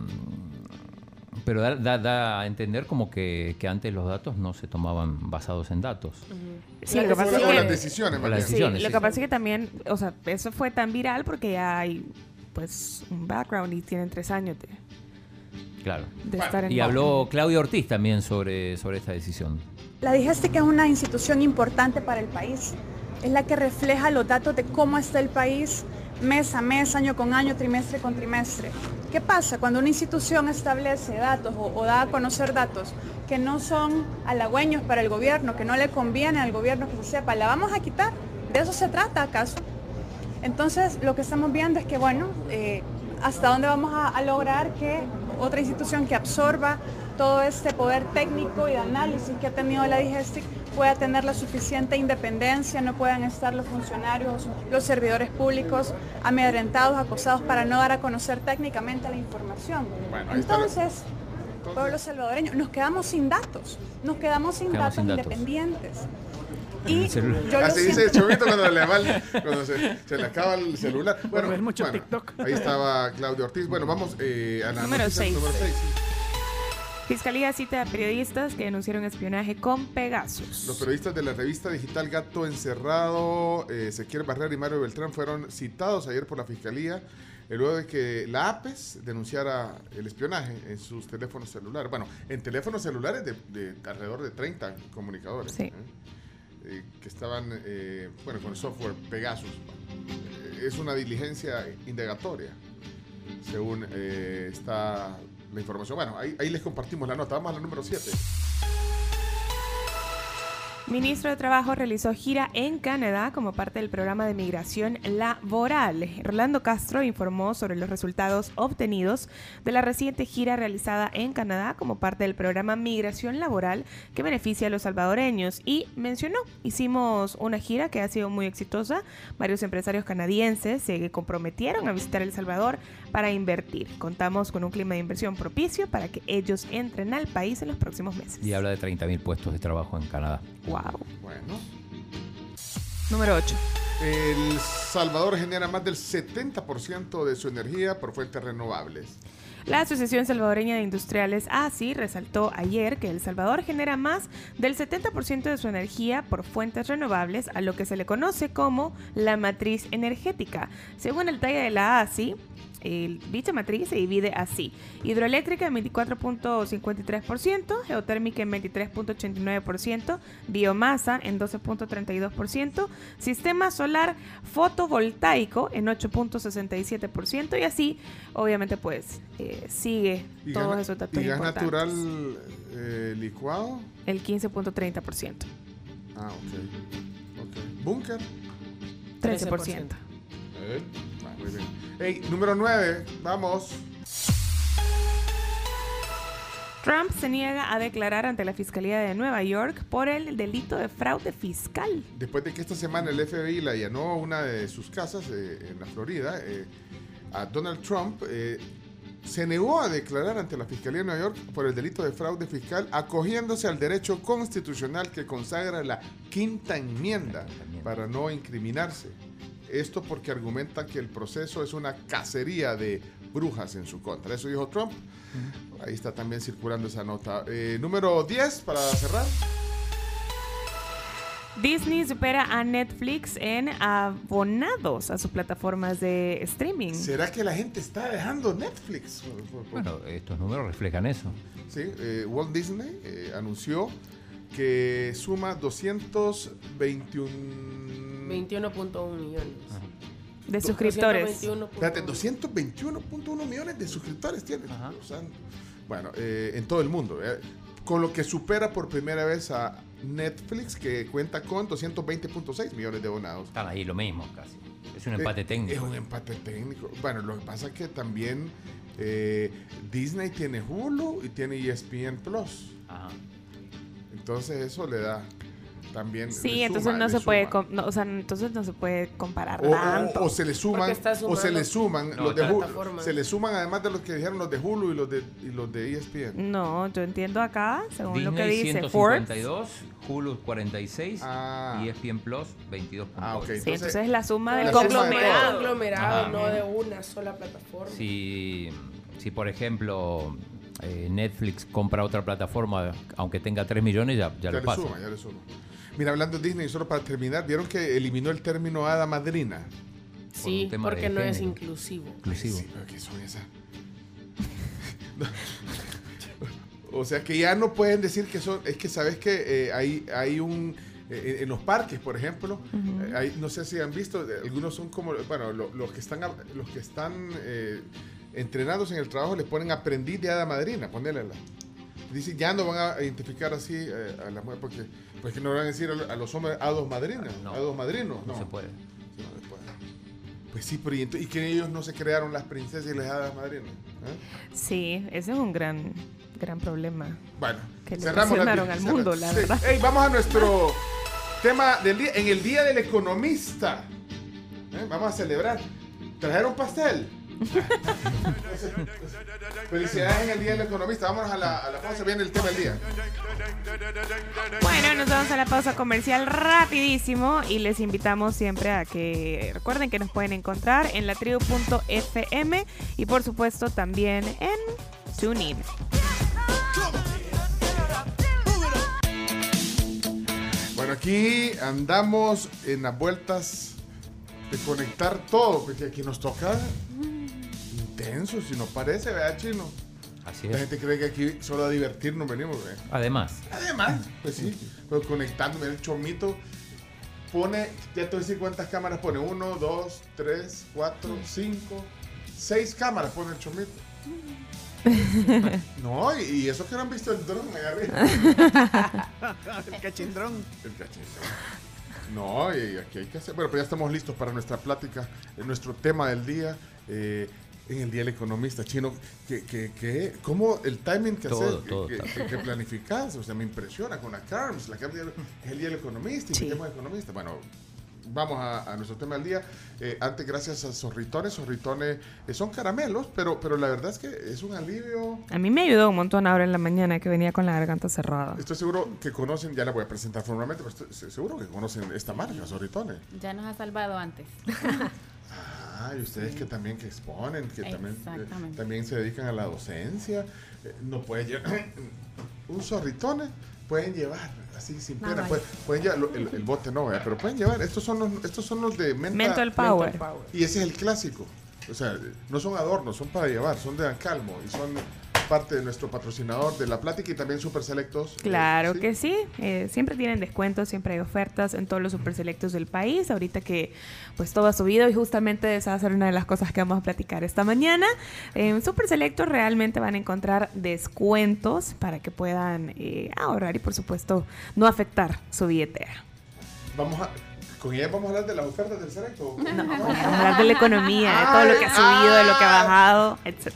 da a entender como que antes los datos no se tomaban basados en datos. Sí, lo que pasa es que las decisiones. Lo que pasa es que también, o sea, eso fue tan viral porque ya hay pues un background y tienen 3 años de estar en. Y habló Claudia Ortiz también sobre esta decisión. La Digestic es una institución importante para el país. Es la que refleja los datos de cómo está el país mes a mes, año con año, trimestre con trimestre. ¿Qué pasa cuando una institución establece datos o da a conocer datos que no son halagüeños para el gobierno, que no le conviene al gobierno que se sepa? ¿La vamos a quitar? ¿De eso se trata acaso? Entonces, lo que estamos viendo es que, ¿hasta dónde vamos a lograr que otra institución que absorba todo este poder técnico y de análisis que ha tenido la Digestic pueda tener la suficiente independencia, no puedan estar los funcionarios, los servidores públicos amedrentados, acosados para no dar a conocer técnicamente la información? Entonces, pueblo salvadoreño, nos quedamos sin datos, independientes. Y así dice el chovito cuando se le acaba el celular. Bueno, TikTok. Ahí estaba Claudia Ortiz. Bueno, vamos a la número 6. Fiscalía cita a periodistas que denunciaron espionaje con Pegasus. Los periodistas de la revista digital Gato Encerrado, Ezequiel Barrera y Mario Beltrán, fueron citados ayer por la Fiscalía luego de que la APES denunciara el espionaje en sus teléfonos celulares. Bueno, en teléfonos celulares de alrededor de 30 comunicadores. Sí. Que estaban con el software Pegasus. Es una diligencia indagatoria, según está la información. Bueno, ahí les compartimos la nota. Vamos a la número 7. Ministro de Trabajo realizó gira en Canadá como parte del programa de migración laboral. Rolando Castro informó sobre los resultados obtenidos de la reciente gira realizada en Canadá como parte del programa Migración Laboral que beneficia a los salvadoreños y mencionó: hicimos una gira que ha sido muy exitosa. Varios empresarios canadienses se comprometieron a visitar El Salvador para invertir. Contamos con un clima de inversión propicio para que ellos entren al país en los próximos meses. Y habla de 30.000 puestos de trabajo en Canadá. Wow. Bueno. Número 8. El Salvador genera más del 70% de su energía por fuentes renovables. La Asociación Salvadoreña de Industriales, ASI, resaltó ayer que El Salvador genera más del 70% de su energía por fuentes renovables, a lo que se le conoce como la matriz energética. Según el detalle de la ASI, dicha matriz se divide así: hidroeléctrica en 24.53%, geotérmica en 23.89%, biomasa en 12.32%, sistema solar fotovoltaico en 8.67% y así, obviamente, pues sigue todos esos datos importantes. ¿Y gas natural licuado? El 15.30%. Ah, ok. ¿Búnker? 13%. Muy bien. Hey, número 9, vamos. Trump se niega a declarar ante la Fiscalía de Nueva York por el delito de fraude fiscal. Después de que esta semana el FBI le allanó una de sus casas en la Florida, a Donald Trump se negó a declarar ante la Fiscalía de Nueva York por el delito de fraude fiscal, acogiéndose al derecho constitucional que consagra la quinta enmienda para no incriminarse. Esto porque argumenta que el proceso es una cacería de brujas en su contra. Eso dijo Trump. Ahí está también circulando esa nota. Número 10 para cerrar. Disney supera a Netflix en abonados a sus plataformas de streaming. ¿Será que la gente está dejando Netflix? Bueno, estos números reflejan eso. Sí, Walt Disney anunció que suma 21.1 millones. De suscriptores. 221.1 millones de suscriptores tiene. Bueno, en todo el mundo. Con lo que supera por primera vez a Netflix, que cuenta con 220.6 millones de abonados. Están ahí lo mismo casi. Es un empate técnico. Es un empate técnico. Bueno, lo que pasa es que también Disney tiene Hulu y tiene ESPN Plus. Ajá. Entonces eso le da también. Sí, entonces no se puede, entonces no se puede comparar tanto. O se le suman, los de Hulu. Se le suman además de los que dijeron los de Hulu y los de ESPN. No, yo entiendo acá, según Disney, lo que dice 152, Hulu 46 y ESPN Plus 22.8. Okay, sí, entonces es la suma del conglomerado. No de una sola plataforma. Si por ejemplo Netflix compra otra plataforma, aunque tenga 3 millones, ya lo pasa. Ya le suma. Mira, hablando de Disney, solo para terminar, ¿vieron que eliminó el término hada madrina? Sí, porque no es inclusivo. Sí, pero ¿qué son esas? O sea, que ya no pueden decir que son... Es que sabes que hay un... en los parques, por ejemplo, no sé si han visto, algunos son como... Bueno, los que están entrenados en el trabajo les ponen aprendiz de hada madrina, ponélela. Dice, ya no van a identificar así a las mujeres, porque no van a decir a los hombres hados madrinas, hados madrinos. No se puede. Sí, no se puede. Pues sí, pero y que ellos no se crearon las princesas y las hadas madrinas. Sí, ese es un gran problema. Bueno, que le ocasionaron al mundo, la verdad. Hey, vamos a nuestro tema del día. En el Día del Economista, vamos a celebrar. ¿Trajeron pastel? Felicidades en el Día del Economista. Vámonos a la pausa. Viene el tema del día. Bueno, nos vamos a la pausa comercial rapidísimo y les invitamos siempre a que recuerden que nos pueden encontrar en latribu.fm y por supuesto también en TuneIn. Bueno, aquí andamos en las vueltas de conectar todo, porque aquí nos toca intenso, si nos parece, ¿verdad, Chino? Así es. La gente cree que aquí solo a divertirnos venimos, ¿verdad? Además, pues sí, pero conectándome, el Chomito pone, ya te voy a decir cuántas cámaras pone, 1, 2, 3, 4, 5, 6 cámaras pone el Chomito. No, y eso que no han visto el dron allá arriba. El cachindrón. No, y aquí hay que hacer. Bueno, pues ya estamos listos para nuestra plática, nuestro tema del día. En el Día del Economista, Chino, ¿cómo el timing que haces, que planificas? O sea, me impresiona con la CARMS. La CARMS es el Día del Economista y el tema de economista. Bueno, vamos a nuestro tema del día. Antes, gracias a Zorritones. Zorritones son caramelos, pero la verdad es que es un alivio. A mí me ayudó un montón ahora en la mañana que venía con la garganta cerrada. Estoy seguro que conocen, ya la voy a presentar formalmente, pero estoy seguro que conocen esta marca, Zorritones. Ya nos ha salvado antes. Y ustedes que también que exponen, que también se dedican a la docencia, no pueden llevar un Zorritones, pueden llevar así sin pena, pueden llevar el bote no, pero pueden llevar, estos son los de Mental Power. Y ese es el clásico, o sea, no son adornos, son para llevar, son de Ancalmo y son parte de nuestro patrocinador de la plática y también Super Selectos. Claro que sí, siempre tienen descuentos, siempre hay ofertas en todos los Super Selectos del país, ahorita que pues todo ha subido y justamente esa va a ser una de las cosas que vamos a platicar esta mañana. En Super Selectos realmente van a encontrar descuentos para que puedan ahorrar y por supuesto no afectar su billetera. ¿Con ella vamos a hablar de las ofertas del Selecto? No, vamos a hablar de la economía, de todo lo que ha subido, de lo que ha bajado, etcétera.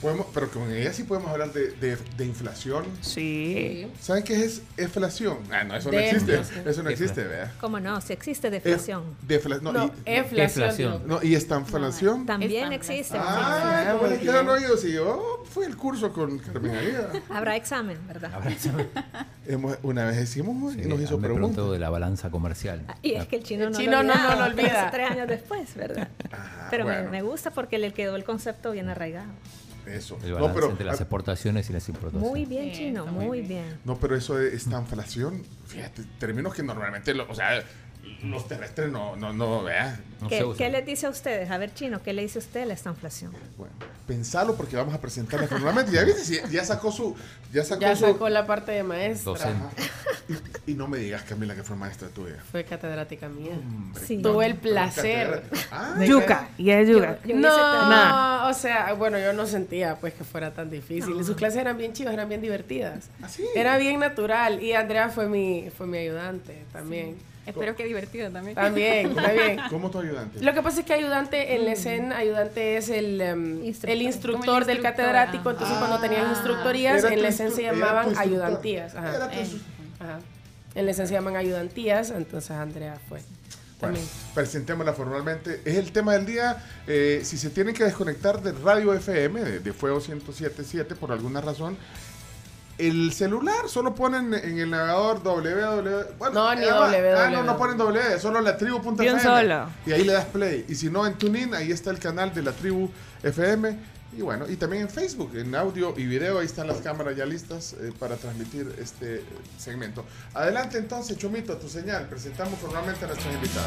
Pero con ella sí podemos hablar de inflación. Sí. ¿Saben qué es inflación? No, eso no existe. Eso no existe, ¿verdad? ¿Cómo no? Sí existe deflación. Inflación. No, ¿y estanflación? También existe. ¿Cómo le quedan oídos? Si yo fui al curso con Carmen Aida. Habrá examen, ¿verdad? Una vez hicimos y nos hizo preguntas de la balanza comercial. Y es que el chino no lo olvida. 3 años después, ¿verdad? Pero bueno, me gusta porque le quedó el concepto bien arraigado. Eso. El balance entre las exportaciones y las importaciones. Muy bien, chino, muy bien. No, pero eso de estanflación, fíjate, términos que normalmente, los terrestres no vean. ¿Qué les dice a ustedes? A ver, chino, ¿qué le dice a usted la estanflación? Bueno, pensalo porque vamos a presentarla formalmente. Ya viste, ya sacó la parte de maestra. Y no me digas, Camila, que fue maestra tuya. Fue catedrática mía. Sí. Tuve el placer. Yuca, y es yuca. No, o sea, bueno, yo no sentía pues que fuera tan difícil. Y sus clases eran bien chivas, eran bien divertidas. ¿Sí? Era bien natural. Y Andrea fue mi ayudante también. Sí. Espero que divertido también. También. ¿Cómo tu ayudante? Lo que pasa es que ayudante en la escena, ayudante es el instructor del catedrático. Entonces cuando tenían instructorías, en la escena se llamaban ayudantías. Ajá. En la escena se llaman ayudantías, entonces Andrea fue. Bueno, presentémosla formalmente. Es el tema del día. Si se tienen que desconectar de Radio FM, de Fuego 107.7 por alguna razón, el celular solo ponen en el navegador www. Bueno, no ponen www, solo latribu.fm. Y ahí le das play. Y si no, en TuneIn, ahí está el canal de La Tribu FM. Y bueno, y también en Facebook, en audio y video, ahí están las cámaras ya listas para transmitir este segmento. Adelante entonces, Chomito, a tu señal. Presentamos formalmente a nuestros invitados.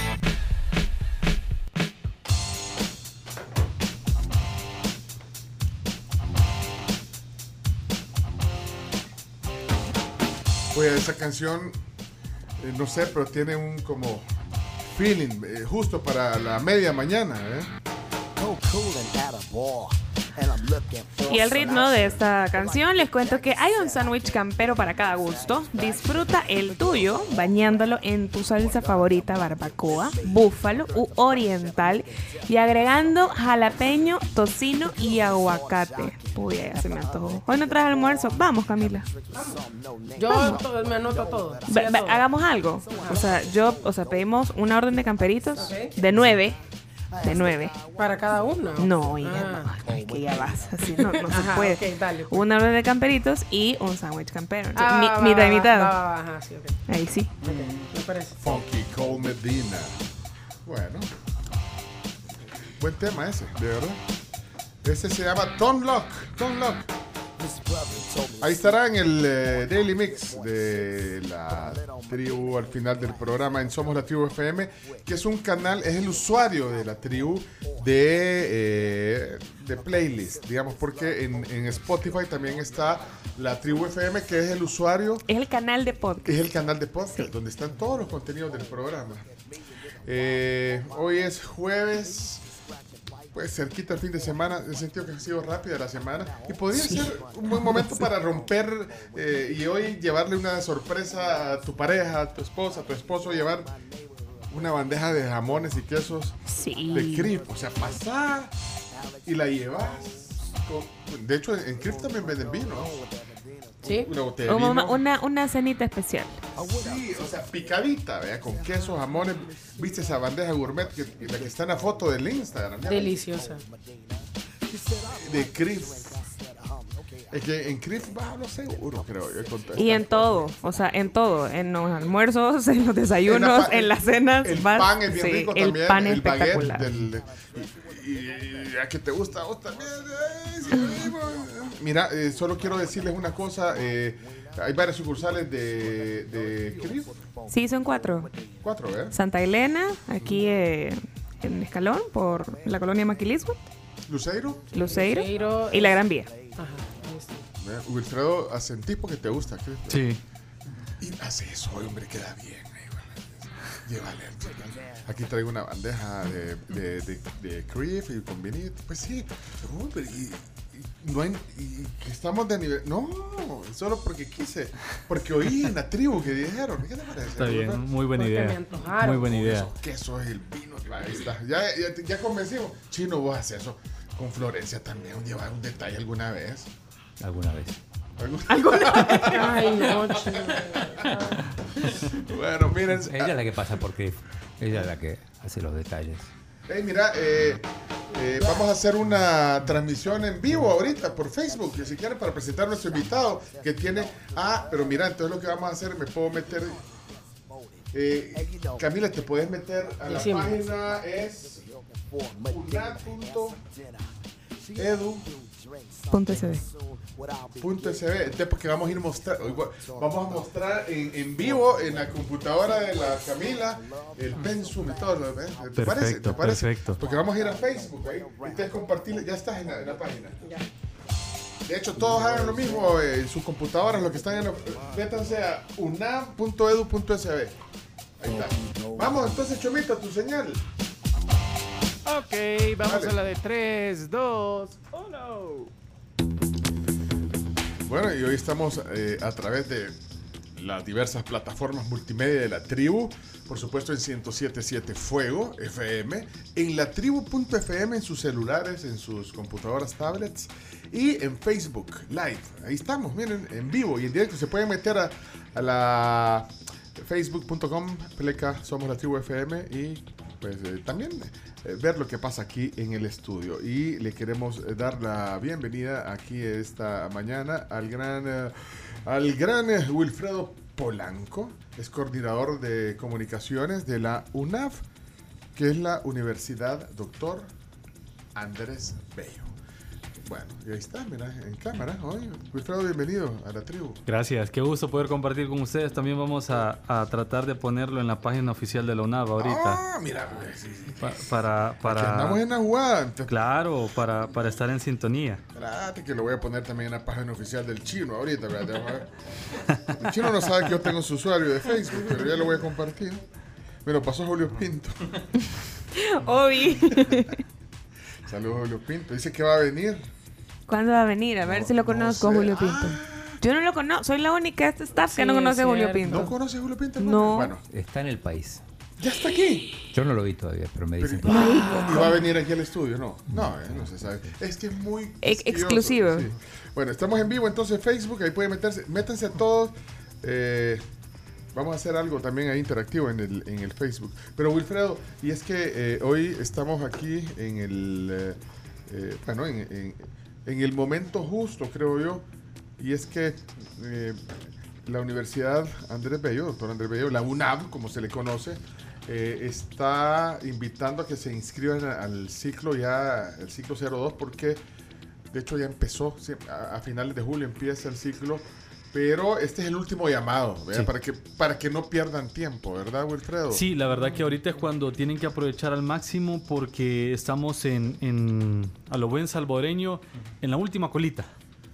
Pues esa canción, no sé, pero tiene un como feeling justo para la media mañana, Y el ritmo de esta canción, les cuento que hay un sándwich campero para cada gusto. Disfruta el tuyo bañándolo en tu salsa favorita, barbacoa, búfalo u oriental, y agregando jalapeño, tocino y aguacate. Uy, ya se me antojó. Hoy no traes almuerzo. Vamos, Camila. Yo me anoto todo. Hagamos algo. O sea, pedimos una orden de camperitos de 9. De 9. ¿Para cada uno? No, hija, no, es que ya vas, así no se puede. Okay, dale, pues. Una orden de camperitos y un sándwich campero. Mitad y mitad. Sí, ahí sí. Me parece. Funky Cole Medina. Bueno. Buen tema ese, de verdad. Ese se llama Tone Lock. Ahí estará en el Daily Mix de La Tribu al final del programa en Somos La Tribu FM, que es un canal, es el usuario de La Tribu de playlist, digamos, porque en Spotify también está La Tribu FM, que es el usuario. Es el canal de podcast. Es el canal de podcast, sí, donde están todos los contenidos del programa. Hoy es jueves. Pues cerquita el fin de semana, en el sentido que ha sido rápida la semana. Y podría ser un buen momento para romper y hoy llevarle una sorpresa a tu pareja, a tu esposa, a tu esposo, llevar una bandeja de jamones y quesos de Crif. O sea, pasar y la llevas. De hecho, en Crif también venden vino. Sí. Una botella de vino. Una cenita especial. Sí, o sea, picadita, ¿vea? Con queso, jamones. ¿Viste esa bandeja gourmet la que está en la foto del Instagram? Deliciosa. De Crif. Es que en Crif va lo seguro, creo yo. Y en todo, o sea, en todo. En los almuerzos, en los desayunos, en las cenas. El pan es bien rico también. El pan es espectacular. Y a que te gusta a vos también. Mira, solo quiero decirles una cosa. Hay varias sucursales de Crif. Sí, son 4. 4, ¿eh? Santa Elena, aquí en Escalón, por la colonia Maquilismo. Luceiro y la Gran Vía. Ajá. Wilfredo, asentí porque te gusta, Crif. Sí. Y hace eso, hombre, queda bien. Llévale. Aquí traigo una bandeja de Crif y con vinito. Pues sí, hombre, no hay, y estamos de nivel. No, solo porque quise. Porque oí en La Tribu que dijeron. ¿Qué te parece? Está bien, muy buena idea. Muy buena idea. Eso es el vino. Ahí está. Ya convencimos. Chino, vos haces eso. Con Florencia también lleva un detalle alguna vez. Alguna vez. Ay, no, chido. Bueno, miren. Ella es la que pasa porque ella es la que hace los detalles. Hey, mira, vamos a hacer una transmisión en vivo ahorita por Facebook, que si quieren, para presentar a nuestro invitado que tiene... pero mira, entonces lo que vamos a hacer, me puedo meter... Camila, te puedes meter a la página, es unad.edu.sb, porque vamos a ir vamos a mostrar en vivo en la computadora de la Camila el pensum y todo. ¿Te parece? Perfecto. Porque vamos a ir a Facebook ahí. Entonces compartir, ya estás en la página. Ya. De hecho, todos hagan lo mismo en sus computadoras, los que están métanse a unad.edu.sb. Ahí está. Vamos entonces, Chomito, tu señal. Ok, vamos a la de 3, 2, 1. Bueno, y hoy estamos a través de las diversas plataformas multimedia de La Tribu, por supuesto en 107.7 Fuego FM, en latribu.fm en sus celulares, en sus computadoras, tablets y en Facebook Live. Ahí estamos, miren, en vivo y en directo. Se pueden meter a la facebook.com/Somos La Tribu FM y pues también ver lo que pasa aquí en el estudio. Y le queremos dar la bienvenida aquí esta mañana al gran Wilfredo Polanco, es coordinador de comunicaciones de la UNAV, que es la Universidad Dr. Andrés Bello. Bueno, y ahí está, mira, en cámara. Oye, Wilfredo, bienvenido a La Tribu. Gracias, qué gusto poder compartir con ustedes. También vamos a tratar de ponerlo en la página oficial de la UNAV ahorita. Mira, sí. Para andamos en la jugada. Claro, para estar en sintonía. Espérate que lo voy a poner también en la página oficial del Chino ahorita. El Chino no sabe que yo tengo su usuario de Facebook, pero ya lo voy a compartir. Me lo pasó Julio Pinto. Obi. Saludos, Julio Pinto. Dice que va a venir. ¿Cuándo va a venir? A ver si lo conozco, Julio Pinto. Yo no lo conozco. Soy la única de este staff que no conoce a Julio Pinto. ¿No conoce a Julio Pinto? No. Bueno, está en el país. ¿Ya está aquí? Yo no lo vi todavía, pero me dicen que... ¿Y va a venir aquí al estudio? No, no se sabe. Es que es muy exclusivo. Sí. Bueno, estamos en vivo entonces Facebook. Ahí pueden métanse todos. Vamos a hacer algo también ahí interactivo en el Facebook. Pero Wilfredo, y es que hoy estamos aquí en el... en el momento justo, creo yo, y es que la Universidad Andrés Bello, doctor Andrés Bello, la UNAV, como se le conoce, está invitando a que se inscriban al ciclo el ciclo 02, porque de hecho ya empezó, a finales de julio empieza el ciclo, pero este es el último llamado, sí, para que no pierdan tiempo, ¿verdad, Wilfredo? Sí, la verdad que ahorita es cuando tienen que aprovechar al máximo, porque estamos a lo buen salvadoreño, en la última colita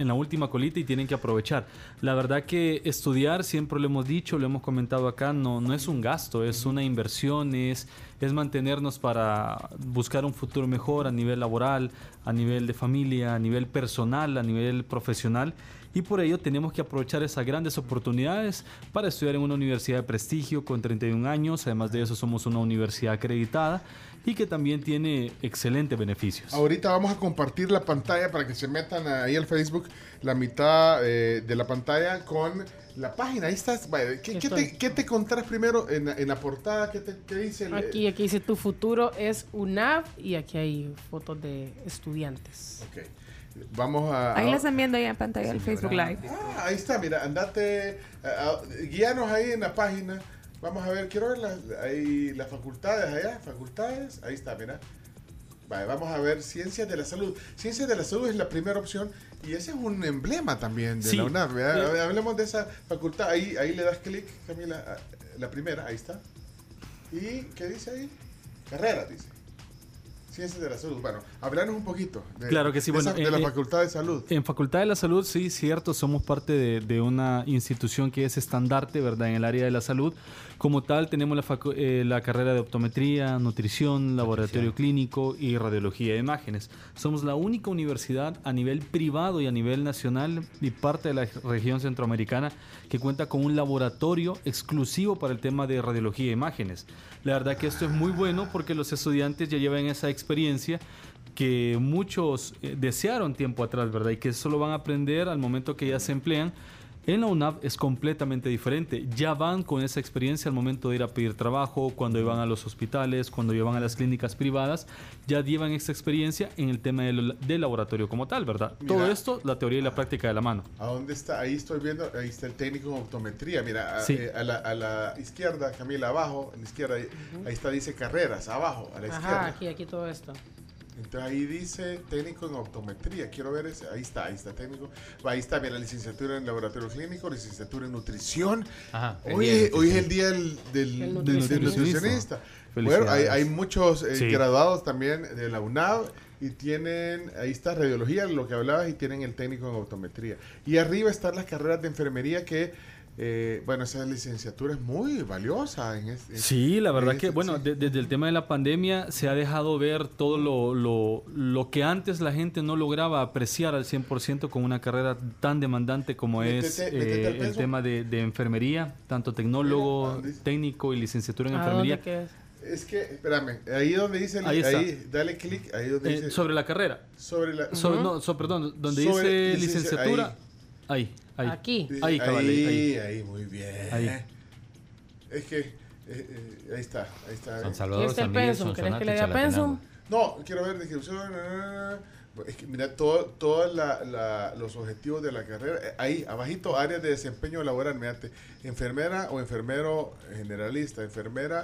y tienen que aprovechar. La verdad que estudiar, siempre lo hemos dicho, lo hemos comentado acá, no es un gasto, es una inversión, es mantenernos para buscar un futuro mejor a nivel laboral, a nivel de familia, a nivel personal, a nivel profesional. Y por ello tenemos que aprovechar esas grandes oportunidades para estudiar en una universidad de prestigio con 31 años. Además de eso, somos una universidad acreditada y que también tiene excelentes beneficios. Ahorita vamos a compartir la pantalla para que se metan ahí al Facebook, la mitad de la pantalla con la página. Ahí estás. ¿Qué te encontrás primero en la portada? ¿Qué dice? Aquí dice tu futuro es UNAV y aquí hay fotos de estudiantes. Ok. Vamos a... Ahí la están viendo ahí en pantalla del Facebook Live. Ahí está, mira, andate, guíanos ahí en la página. Vamos a ver, quiero ver las facultades allá, ahí está, mira. Vale, vamos a ver Ciencias de la Salud. Ciencias de la Salud es la primera opción y ese es un emblema también de la UNAV. Hablemos de esa facultad, ahí le das clic, Camila, la primera, ahí está. ¿Y qué dice ahí? Carrera, dice. Ciencias de la Salud. Bueno, hablarnos un poquito de la Facultad de Salud. En Facultad de la Salud, sí, cierto, somos parte de una institución que es estandarte, ¿verdad?, en el área de la salud. Como tal, tenemos la carrera de optometría, nutrición, laboratorio clínico y radiología de imágenes. Somos la única universidad a nivel privado y a nivel nacional y parte de la región centroamericana que cuenta con un laboratorio exclusivo para el tema de radiología de imágenes. La verdad que esto es muy bueno porque los estudiantes ya llevan esa experiencia experiencia que muchos desearon tiempo atrás, ¿verdad? Y que eso lo van a aprender al momento que ya se emplean. En la UNAV es completamente diferente. Ya van con esa experiencia al momento de ir a pedir trabajo, cuando iban a los hospitales, cuando iban a las clínicas privadas, ya llevan esa experiencia en el tema del laboratorio como tal, ¿verdad? Mira, todo esto, la teoría y la práctica de la mano. ¿A dónde está? Ahí estoy viendo, ahí está el técnico en optometría. Mira, sí. A la izquierda, Camila, abajo, a la izquierda, ahí está, dice carreras, abajo, a la izquierda. Aquí todo esto. Entonces ahí dice técnico en optometría. Quiero ver ese. Ahí está técnico. Ahí está, mira, licenciatura en laboratorio clínico, licenciatura en nutrición. Ajá, hoy es el día del nutricionista. Bueno, hay muchos graduados también de la UNAV y tienen, ahí está radiología, lo que hablabas, y tienen el técnico en optometría. Y arriba están las carreras de enfermería que bueno, esa licenciatura es muy valiosa. Sí, la verdad que, bueno, desde el tema de la pandemia se ha dejado ver todo lo que antes la gente no lograba apreciar al 100% con una carrera tan demandante como es el tema de enfermería, tanto tecnólogo, técnico y licenciatura en enfermería. Es que, espérame, ahí donde dice, ahí dale clic, ahí donde dice... Sobre la carrera. Perdón, donde dice licenciatura, ahí. Aquí. Ahí, muy bien. Ahí. Es que, ahí está. San Salvador, ¿Este el pensum? ¿Querés que le diga pensum? No, quiero ver descripción. Es que mira, todos los objetivos de la carrera. Ahí, abajito, áreas de desempeño laboral. Mirate, enfermera o enfermero generalista, enfermera,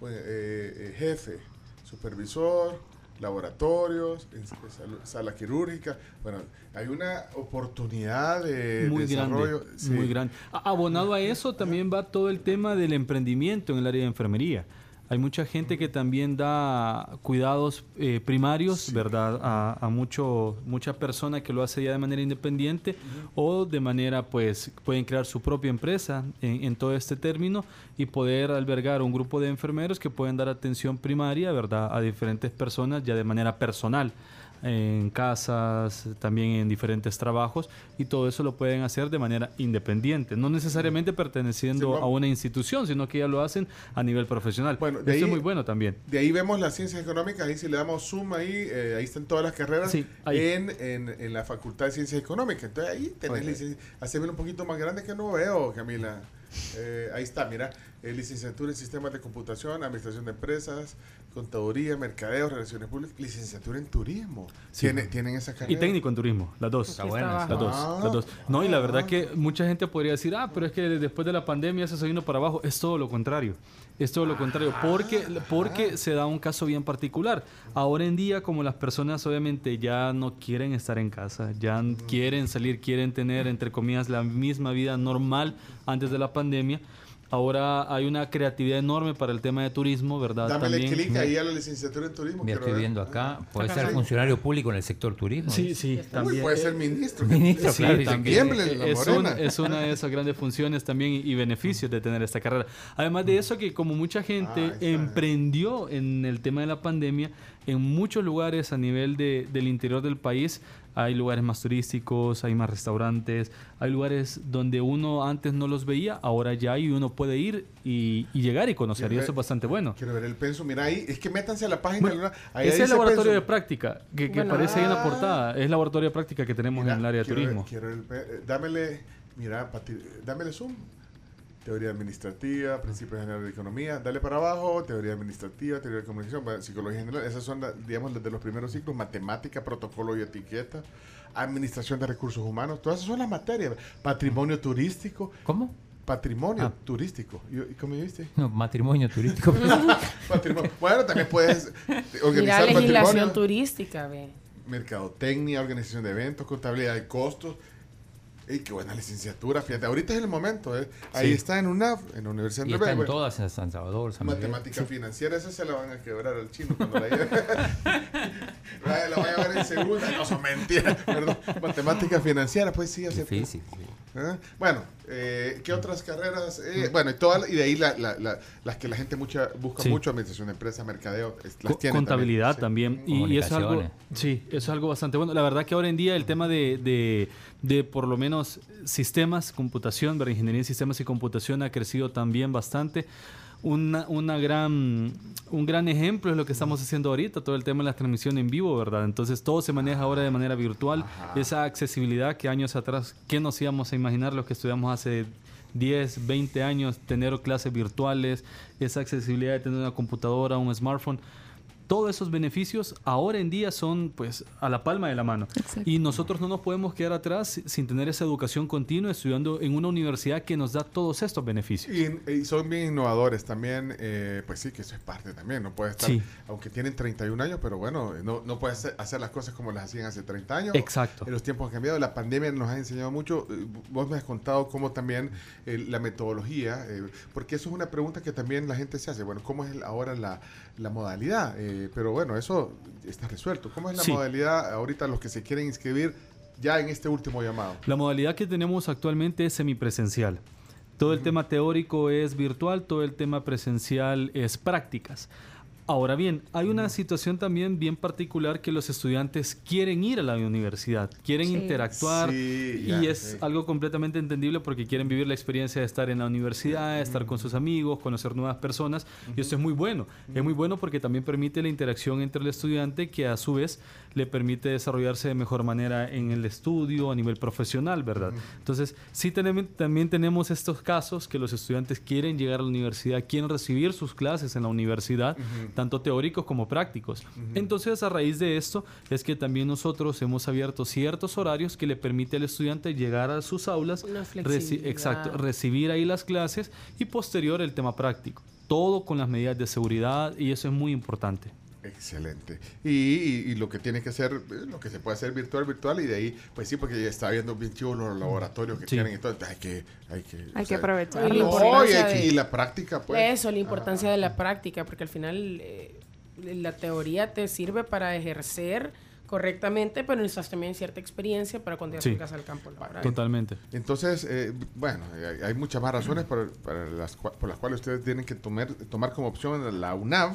jefe, supervisor, laboratorios, sala quirúrgica. Bueno, hay una oportunidad de muy desarrollo grande, muy grande. Abonado a eso también va todo el tema del emprendimiento en el área de enfermería. Hay mucha gente que también da cuidados primarios, ¿verdad? A mucha persona que lo hace ya de manera independiente o de manera, pues, pueden crear su propia empresa en todo este término y poder albergar un grupo de enfermeros que pueden dar atención primaria, ¿verdad? A diferentes personas ya de manera personal, en casas, también en diferentes trabajos, y todo eso lo pueden hacer de manera independiente, no necesariamente perteneciendo a una institución, sino que ya lo hacen a nivel profesional. Bueno, eso es muy bueno también. De ahí vemos las ciencias económicas, ahí si le damos zoom ahí están todas las carreras en la Facultad de Ciencias Económicas. Entonces ahí tenés haceme un poquito más grande que no veo, Camila. Ahí está, mira, licenciatura en sistemas de computación, administración de empresas, contaduría, mercadeo, relaciones públicas, licenciatura en turismo. Sí. ¿Tienen esa carrera? Y técnico en turismo, las dos. Está buena. Las dos. No, y la verdad que mucha gente podría decir, pero es que después de la pandemia se está yendo para abajo. Es todo lo contrario. Porque se da un caso bien particular. Ahora en día, como las personas obviamente ya no quieren estar en casa, ya quieren salir, quieren tener, entre comillas, la misma vida normal antes de la pandemia, ahora hay una creatividad enorme para el tema de turismo, ¿verdad? Dámele clic ahí a la licenciatura en turismo. Mira, estoy viendo acá. Puede ser funcionario público en el sector turismo. Sí, también. Puede ser ministro. Ministro, sí, claro. También. Es una de esas grandes funciones también y beneficios de tener esta carrera. Además de eso, que como mucha gente emprendió en el tema de la pandemia, en muchos lugares a nivel del interior del país, hay lugares más turísticos, hay más restaurantes, hay lugares donde uno antes no los veía, ahora ya hay, y uno puede ir y llegar y conocer, y eso es bastante bueno. Quiero ver el pensum, mira ahí, es que métanse a la página. Bueno, ese es el laboratorio de práctica, que aparece ahí en la portada, es el laboratorio de práctica que tenemos en el área de turismo. Dámele zoom. Teoría administrativa, principios generales de economía, dale para abajo, teoría administrativa, teoría de comunicación, psicología general, esas son, digamos, desde los primeros ciclos, matemática, protocolo y etiqueta, administración de recursos humanos, todas esas son las materias, patrimonio turístico. ¿Cómo? Patrimonio turístico. ¿Cómo viste? No, matrimonio turístico. Bueno, también puedes organizar la legislación turística, ve. Mercadotecnia, organización de eventos, contabilidad de costos. ¡Ey, qué buena licenciatura! Fíjate, ahorita es el momento, ¿eh? Ahí está en UNAV, en la Universidad de Están todas en San Salvador, San Miguel. Matemática financiera, esa se la van a quebrar al chino cuando la lleve. La voy a ver en segunda. No, son mentiras. Perdón. Matemática financiera, pues sí, así. Difícil. Bueno, ¿qué otras carreras? Bueno, y de ahí las que la gente busca mucho, administración de empresas, mercadeo, las tienen contabilidad también. Y eso es algo bastante bueno. La verdad que ahora en día el tema de por lo menos sistemas, computación, ingeniería en sistemas y computación ha crecido también bastante. un gran ejemplo es lo que estamos haciendo ahorita, todo el tema de la transmisión en vivo, ¿verdad? Entonces todo se maneja ahora de manera virtual. Esa accesibilidad que años atrás, ¿qué nos íbamos a imaginar los que estudiamos hace 10, 20 años, tener clases virtuales, esa accesibilidad de tener una computadora, un smartphone? Todos esos beneficios ahora en día son pues a la palma de la mano. Exacto. Y nosotros no nos podemos quedar atrás sin tener esa educación continua, estudiando en una universidad que nos da todos estos beneficios. Y son bien innovadores también, pues sí, que eso es parte también. No puede estar, aunque tienen 31 años, pero bueno, no puedes hacer las cosas como las hacían hace 30 años. Exacto. Los tiempos han cambiado, la pandemia nos ha enseñado mucho. Vos me has contado cómo también la metodología, porque eso es una pregunta que también la gente se hace. Bueno, ¿cómo es ahora la modalidad? Pero bueno, eso está resuelto. ¿Cómo es la modalidad ahorita los que se quieren inscribir ya en este último llamado? La modalidad que tenemos actualmente es semipresencial. Todo el tema teórico es virtual, todo el tema presencial es prácticas. Ahora bien, hay una situación también bien particular que los estudiantes quieren ir a la universidad, quieren interactuar y es algo completamente entendible porque quieren vivir la experiencia de estar en la universidad, estar con sus amigos, conocer nuevas personas y esto es muy bueno. Es muy bueno porque también permite la interacción entre el estudiante que a su vez le permite desarrollarse de mejor manera en el estudio a nivel profesional, ¿verdad? Entonces, sí también tenemos estos casos que los estudiantes quieren llegar a la universidad, quieren recibir sus clases en la universidad, tanto teóricos como prácticos. Entonces, a raíz de esto, es que también nosotros hemos abierto ciertos horarios que le permite al estudiante llegar a sus aulas, recibir ahí las clases y posterior el tema práctico. Todo con las medidas de seguridad y eso es muy importante. Excelente. Y lo que tiene que ser, lo que se puede hacer virtual y de ahí, pues sí, porque ya está viendo bien chivos los laboratorios que tienen y todo, hay que aprovechar. Y la práctica, pues. Eso, la importancia de la práctica, porque al final la teoría te sirve para ejercer correctamente, pero necesitas también cierta experiencia para cuando ya salgas al campo laboral. Totalmente. Entonces, bueno, hay muchas más razones por las cuales ustedes tienen que tomar como opción la UNAV.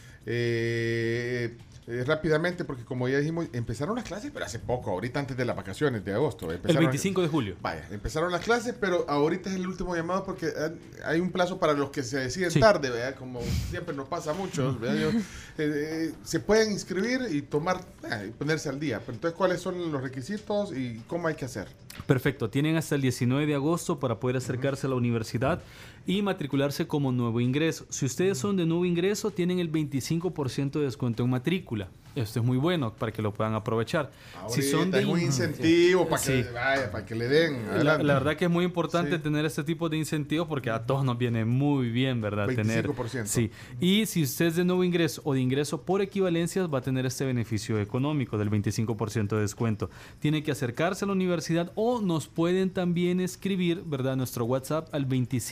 Rápidamente, porque como ya dijimos, empezaron las clases, pero hace poco, ahorita antes de las vacaciones de agosto. El 25 de julio. Vaya, empezaron las clases, pero ahorita es el último llamado porque hay un plazo para los que se deciden tarde, ¿verdad? Como siempre nos pasa a muchos, ¿verdad? Se pueden inscribir y y ponerse al día. Pero entonces, ¿cuáles son los requisitos y cómo hay que hacer? Perfecto, tienen hasta el 19 de agosto para poder acercarse a la universidad y matricularse como nuevo ingreso. Si ustedes son de nuevo ingreso, tienen el 25% de descuento en matrícula. Esto es muy bueno para que lo puedan aprovechar. Ahorita si son de un incentivo para que le den. La verdad que es muy importante tener este tipo de incentivos porque a todos nos viene muy bien, ¿verdad? 25%. Sí. Y si usted es de nuevo ingreso o de ingreso por equivalencias, va a tener este beneficio económico del 25% de descuento. Tiene que acercarse a la universidad o nos pueden también escribir, ¿verdad? Nuestro WhatsApp al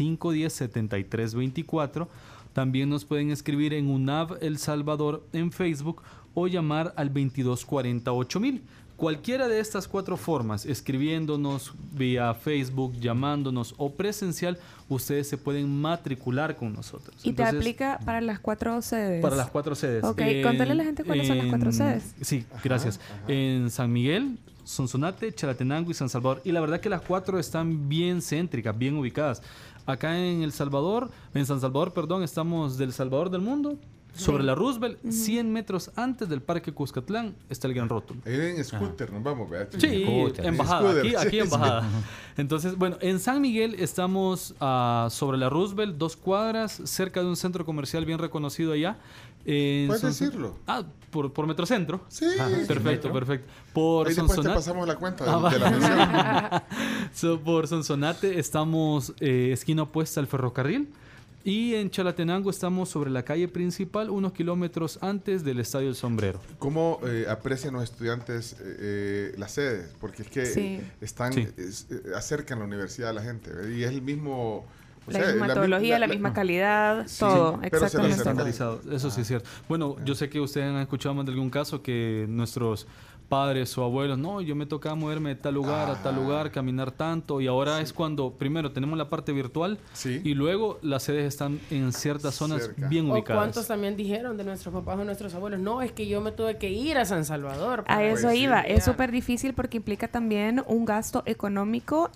2510-7324. También nos pueden escribir en UNAV El Salvador en Facebook o llamar al 2240-8000. Cualquiera de estas 4 formas, escribiéndonos vía Facebook, llamándonos o presencial, ustedes se pueden matricular con nosotros. ¿Y te aplica para las 4 sedes? Para las 4 sedes. Ok, contale a la gente cuáles son las 4 sedes. Sí, gracias. En San Miguel, Sonsonate, Chalatenango y San Salvador. Y la verdad que las 4 están bien céntricas, bien ubicadas. Acá en San Salvador, estamos del Salvador del Mundo. Sobre la Roosevelt, 100 metros antes del Parque Cuscatlán, está el Gran Rótulo. Ahí en scooter nos vamos, ¿verdad? Sí, embajada, aquí embajada. Entonces, bueno, en San Miguel estamos sobre la Roosevelt, 2 cuadras, cerca de un centro comercial bien reconocido allá. ¿Puedes decirlo? Por Metrocentro. Sí. Perfecto. Por ahí después te pasamos la cuenta de la mención. Por Sonsonate estamos esquina opuesta al ferrocarril. Y en Chalatenango estamos sobre la calle principal, unos kilómetros antes del Estadio El Sombrero. ¿Cómo aprecian los estudiantes las sedes? Porque es que acercan la universidad a la gente, ¿verdad? Y es el mismo... La misma metodología, la misma calidad, todo, exactamente. Eso sí es cierto. Bueno, yo sé que ustedes han escuchado más de algún caso que nuestros padres o abuelos, no, yo me tocaba moverme de tal lugar a tal lugar, caminar tanto, y ahora es cuando primero tenemos la parte virtual y luego las sedes están en ciertas zonas bien ubicadas. O cuántos también dijeron de nuestros papás o nuestros abuelos, no, es que yo me tuve que ir a San Salvador. A eso iba, es súper difícil porque implica también un gasto económico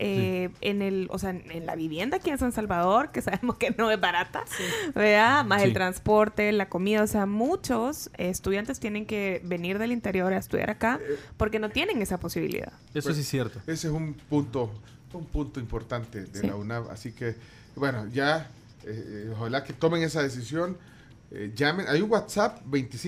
en la vivienda aquí en San Salvador, que sabemos que no es barata, ¿verdad? Más el transporte, la comida, o sea, muchos estudiantes tienen que venir del interior a estudiar acá porque no tienen esa posibilidad. Eso sí es cierto. Ese es un punto importante de la UNAV. Así que, bueno, ya ojalá que tomen esa decisión. Llamen. Hay un WhatsApp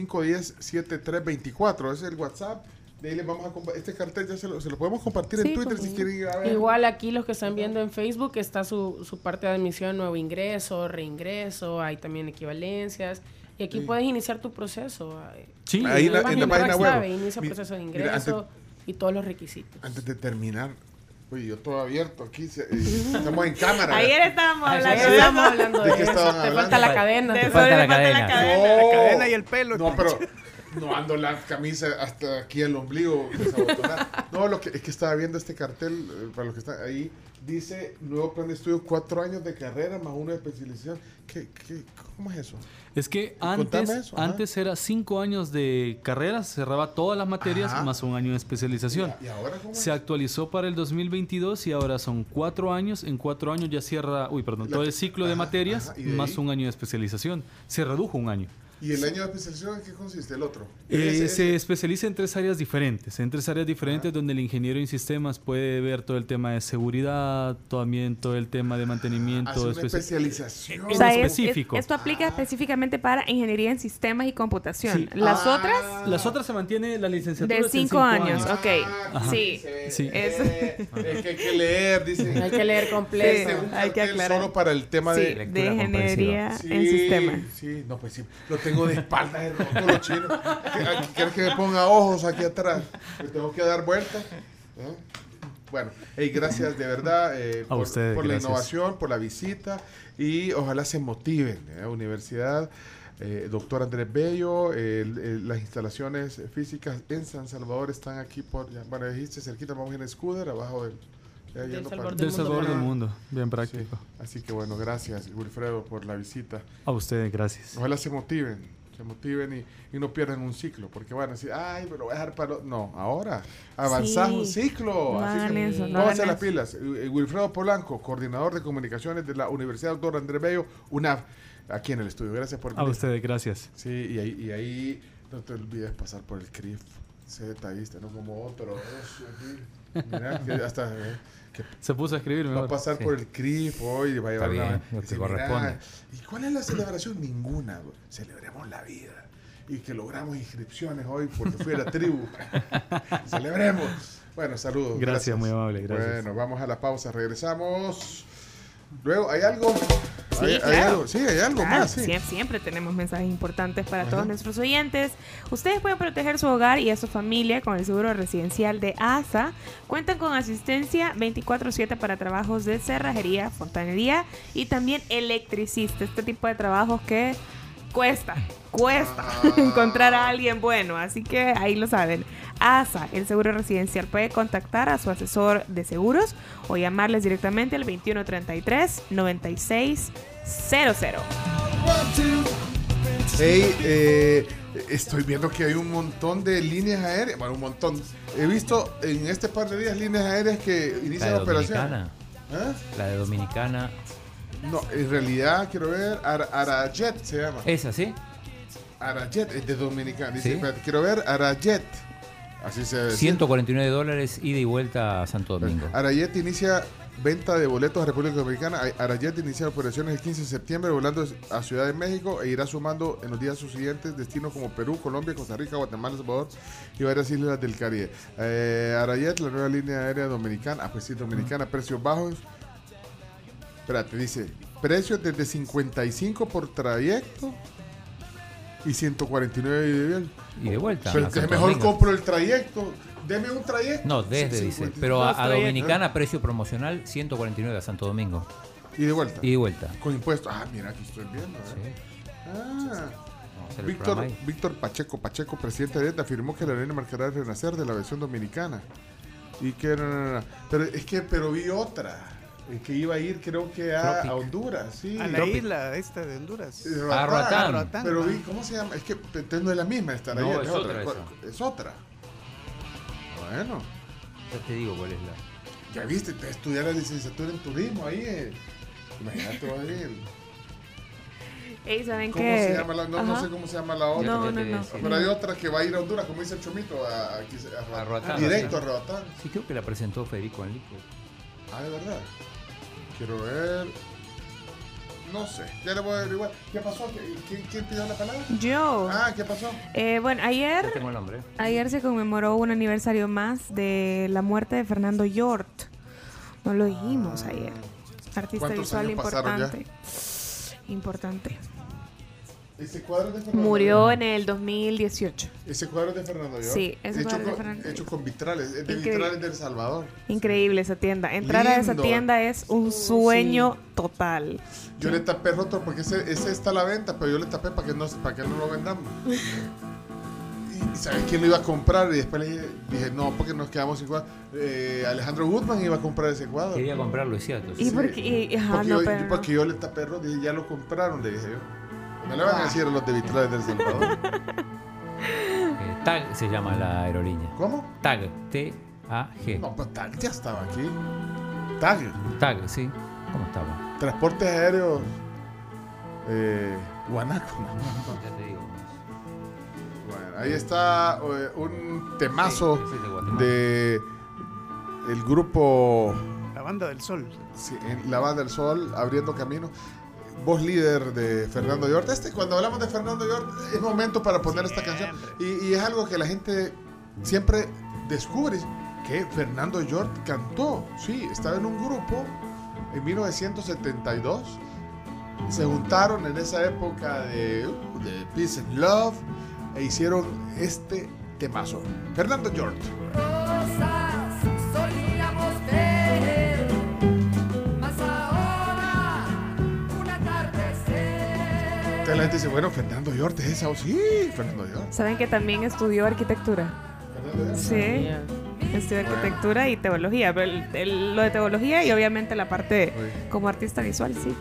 2510-7324. Ese es el WhatsApp. De ahí les vamos a este cartel ya se lo podemos compartir en Twitter si quieren ir a ver. Igual aquí los que están viendo en Facebook está su parte de admisión, nuevo ingreso, reingreso, hay también equivalencias. Y aquí puedes iniciar tu proceso. Sí, ahí en la página web. Inicia el proceso de ingreso y todos los requisitos. Antes de terminar, oye, yo todo abierto aquí. Estamos en cámara. Ayer estábamos hablando de eso. Te falta la cadena. Te falta la cadena. La cadena y el pelo. No, pero no ando la camisa hasta aquí el ombligo desabotonada. No, es que estaba viendo este cartel, para los que están ahí, dice nuevo plan de estudio, 4 años de carrera más 1 de especialización. ¿Cómo es eso? Es que antes era 5 años de carrera, cerraba todas las materias más 1 año de especialización. ¿Y ahora cómo es? Se actualizó para el 2022 y ahora son 4 años. En 4 años ya cierra, todo el ciclo de materias más 1 año de especialización. Se redujo 1 año. ¿Y el año de especialización en qué consiste el otro? Se especializa en 3 áreas diferentes. Donde el ingeniero en sistemas puede ver todo el tema de seguridad, también todo el tema de mantenimiento. Hace una especialización. O sea, específico. Esto aplica específicamente para ingeniería en sistemas y computación. Sí. Las otras se mantiene la licenciatura de 5 años. Ok. Sí. Es que hay que leer, dicen. Hay que leer completo. Hay que aclarar. Solo para el tema de ingeniería en sistemas. Sí, no, pues sí. Lo tengo de espalda, el rótulo chino. ¿Quieres que me ponga ojos aquí atrás? Me tengo que dar vueltas. Bueno, gracias de verdad por la innovación, por la visita y ojalá se motiven. Universidad Doctor Andrés Bello, las instalaciones físicas en San Salvador están aquí dijiste cerquita, vamos en Scooter, abajo del Salvador del Mundo, bien práctico. Sí. Así que bueno, gracias Wilfredo por la visita. A ustedes, gracias. Ojalá se motiven y no pierdan un ciclo, porque van a decir, ay, pero voy a dejar para... No, ahora, avanzás un ciclo. No hagan eso, pónganse las pilas. Wilfredo Polanco, coordinador de comunicaciones de la Universidad Doctor Andrés Bello, UNAV, aquí en el estudio. Gracias por venir. A ustedes, gracias. Sí, y ahí no te olvides pasar por el CRIF. Sé detallista, no como otro. Mira, que hasta... se puso a escribir. Va a pasar por el CRIF hoy, va a llevar lo que corresponde. ¿Y cuál es la celebración? Ninguna. Celebremos la vida. Y que logramos inscripciones hoy porque fui a la tribu. Celebremos. Bueno, saludos. Gracias, muy amable. Gracias. Bueno, vamos a la pausa. Regresamos. Luego, ¿hay algo? Sí, hay algo más. Sí. Siempre tenemos mensajes importantes para todos nuestros oyentes. Ustedes pueden proteger su hogar y a su familia con el seguro residencial de ASA. Cuentan con asistencia 24/7 para trabajos de cerrajería, fontanería y también electricista. Este tipo de trabajos que cuesta encontrar a alguien bueno. Así que ahí lo saben. ASA, el seguro residencial, puede contactar a su asesor de seguros o llamarles directamente al 2133-9600. Estoy viendo que hay un montón de líneas aéreas. Bueno, un montón. He visto en este par de días líneas aéreas que inician operación. La de Dominicana. No, en realidad quiero ver. Arajet se llama. ¿Esa sí? Arajet es de Dominicana. Dice, quiero ver Arajet. Así se $149 ida y vuelta a Santo Domingo. Arajet inicia venta de boletos a República Dominicana. Arajet inicia operaciones el 15 de septiembre volando a Ciudad de México e irá sumando en los días subsiguientes destinos como Perú, Colombia, Costa Rica, Guatemala, Salvador y varias islas del Caribe. Arajet, la nueva línea aérea dominicana. Pues sí, dominicana, precios bajos. Espérate, dice precios desde 55 por trayecto y 149 y de vuelta. Pero que mejor compro el trayecto. Deme un trayecto. No, dice. Pero a Dominicana, precio promocional, 149 a Santo Domingo. ¿Y de vuelta? Y de vuelta. Con impuestos. Mira, aquí estoy viendo. Víctor Pacheco, presidente de ETA, afirmó que la aerolínea marcará el renacer de la aviación dominicana. Y que pero vi otra que iba a ir, creo que a Honduras, sí. A la isla esta de Honduras. A Roatán. Pero vi, ¿cómo se llama? Es que no es la misma esta. No, es otra. Es otra. Bueno. Ya te digo cuál es la. Ya viste, te estudiar la licenciatura en turismo ahí. Imagínate, va a ir. Ey, ¿saben ¿Cómo se llama no sé cómo se llama la otra. No. Pero hay otra que va a ir a Honduras, como dice el Chomito, a Roatán. Directo a Roatán. Sí, creo que la presentó Federico Enrique. Ah, de verdad. Quiero ver. No sé, ya le voy a averiguar. ¿Qué pasó? ¿Quién pidió la palabra? Yo. ¿Qué pasó? Bueno, ayer. Ya tengo el nombre. Ayer se conmemoró un aniversario más de la muerte de Fernando Yort. No lo dijimos ayer. Artista visual importante. Importante. ¿Ese cuadro es de Fernando? Murió en el 2018. ¿Ese cuadro es de Fernando Yort? Sí, ese cuadro es de Fernando Hecho con vitrales. Es de vitrales de El Salvador. Increíble esa tienda. Entrar a esa tienda es un sueño total. Yo le tapé roto porque ese está a la venta, pero yo le tapé para que no lo vendamos. ¿Y sabes quién lo iba a comprar? Y después le dije, no, porque nos quedamos sin cuadro. Alejandro Guzmán iba a comprar ese cuadro. Quería comprarlo, es cierto. Sí. Porque yo le tapé roto y dije, ya lo compraron, le dije yo. Me lo van a decir a los de vitrales del Salvador. TAG se llama la aerolínea. ¿Cómo? TAG, T-A-G. No, pues TAG ya estaba aquí. TAG, sí. ¿Cómo estaba? Transportes aéreos Guanaco. Ya te digo. Bueno, ahí está un temazo de el grupo La Banda del Sol. Sí, La Banda del Sol, abriendo camino. Voz líder de Fernando Yort. Cuando hablamos de Fernando Yort, es momento para poner esta canción. Y es algo que la gente siempre descubre, que Fernando Yort cantó. Sí, estaba en un grupo en 1972. Se juntaron en esa época de Peace and Love e hicieron este temazo. Fernando Yort. Rosas solíamos ver, mas ahora un atardecer. Entonces la gente dice, bueno, Fernando Yort es esa. Sí, Fernando Yort. ¿Saben que también estudió arquitectura? Sí. Estudió arquitectura y teología, pero lo de teología y obviamente la parte como artista visual, sí.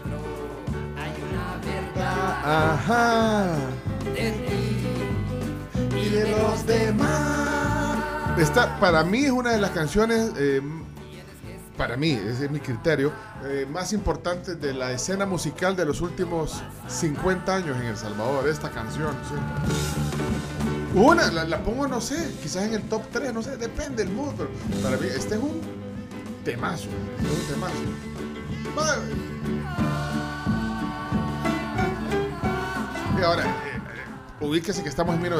Ajá. De ti y de los demás. Esta para mí es una de las canciones, para mí, ese es mi criterio, más importantes de la escena musical de los últimos 50 años en El Salvador. Esta canción, sí. La pongo, no sé, quizás en el top 3, no sé, depende del mood, pero para mí este es un temazo. Es un temazo. Y ahora, ubíquese que estamos en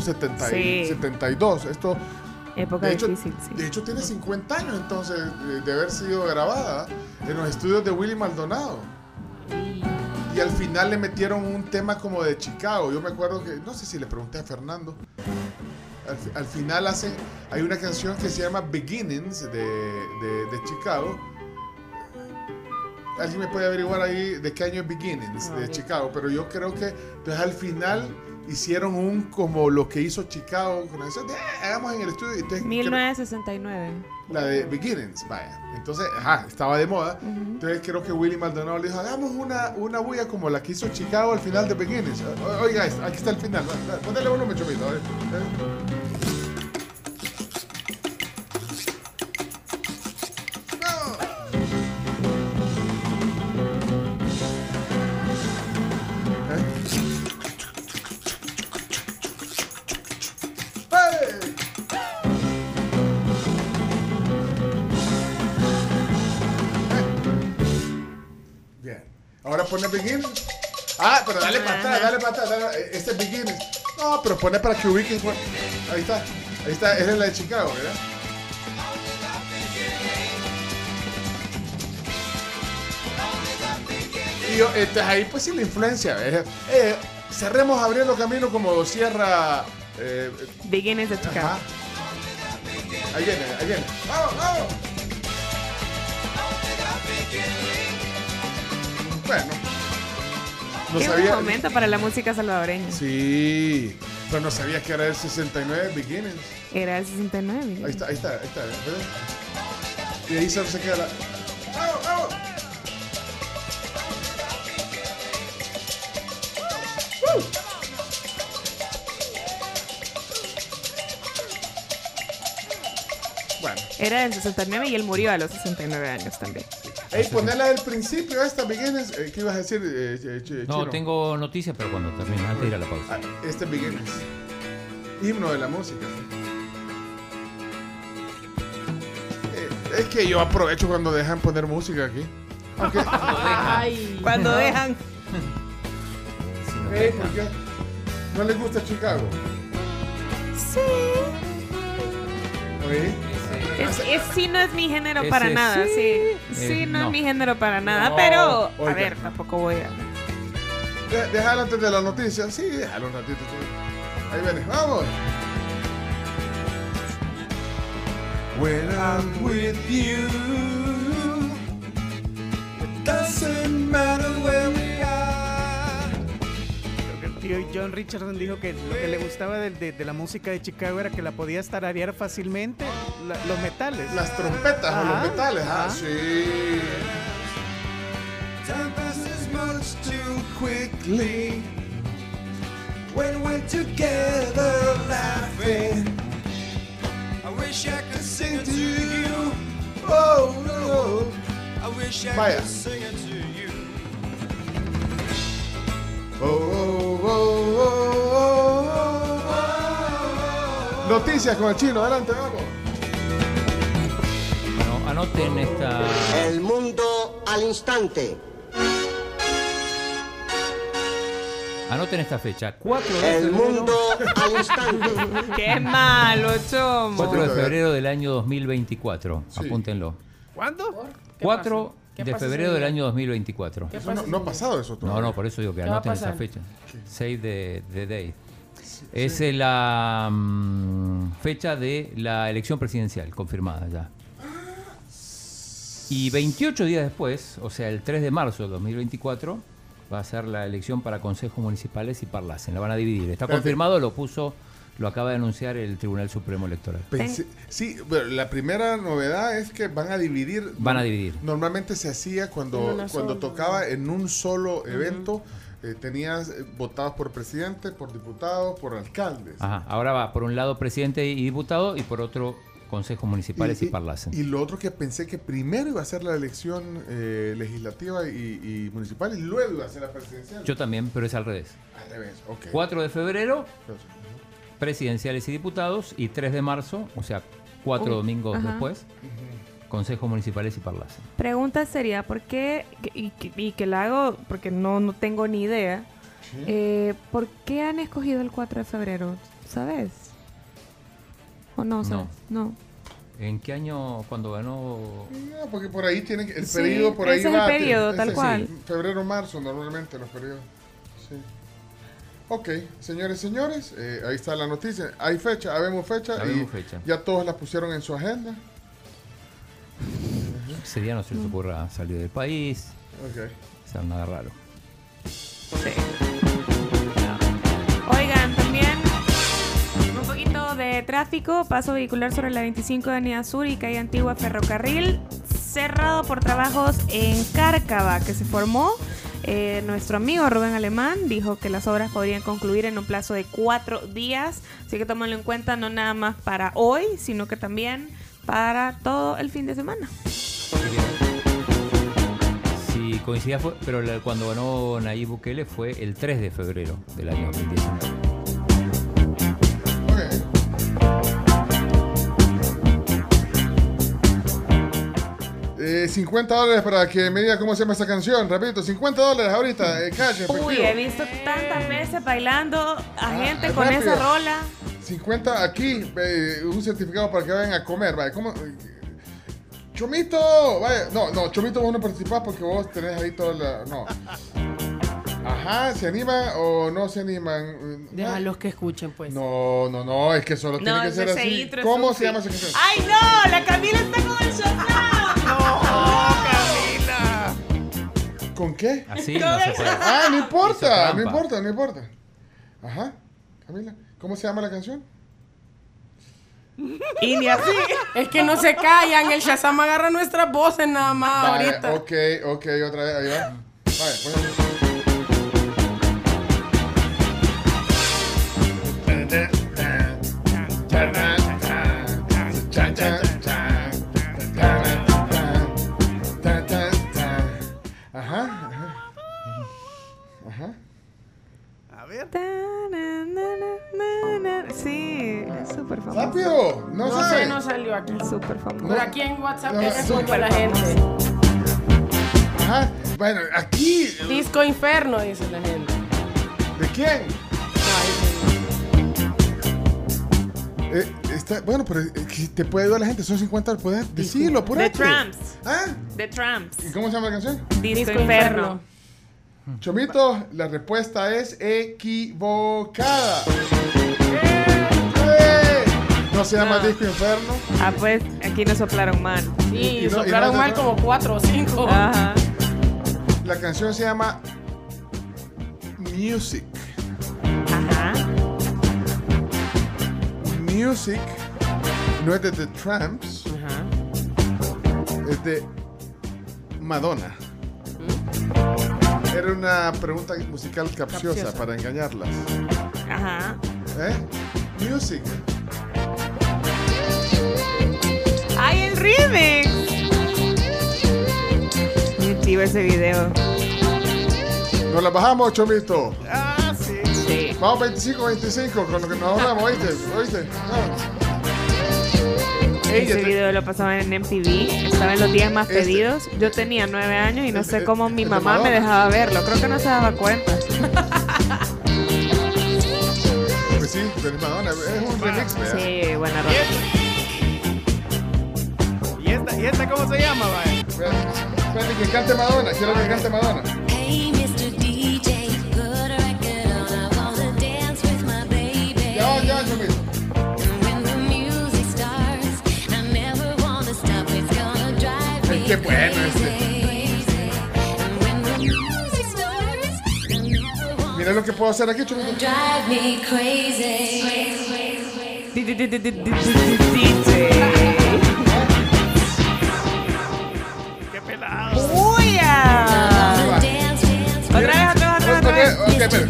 1972. Esto, época difícil, sí. De hecho, tiene 50 años entonces de haber sido grabada en los estudios de Willy Maldonado. Y al final le metieron un tema como de Chicago. Yo me acuerdo que, no sé si le pregunté a Fernando. Al final hay una canción que se llama Beginnings de Chicago. Alguien me puede averiguar ahí de qué año es Beginnings de Chicago, pero yo creo que entonces al final hicieron como lo que hizo Chicago con la canción hagamos en el estudio. Entonces, 1969. La de Beginnings, vaya. Entonces, estaba de moda. Entonces creo que Willy Maldonado le dijo, hagamos una bulla como la que hizo Chicago al final de Beginnings. Oiga, aquí está el final. Ponle uno, me chomito. Ahora pone Beginnings. Pero dale para atrás, Este es Beginnings. No, pero pone para que ubiquen. Ahí está, esa es la de Chicago, ¿verdad? Y yo, ahí pues sí la influencia. Cerremos abriendo camino como cierra Beginnings de Chicago. Ajá. Ahí viene. ¡Vamos! Bueno, No Qué sabía. buen momento para la música salvadoreña. Sí, pero no sabía que era el 69 Beginnings. Era el 69. Ahí está. ¿Ves? Y ahí se queda la... ¡Vamos, vamos! Bueno. Era del 69 y él murió a los 69 años también. Ey, ponela del principio esta, Beginnings. ¿Qué ibas a decir, No, Chino? tengo noticias, pero cuando termine, antes de ir a la pausa. Este Beginnings. Himno de la música. Es que yo aprovecho cuando dejan poner música aquí. Aunque... Cuando dejan. ¿Por qué? ¿No les gusta Chicago? Sí. ¿Oí? Sí, no es mi género Ese para nada, sí. sí. Sí, no No. es mi género para nada, No, pero oiga. a ver, tampoco voy a... Déjalo antes de la noticia. Sí, déjalo un ratito. Ahí viene, vamos. When I'm with you, it doesn't matter where we are. Creo que el tío John Richardson dijo que lo que le gustaba de la música de Chicago era que la podías tararear fácilmente, los metales. Las trompetas o los metales. Ah, sí. Time passes much too quickly when we're together laughing. I wish I could sing it to you. Oh no. I wish I Vaya. could sing it to you. Noticias con el Chino, adelante, vamos. Bueno, anoten esta... El mundo al instante. Anoten esta fecha. 4 de El febrero. mundo al instante. ¡Qué malo, chomo! 4 de febrero del año 2024. Sí. Apúntenlo. ¿Cuándo? 4 ¿Qué de pasa febrero ese del día? año 2024. ¿Qué Eso pasa no ha pasado eso todavía. No, por eso digo que ¿Qué va a anoten esa pasar? fecha. Save the date. Es la fecha de la elección presidencial, confirmada ya. Y 28 días después, o sea, el 3 de marzo de 2024, va a ser la elección para consejos municipales y Parlacen. La van a dividir. Está confirmado, lo acaba de anunciar el Tribunal Supremo Electoral. Sí, pero la primera novedad es que van a dividir. Van a dividir. Normalmente se hacía cuando tocaba en un solo evento. Tenías votados por presidente, por diputados, por alcaldes. Ajá. Ahora va por un lado presidente y diputado y por otro consejos municipales y Parlacen. Y lo otro que pensé que primero iba a ser la elección legislativa y municipal y luego iba a ser la presidencial. Yo también, pero es al revés. Al revés, ok. 4 de febrero, presidenciales y diputados, y 3 de marzo, o sea, 4 domingos Ajá. después, consejos municipales y Parlacen. Pregunta sería, ¿por qué? Y que la hago porque no tengo ni idea. ¿Por qué han escogido el 4 de febrero? ¿Sabes? ¿O no sabes? No. ¿En qué año cuando ganó? No, porque por ahí tienen el Sí, periodo, por ahí ese es va. el periodo, tal sí, cual. Febrero, marzo, normalmente los periodos. Sí. Ok, señores, ahí está la noticia. Hay fecha, habemos fecha. Habemos fecha. Ya todos la pusieron en su agenda. Ese día no se les ocurra salir del país. Ok. O sea, nada raro. Oigan, también un poquito de tráfico, paso vehicular sobre la 25 de Avenida Sur y calle Antigua Ferrocarril, cerrado por trabajos en Cárcava, que se formó. Nuestro amigo Rubén Alemán dijo que las obras podrían concluir en un plazo de 4 días, así que tómenlo en cuenta no nada más para hoy, sino que también para todo el fin de semana. Sí, coincidía, pero cuando ganó Nayib Bukele fue el 3 de febrero del año 2019. 50 dólares para que me diga cómo se llama esta canción. Repito, 50 dólares ahorita, cash, efectivo. Uy, he visto tantas veces bailando a gente con rápido. esa rola. 50 aquí, un certificado para que vayan a comer. Vaya, ¿cómo? Chomito, vaya. No, Chomito, vos no participás porque vos tenés ahí toda la. No. Ajá, ¿se animan o no se animan? Déjalos que escuchen, pues. No, es que solo tiene que ser así. ¿Cómo se llama esa canción? ¡Ay, no! ¡La Camila está con el shotdown! ¡No, Camila! ¿Con qué? Así no se puede. Ah, no importa. Ajá, Camila, ¿cómo se llama la canción? Y ni así. Es que no se callan. El Shazam agarra nuestras voces nada más ahorita. Ok, otra vez, ahí va. Vaya, pues. Ajá. A ver. Sí, es súper famoso. ¡Rápido! No sé, no salió aquí. Es súper famoso. Pero aquí en WhatsApp No, le responde a la súper gente. Ajá. Bueno, aquí. Disco Inferno, dice la gente. ¿De quién? Bueno, pero te puede ayudar la gente. Son 50 poder decirlo, apúrate. The Tramps. ¿Ah? The Tramps. ¿Y cómo se llama la canción? Disco Inferno. Chomito, la respuesta es equivocada. No se llama Disco Inferno. Ah, pues aquí nos soplaron mal. Sí, soplaron mal como 4 o 5. Ajá. La canción se llama Music. Ajá. Music no es de The Tramps. Es de Madonna. Era una pregunta musical capciosa para engañarlas. Ajá. Music. ¡Ay, el remix! Muy chivo ese video. Nos la bajamos, Chomito. Ah, sí. Sí. Vamos 25-25 con lo que nos ahorramos, ¿oíste? Ese video lo pasaban en MTV. Estaba en los 10 más pedidos. Yo tenía 9 años y no sé cómo mi mamá me dejaba verlo. Creo que no se daba cuenta. Pues sí, de Madonna. Es un remix, ¿verdad? Sí, buena ropa. ¿Y esta cómo se llama, vaya? Espérate, que cante Madonna. Quiero que cante Madonna. Hey, Mr. DJ, put a record on. I wanna dance with my baby. Ya, Chomito. Qué bueno Mira lo que puedo hacer aquí, Chomito. Drive me crazy. ¡Qué pelado! ¡Uya! Otra vez. Ok, espera.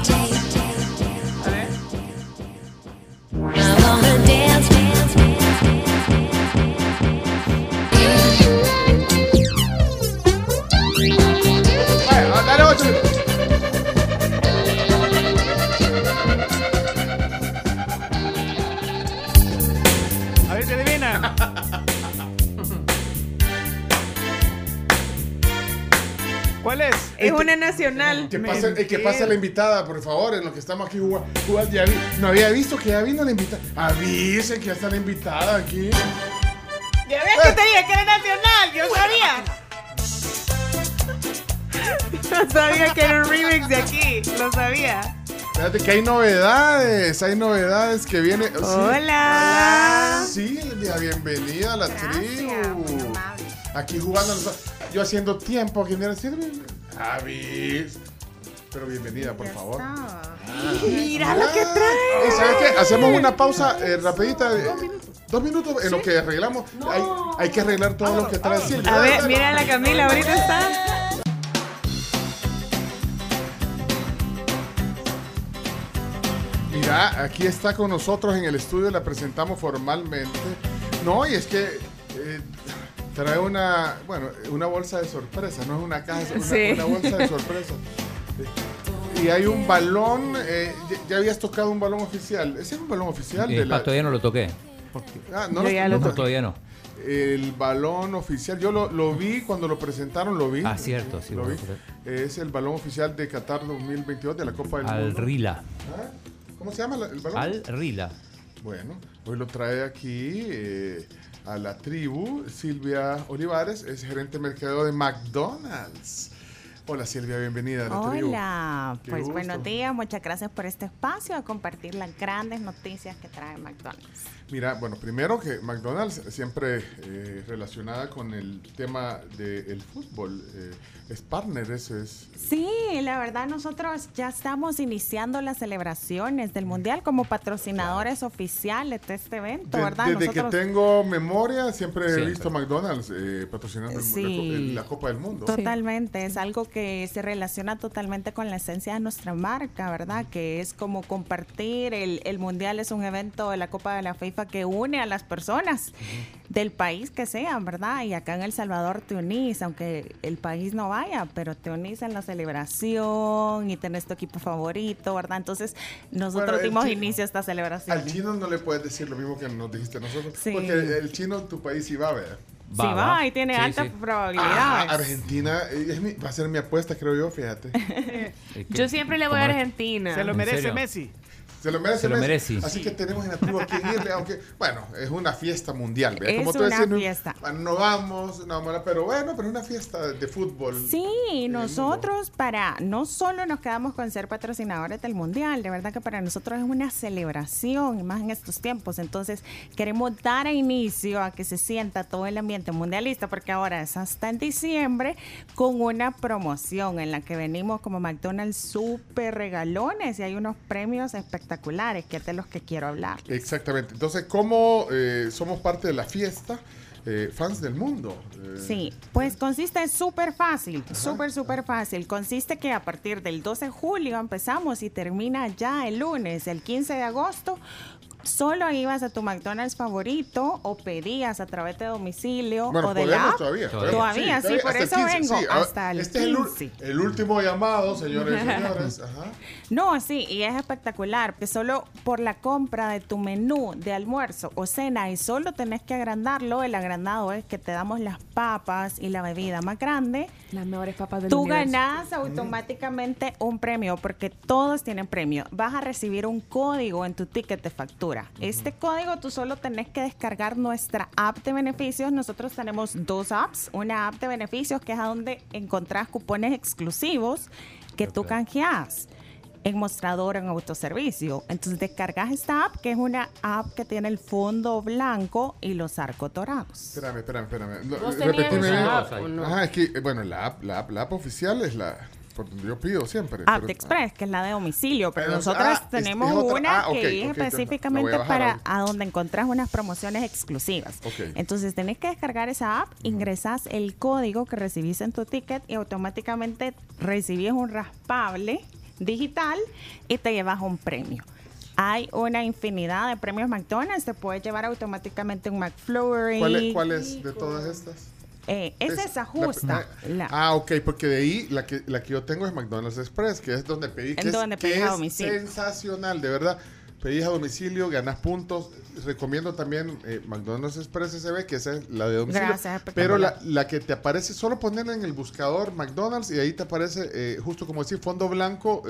Dale 8 minutos. A ver si adivina. ¿Cuál es? Es una nacional. Que pase la invitada, por favor, en lo que estamos aquí jugando. No había visto que ya vino la invitada. Avisen que ya está la invitada aquí. Ya ves que te dije que era nacional. Yo sabía. No sabía que era un remix de aquí. Lo sabía. Fíjate que hay novedades que viene. Hola. Sí, bienvenida a la tribu. Aquí jugando, yo haciendo tiempo aquí en el Avis. Pero bienvenida, por favor. Mira lo que trae. ¿Sabes qué? Hacemos una pausa rapidita. 2 minutos en lo que arreglamos. Hay que arreglar todo lo que trae Silvia. A ver, mira la Camila, ahorita está. Mira, aquí está con nosotros en el estudio, la presentamos formalmente. No, y es que trae una bolsa de sorpresa, no es una caja, es una bolsa de sorpresa. Y hay un balón, ya habías tocado un balón oficial. ¿Ese es un balón oficial? Todavía no lo toqué. Todavía no. El balón oficial, yo lo vi cuando lo presentaron, lo vi. Ah, cierto, sí. Lo vi. Es el balón oficial de Qatar 2022 de la Copa del Mundo. Al-Rila. ¿Cómo se llama el balón? Al-Rila. Bueno, hoy lo trae aquí a la tribu. Silvia Olivares es gerente de mercadeo de McDonald's. Hola Silvia, bienvenida a la tribu. Hola, Qué pues gusto. buenos días, muchas gracias por este espacio, a compartir las grandes noticias que trae McDonald's. Mira, bueno, primero que McDonald's siempre relacionada con el tema del fútbol, es partner, eso es. Sí, la verdad nosotros ya estamos iniciando las celebraciones del Mundial como patrocinadores oficiales de este evento, ¿verdad? Desde Nosotros... que tengo memoria siempre he visto McDonald's patrocinando la Copa del Mundo. Totalmente, es algo que se relaciona totalmente con la esencia de nuestra marca, ¿verdad? Que es como compartir, el Mundial es un evento de la Copa de la FIFA que une a las personas del país que sean, ¿verdad? Y acá en El Salvador te unís, aunque el país no vaya, pero te unís en la celebración y tenés tu equipo favorito, ¿verdad? Entonces nosotros dimos inicio a esta celebración. Al chino no le puedes decir lo mismo que nos dijiste nosotros, Sí. porque el chino en tu país sí va a ver. Sí va y tiene altas probabilidades. Argentina va a ser mi apuesta, creo yo, fíjate. Yo siempre le voy a Argentina. Se lo merece Messi. Se lo merece Messi. Sí. Así que tenemos en la tribu a quien irle, aunque, bueno, es una fiesta mundial. ¿Verdad? Es Como tú una decías, fiesta. No vamos, pero bueno, pero es una fiesta de fútbol. Sí, nosotros no solo nos quedamos con ser patrocinadores del Mundial, de verdad que para nosotros es una celebración, y más en estos tiempos. Entonces, queremos dar inicio a que se sienta todo el ambiente mundialista, porque ahora es hasta en diciembre, con una promoción en la que venimos como McDonald's súper regalones y hay unos premios espectaculares, que es de los que quiero hablar. Exactamente. Entonces, ¿cómo somos parte de la fiesta? Fans del mundo. Sí, pues consiste súper fácil, súper fácil. Consiste que a partir del 12 de julio empezamos y termina ya el lunes, el 15 de agosto. Solo ibas a tu McDonald's favorito o pedías a través de domicilio o de la app. Todavía, sí, por eso vengo hasta el 15. Es el último llamado, señores y señores. Ajá. No, sí, y es espectacular, que solo por la compra de tu menú de almuerzo o cena y solo tenés que agrandarlo, el agrandado es que te damos las papas y la bebida más grande. Las mejores papas del Tú universo. ganás automáticamente un premio, porque todos tienen premio. Vas a recibir un código en tu ticket de factura. Este código tú solo tenés que descargar nuestra app de beneficios. Nosotros tenemos 2 apps. Una app de beneficios que es a donde encontrás cupones exclusivos que tú canjeás en mostrador, en autoservicio. Entonces descargas esta app, que es una app que tiene el fondo blanco y los arcos dorados. Espérame. ¿Vos tenías esa app o no? Ajá, es que, bueno, la app oficial es la... Yo pido siempre. App Express, que es la de domicilio, pero nosotros tenemos es otra. una Ok, que es ok, específicamente la voy a bajar para ahorita. a donde encontrás unas promociones exclusivas. Ok. Entonces tenés que descargar esa app, ingresás el código que recibís en tu ticket y automáticamente recibís un raspable digital y te llevas un premio. Hay una infinidad de premios McDonald's, te puedes llevar automáticamente un McFlurry. ¿Cuál es de todas estas? Esa es justa. Ok, porque de ahí la que yo tengo es McDonald's Express, que es donde pedí, pedís a domicilio. Sensacional, de verdad. Pedís a domicilio, ganas puntos. Recomiendo también McDonald's Express SB, que esa es la de domicilio. Gracias, pero la que te aparece, solo ponerla en el buscador McDonald's y ahí te aparece, justo como decir, fondo blanco,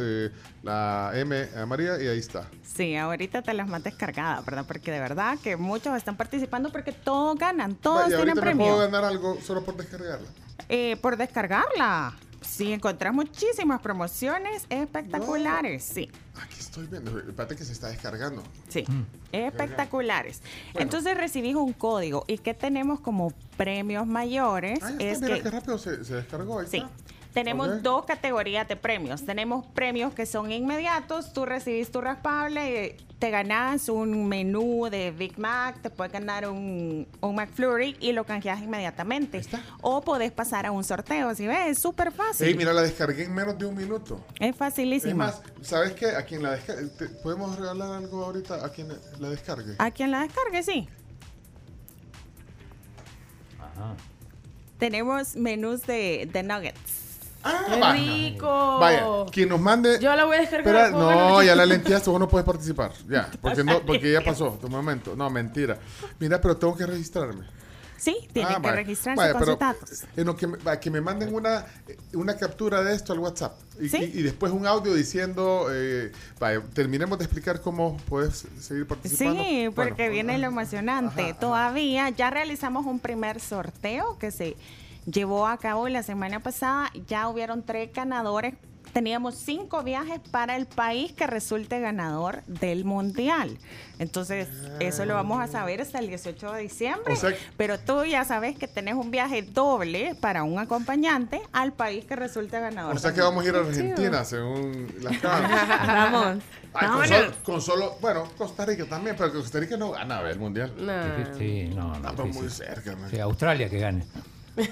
la M amarilla y ahí está. Sí, ahorita te las más descargadas, ¿verdad? Porque de verdad que muchos están participando porque todos ganan, todos tienen ahorita premio. ¿Me puedo ganar algo solo por descargarla? Por descargarla. Sí, encontrás muchísimas promociones espectaculares, sí. Aquí estoy viendo, espérate que se está descargando. Sí, espectaculares. Bueno. Entonces recibís un código. ¿Y qué tenemos como premios mayores? Mira qué rápido se descargó. Ahí sí. está. Tenemos 2 categorías de premios. Tenemos premios que son inmediatos. Tú recibís tu raspable, te ganás un menú de Big Mac, te puedes ganar un McFlurry y lo canjeas inmediatamente. O podés pasar a un sorteo. ¿Sí ves? Es súper fácil. Hey, mira, la descargué en menos de un minuto. Es facilísima. Es más, ¿sabes qué? A quien la descargue, ¿podemos regalar algo ahorita a quien la descargue? A quien la descargue, sí. Ajá. Tenemos menús de nuggets. ¡Qué rico! Vaya, quien nos mande... Yo la voy a descargar. No, ya la lenteaste, vos no puedes participar. Ya, porque ya pasó tu momento. No, mentira. Mira, pero tengo que registrarme. Sí, tienen que registrarse con sus datos. Que me manden una captura de esto al WhatsApp. ¿Sí? Y después un audio diciendo, terminemos de explicar cómo puedes seguir participando. Sí, porque viene lo emocionante. Todavía ya realizamos un primer sorteo que se llevó a cabo la semana pasada. Ya hubieron 3 ganadores. Teníamos 5 viajes para el país que resulte ganador del mundial. Entonces, eso lo vamos a saber hasta el 18 de diciembre. Pero tú ya sabes que tenés un viaje doble para un acompañante al país que resulte ganador. O sea que vamos a ir a Argentina, según las cámaras. Vamos. Bueno, Costa Rica también, pero Costa Rica no gana el mundial. Sí, no. Estamos muy cerca. Sí, Australia que gane. Sí,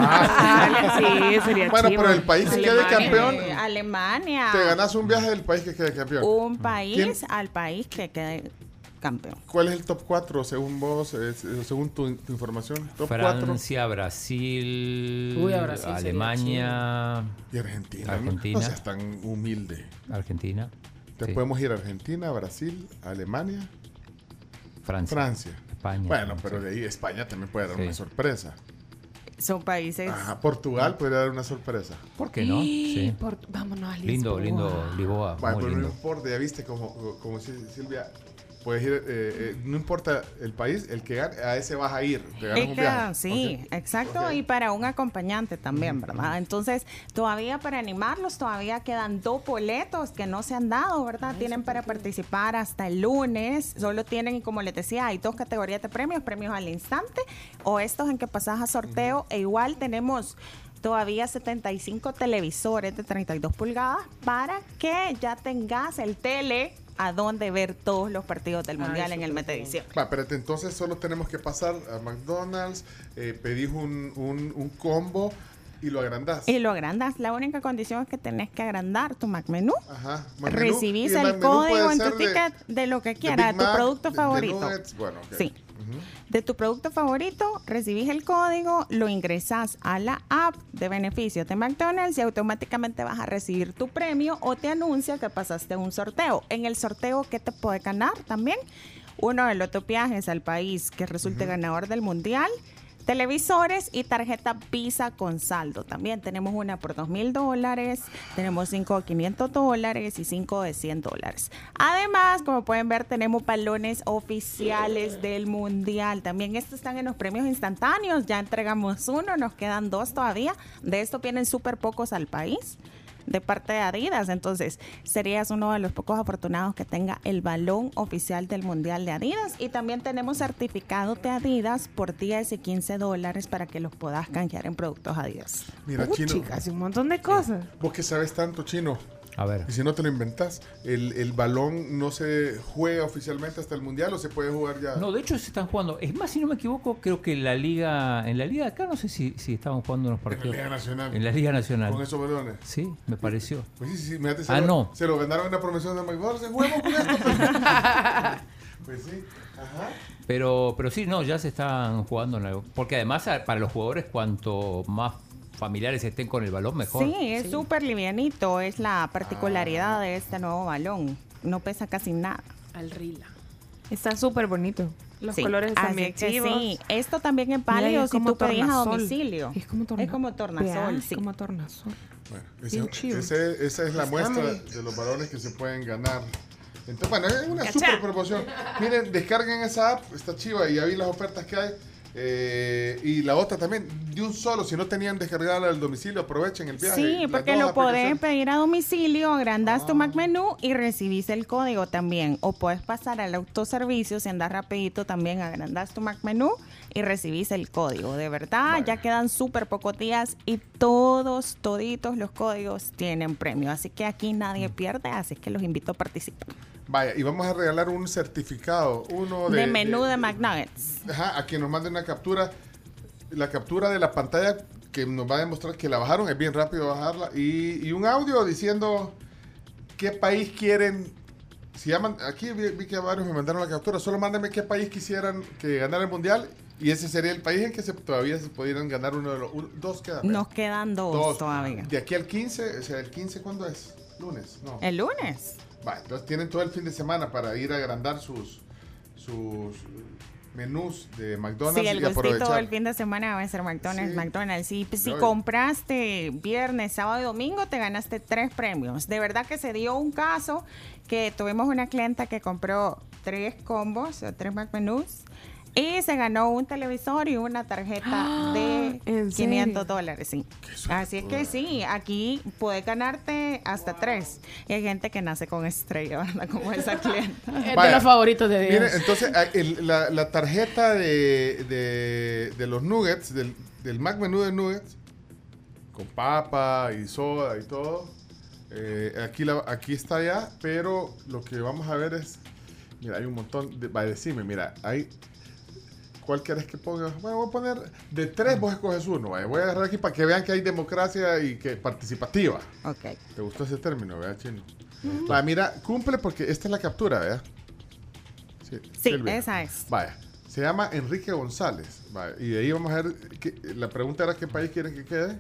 sería bueno, chivo. pero el país que quede campeón. Alemania. Te ganas un viaje del país que quede campeón. Un país al país que quede campeón. ¿Cuál es el top 4 según vos, según tu información? Top Francia, 4. Brasil, Brasil Alemania y Argentina. Argentina. No seas tan humilde. Argentina. Te podemos ir a Argentina, Brasil, Alemania, Francia. España. Bueno, pero de ahí España también puede dar una sorpresa. Son países. Ajá, Portugal podría dar una sorpresa. ¿Por qué no? Sí. Vámonos a Lisboa. Lindo Lisboa. Bueno, muy pero lindo. no importa, ya viste como Silvia, puedes ir, no importa el país, el que gane, a ese vas a ir. Te ganas un viaje. Sí, Okay. exacto. Y para un acompañante también, ¿verdad? Entonces, todavía para animarlos, todavía quedan 2 boletos que no se han dado, ¿verdad? Tienen para participar hasta el lunes. Solo tienen, como les decía, hay 2 categorías de premios al instante o estos en que pasas a sorteo. E igual tenemos todavía 75 televisores de 32 pulgadas para que ya tengas el tele a dónde ver todos los partidos del Mundial en el mes de diciembre. Va, pero entonces solo tenemos que pasar a McDonald's, pedís un combo y lo agrandás. La única condición es que tenés que agrandar tu McMenú. Ajá. Recibís el código en tu ticket de lo que quieras, de tu producto favorito. Bueno, okay. Sí. De tu producto favorito, recibís el código, lo ingresas a la app de beneficios de McDonald's y automáticamente vas a recibir tu premio o te anuncia que pasaste un sorteo. En el sorteo, ¿qué te puede ganar también? Uno de los viajes al país que resulte ganador del mundial, televisores y tarjeta Visa con saldo. También tenemos una por $2,000, tenemos 5 de $500 y 5 de $100. Además, como pueden ver, tenemos balones oficiales del mundial. También estos están en los premios instantáneos. Ya entregamos uno, nos quedan 2 todavía. De esto vienen súper pocos al país, de parte de Adidas. Entonces serías uno de los pocos afortunados que tenga el balón oficial del mundial de Adidas. Y también tenemos certificados de Adidas por $10 y $15 para que los puedas canjear en productos Adidas. Mira, Chino, Chicas, un montón de cosas. Vos que sabes tanto, Chino. A ver. Y si no te lo inventás, ¿el balón no se juega oficialmente hasta el mundial o se puede jugar ya? No, de hecho se están jugando. Es más, si no me equivoco, creo que en la liga de acá, no sé si estaban jugando unos partidos. En la Liga Nacional. En la Liga Nacional. Con esos balones. Sí, me pareció. Pues sí, mírate, no. Se lo ganaron en una promoción de McDonald's. ¡Juego con esto! Pues sí, ajá. Pero sí, no, ya se están jugando en algo. Porque además, para los jugadores, cuanto más familiares estén con el balón, mejor. Sí, es súper livianito. Es la particularidad de este nuevo balón. No pesa casi nada. Al Rila. Está súper bonito. Los colores están bien chivos. Sí, esto también es válido si tú pedís a domicilio. Es como tornasol. Sí. Como tornasol. Bueno, esa es la muestra de los balones que se pueden ganar. Entonces, bueno, es una super promoción. Miren, descarguen esa app, está chiva y ya vi las ofertas que hay. Y la otra también, de un solo, si no tenían descargada al domicilio, aprovechen el viaje. Sí, porque lo podés pedir a domicilio, agrandás tu McMenú y recibís el código también. O puedes pasar al autoservicio, si andas rapidito también, agrandás tu McMenú y recibís el código. De verdad, ya quedan súper pocos días y toditos los códigos tienen premio. Así que aquí nadie pierde, así que los invito a participar. Vaya, y vamos a regalar un certificado, uno de menú de McNuggets. Ajá, a quien nos mande una captura, la captura de la pantalla que nos va a demostrar que la bajaron, es bien rápido bajarla, y un audio diciendo qué país quieren. Si llaman, aquí vi que varios me mandaron la captura, solo mándenme qué país quisieran que ganara el mundial, y ese sería el país en que todavía se pudieran ganar uno de los dos quedan. Nos quedan dos todavía. De aquí al 15, o sea, el 15 ¿cuándo es? ¿Lunes? No. El lunes. Vale, entonces tienen todo el fin de semana para ir a agrandar sus menús de McDonald's. Sí, el y aprovechar. gustito el fin de semana va a ser McDonald's. Y si compraste viernes, sábado y domingo, te ganaste 3 premios. De verdad que se dio un caso que tuvimos una clienta que compró 3 combos, 3 McMenús, Y se ganó un televisor y una tarjeta de $500, sí. Así es que sí, aquí puedes ganarte hasta 3. Y hay gente que nace con estrella, ¿verdad? Como esa clienta. Es de los favoritos de Dios. Miren, entonces, la tarjeta de los nuggets, del Mac menú de nuggets, con papa y soda y todo, aquí está ya, pero lo que vamos a ver es, mira, hay un montón decime, mira, hay... ¿Cuál quieres que ponga? Bueno, voy a poner de 3, vos escoges uno. Vaya. Voy a agarrar aquí para que vean que hay democracia y que participativa. Ok. ¿Te gustó ese término, verdad, Chino? Vaya, mira, cumple porque esta es la captura, ¿verdad? Sí, esa es. Vaya, se llama Enrique González. Vaya, y de ahí vamos a ver, la pregunta era ¿qué país quieren que quede?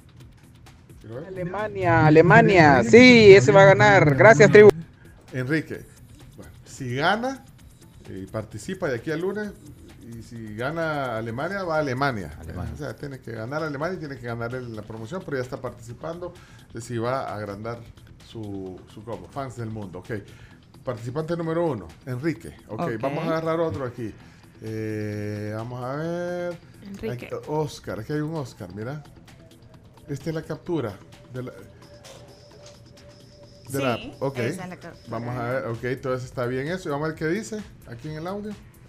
Alemania. Sí, ese va a ganar. Gracias, tribu. Enrique, bueno, si gana y participa de aquí al lunes... Y si gana Alemania, va a Alemania. O sea, tiene que ganar Alemania y tiene que ganar la promoción, pero ya está participando. Si va a agrandar su combo. Fans del mundo. Ok. Participante número 1, Enrique. Okay. Vamos a agarrar otro aquí. Vamos a ver. Enrique. Aquí, Oscar. Aquí hay un Oscar, mira. Esta es la captura. Ok. Esa es la captura. Vamos a ver. Ok, entonces está bien eso. Y vamos a ver qué dice aquí en el audio.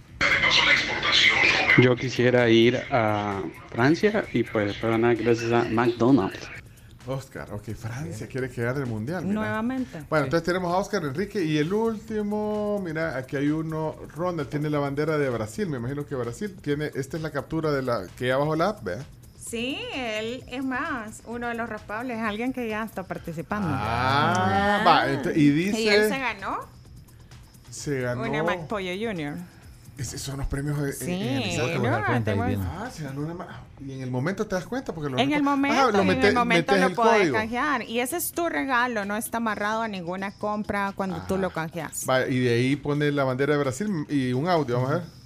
Yo quisiera ir a Francia y pues para ganar gracias a McDonald's. Oscar, ok, Francia quiere que gane el mundial. Mira. Nuevamente. Bueno, entonces tenemos a Oscar, Enrique y el último, mira, aquí hay uno, Ronald tiene la bandera de Brasil, me imagino que Brasil tiene, esta es la captura de la que hay abajo la app, ¿verdad? Sí, él es más, uno de los raspables, alguien que ya está participando. Va, y dice... ¿Y él se ganó? Se ganó... Una McPollo Jr. Esos son los premios sí, se ganó una y en el momento te das cuenta porque en el momento lo puedes canjear y ese es tu regalo, no está amarrado a ninguna compra cuando tú lo canjeas. Vale, y de ahí pone la bandera de Brasil y un audio, vamos a ver.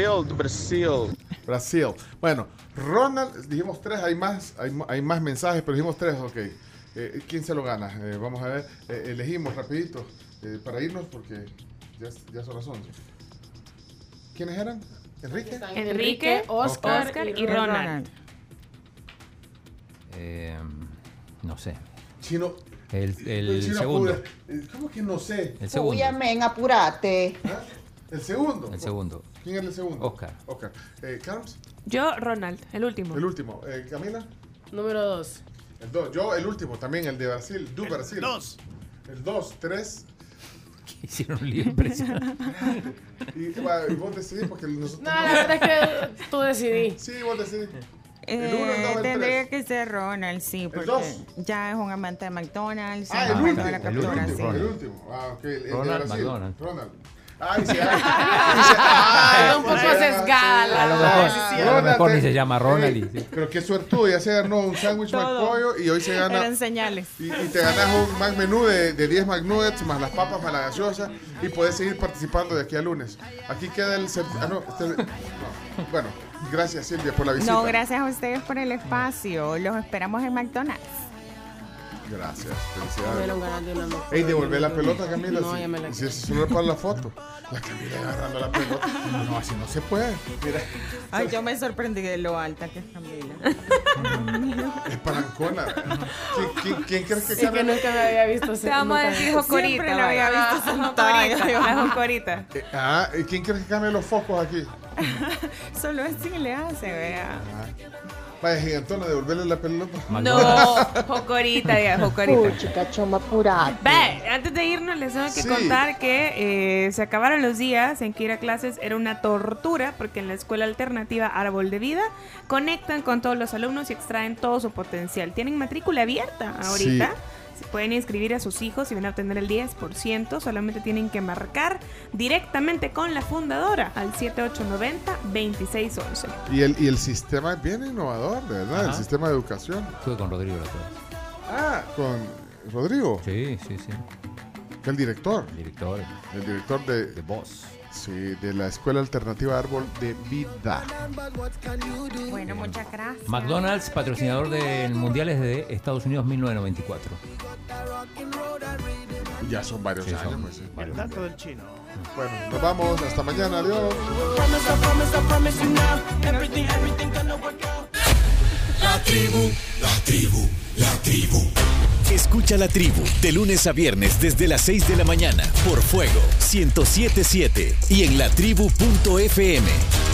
Brasil. Bueno, Ronald, dijimos 3, hay más mensajes, pero dijimos 3, ok. ¿Quién se lo gana? Vamos a ver, elegimos rapidito para irnos porque ya son las 11. ¿Quiénes eran? Enrique, Oscar y Ronald. No sé. Chino. El Chino segundo. ¿Cómo que no sé? El segundo. Uy, amén, apurate. ¿Ah? ¿El segundo? El segundo. ¿Quién es el segundo? Oscar. ¿Carlos? Yo, Ronald, el último. El último. ¿Camila? Número 2. El 2. Yo, el último también, el de Brasil. Brasil. 2. El 2, 3. Hicieron un lío impresionante. y vos decidís porque nosotros... No, la verdad es que tú decidí. Sí, vos decidís. El 1, el 2, el 3. Tendría que ser Ronald, sí, porque ya es un amante de McDonald's. El último. El último. Ok, el de Ronald Brasil. McDonald. Ronald. Un poco sesgada a lo mejor ni se llama Ronald. Pero qué suertudo, ya se ganó un sándwich McPollo y hoy se gana. Eran señales. Y te ganas un Mac menú de 10 McNuggets más las papas más la gaseosa y puedes seguir participando de aquí a lunes. Aquí queda el Bueno, gracias Silvia por la visita. No, gracias a ustedes por el espacio. Los esperamos en McDonald's. Gracias, felicidades. Ey, devolver la pelota, Camila. No, ya me la si es solo para la foto. La Camila agarrando la pelota. No, así no se puede. Mira. Ay, yo me sorprendí de lo alta que es Camila. Es palancona. ¿Quién crees que que nunca me había visto Te vamos a decir Jocorita. Siempre la había visto sentada. La Jocorita. ¿Quién crees que cambie los focos aquí? Solo así le hace, vea. Vaya gigantona, devolverle la pelota. No, Jocorita, diga, Jocorita. Chica, choma apurate. Ve, antes de irnos les tengo que contar que se acabaron los días en que ir a clases era una tortura porque en la escuela alternativa Árbol de Vida conectan con todos los alumnos y extraen todo su potencial. Tienen matrícula abierta ahorita. Sí. Se pueden inscribir a sus hijos y van a obtener el 10%. Solamente tienen que marcar directamente con la fundadora al 7890-2611. Y el sistema es bien innovador, de verdad. Ajá. El sistema de educación. Estuve con Rodrigo la ¿con Rodrigo? Sí. ¿El director? El director de Voz. Sí, de la Escuela Alternativa Árbol de Vida. Bueno, muchas gracias. McDonald's, patrocinador de mundiales de Estados Unidos 1994. Ya son varios años. Pues, El dato del chino. Bueno, nos vamos. Hasta mañana. Adiós. La tribu, la tribu, la tribu. Escucha La Tribu de lunes a viernes desde las 6 de la mañana por Fuego 107.7 y en latribu.fm.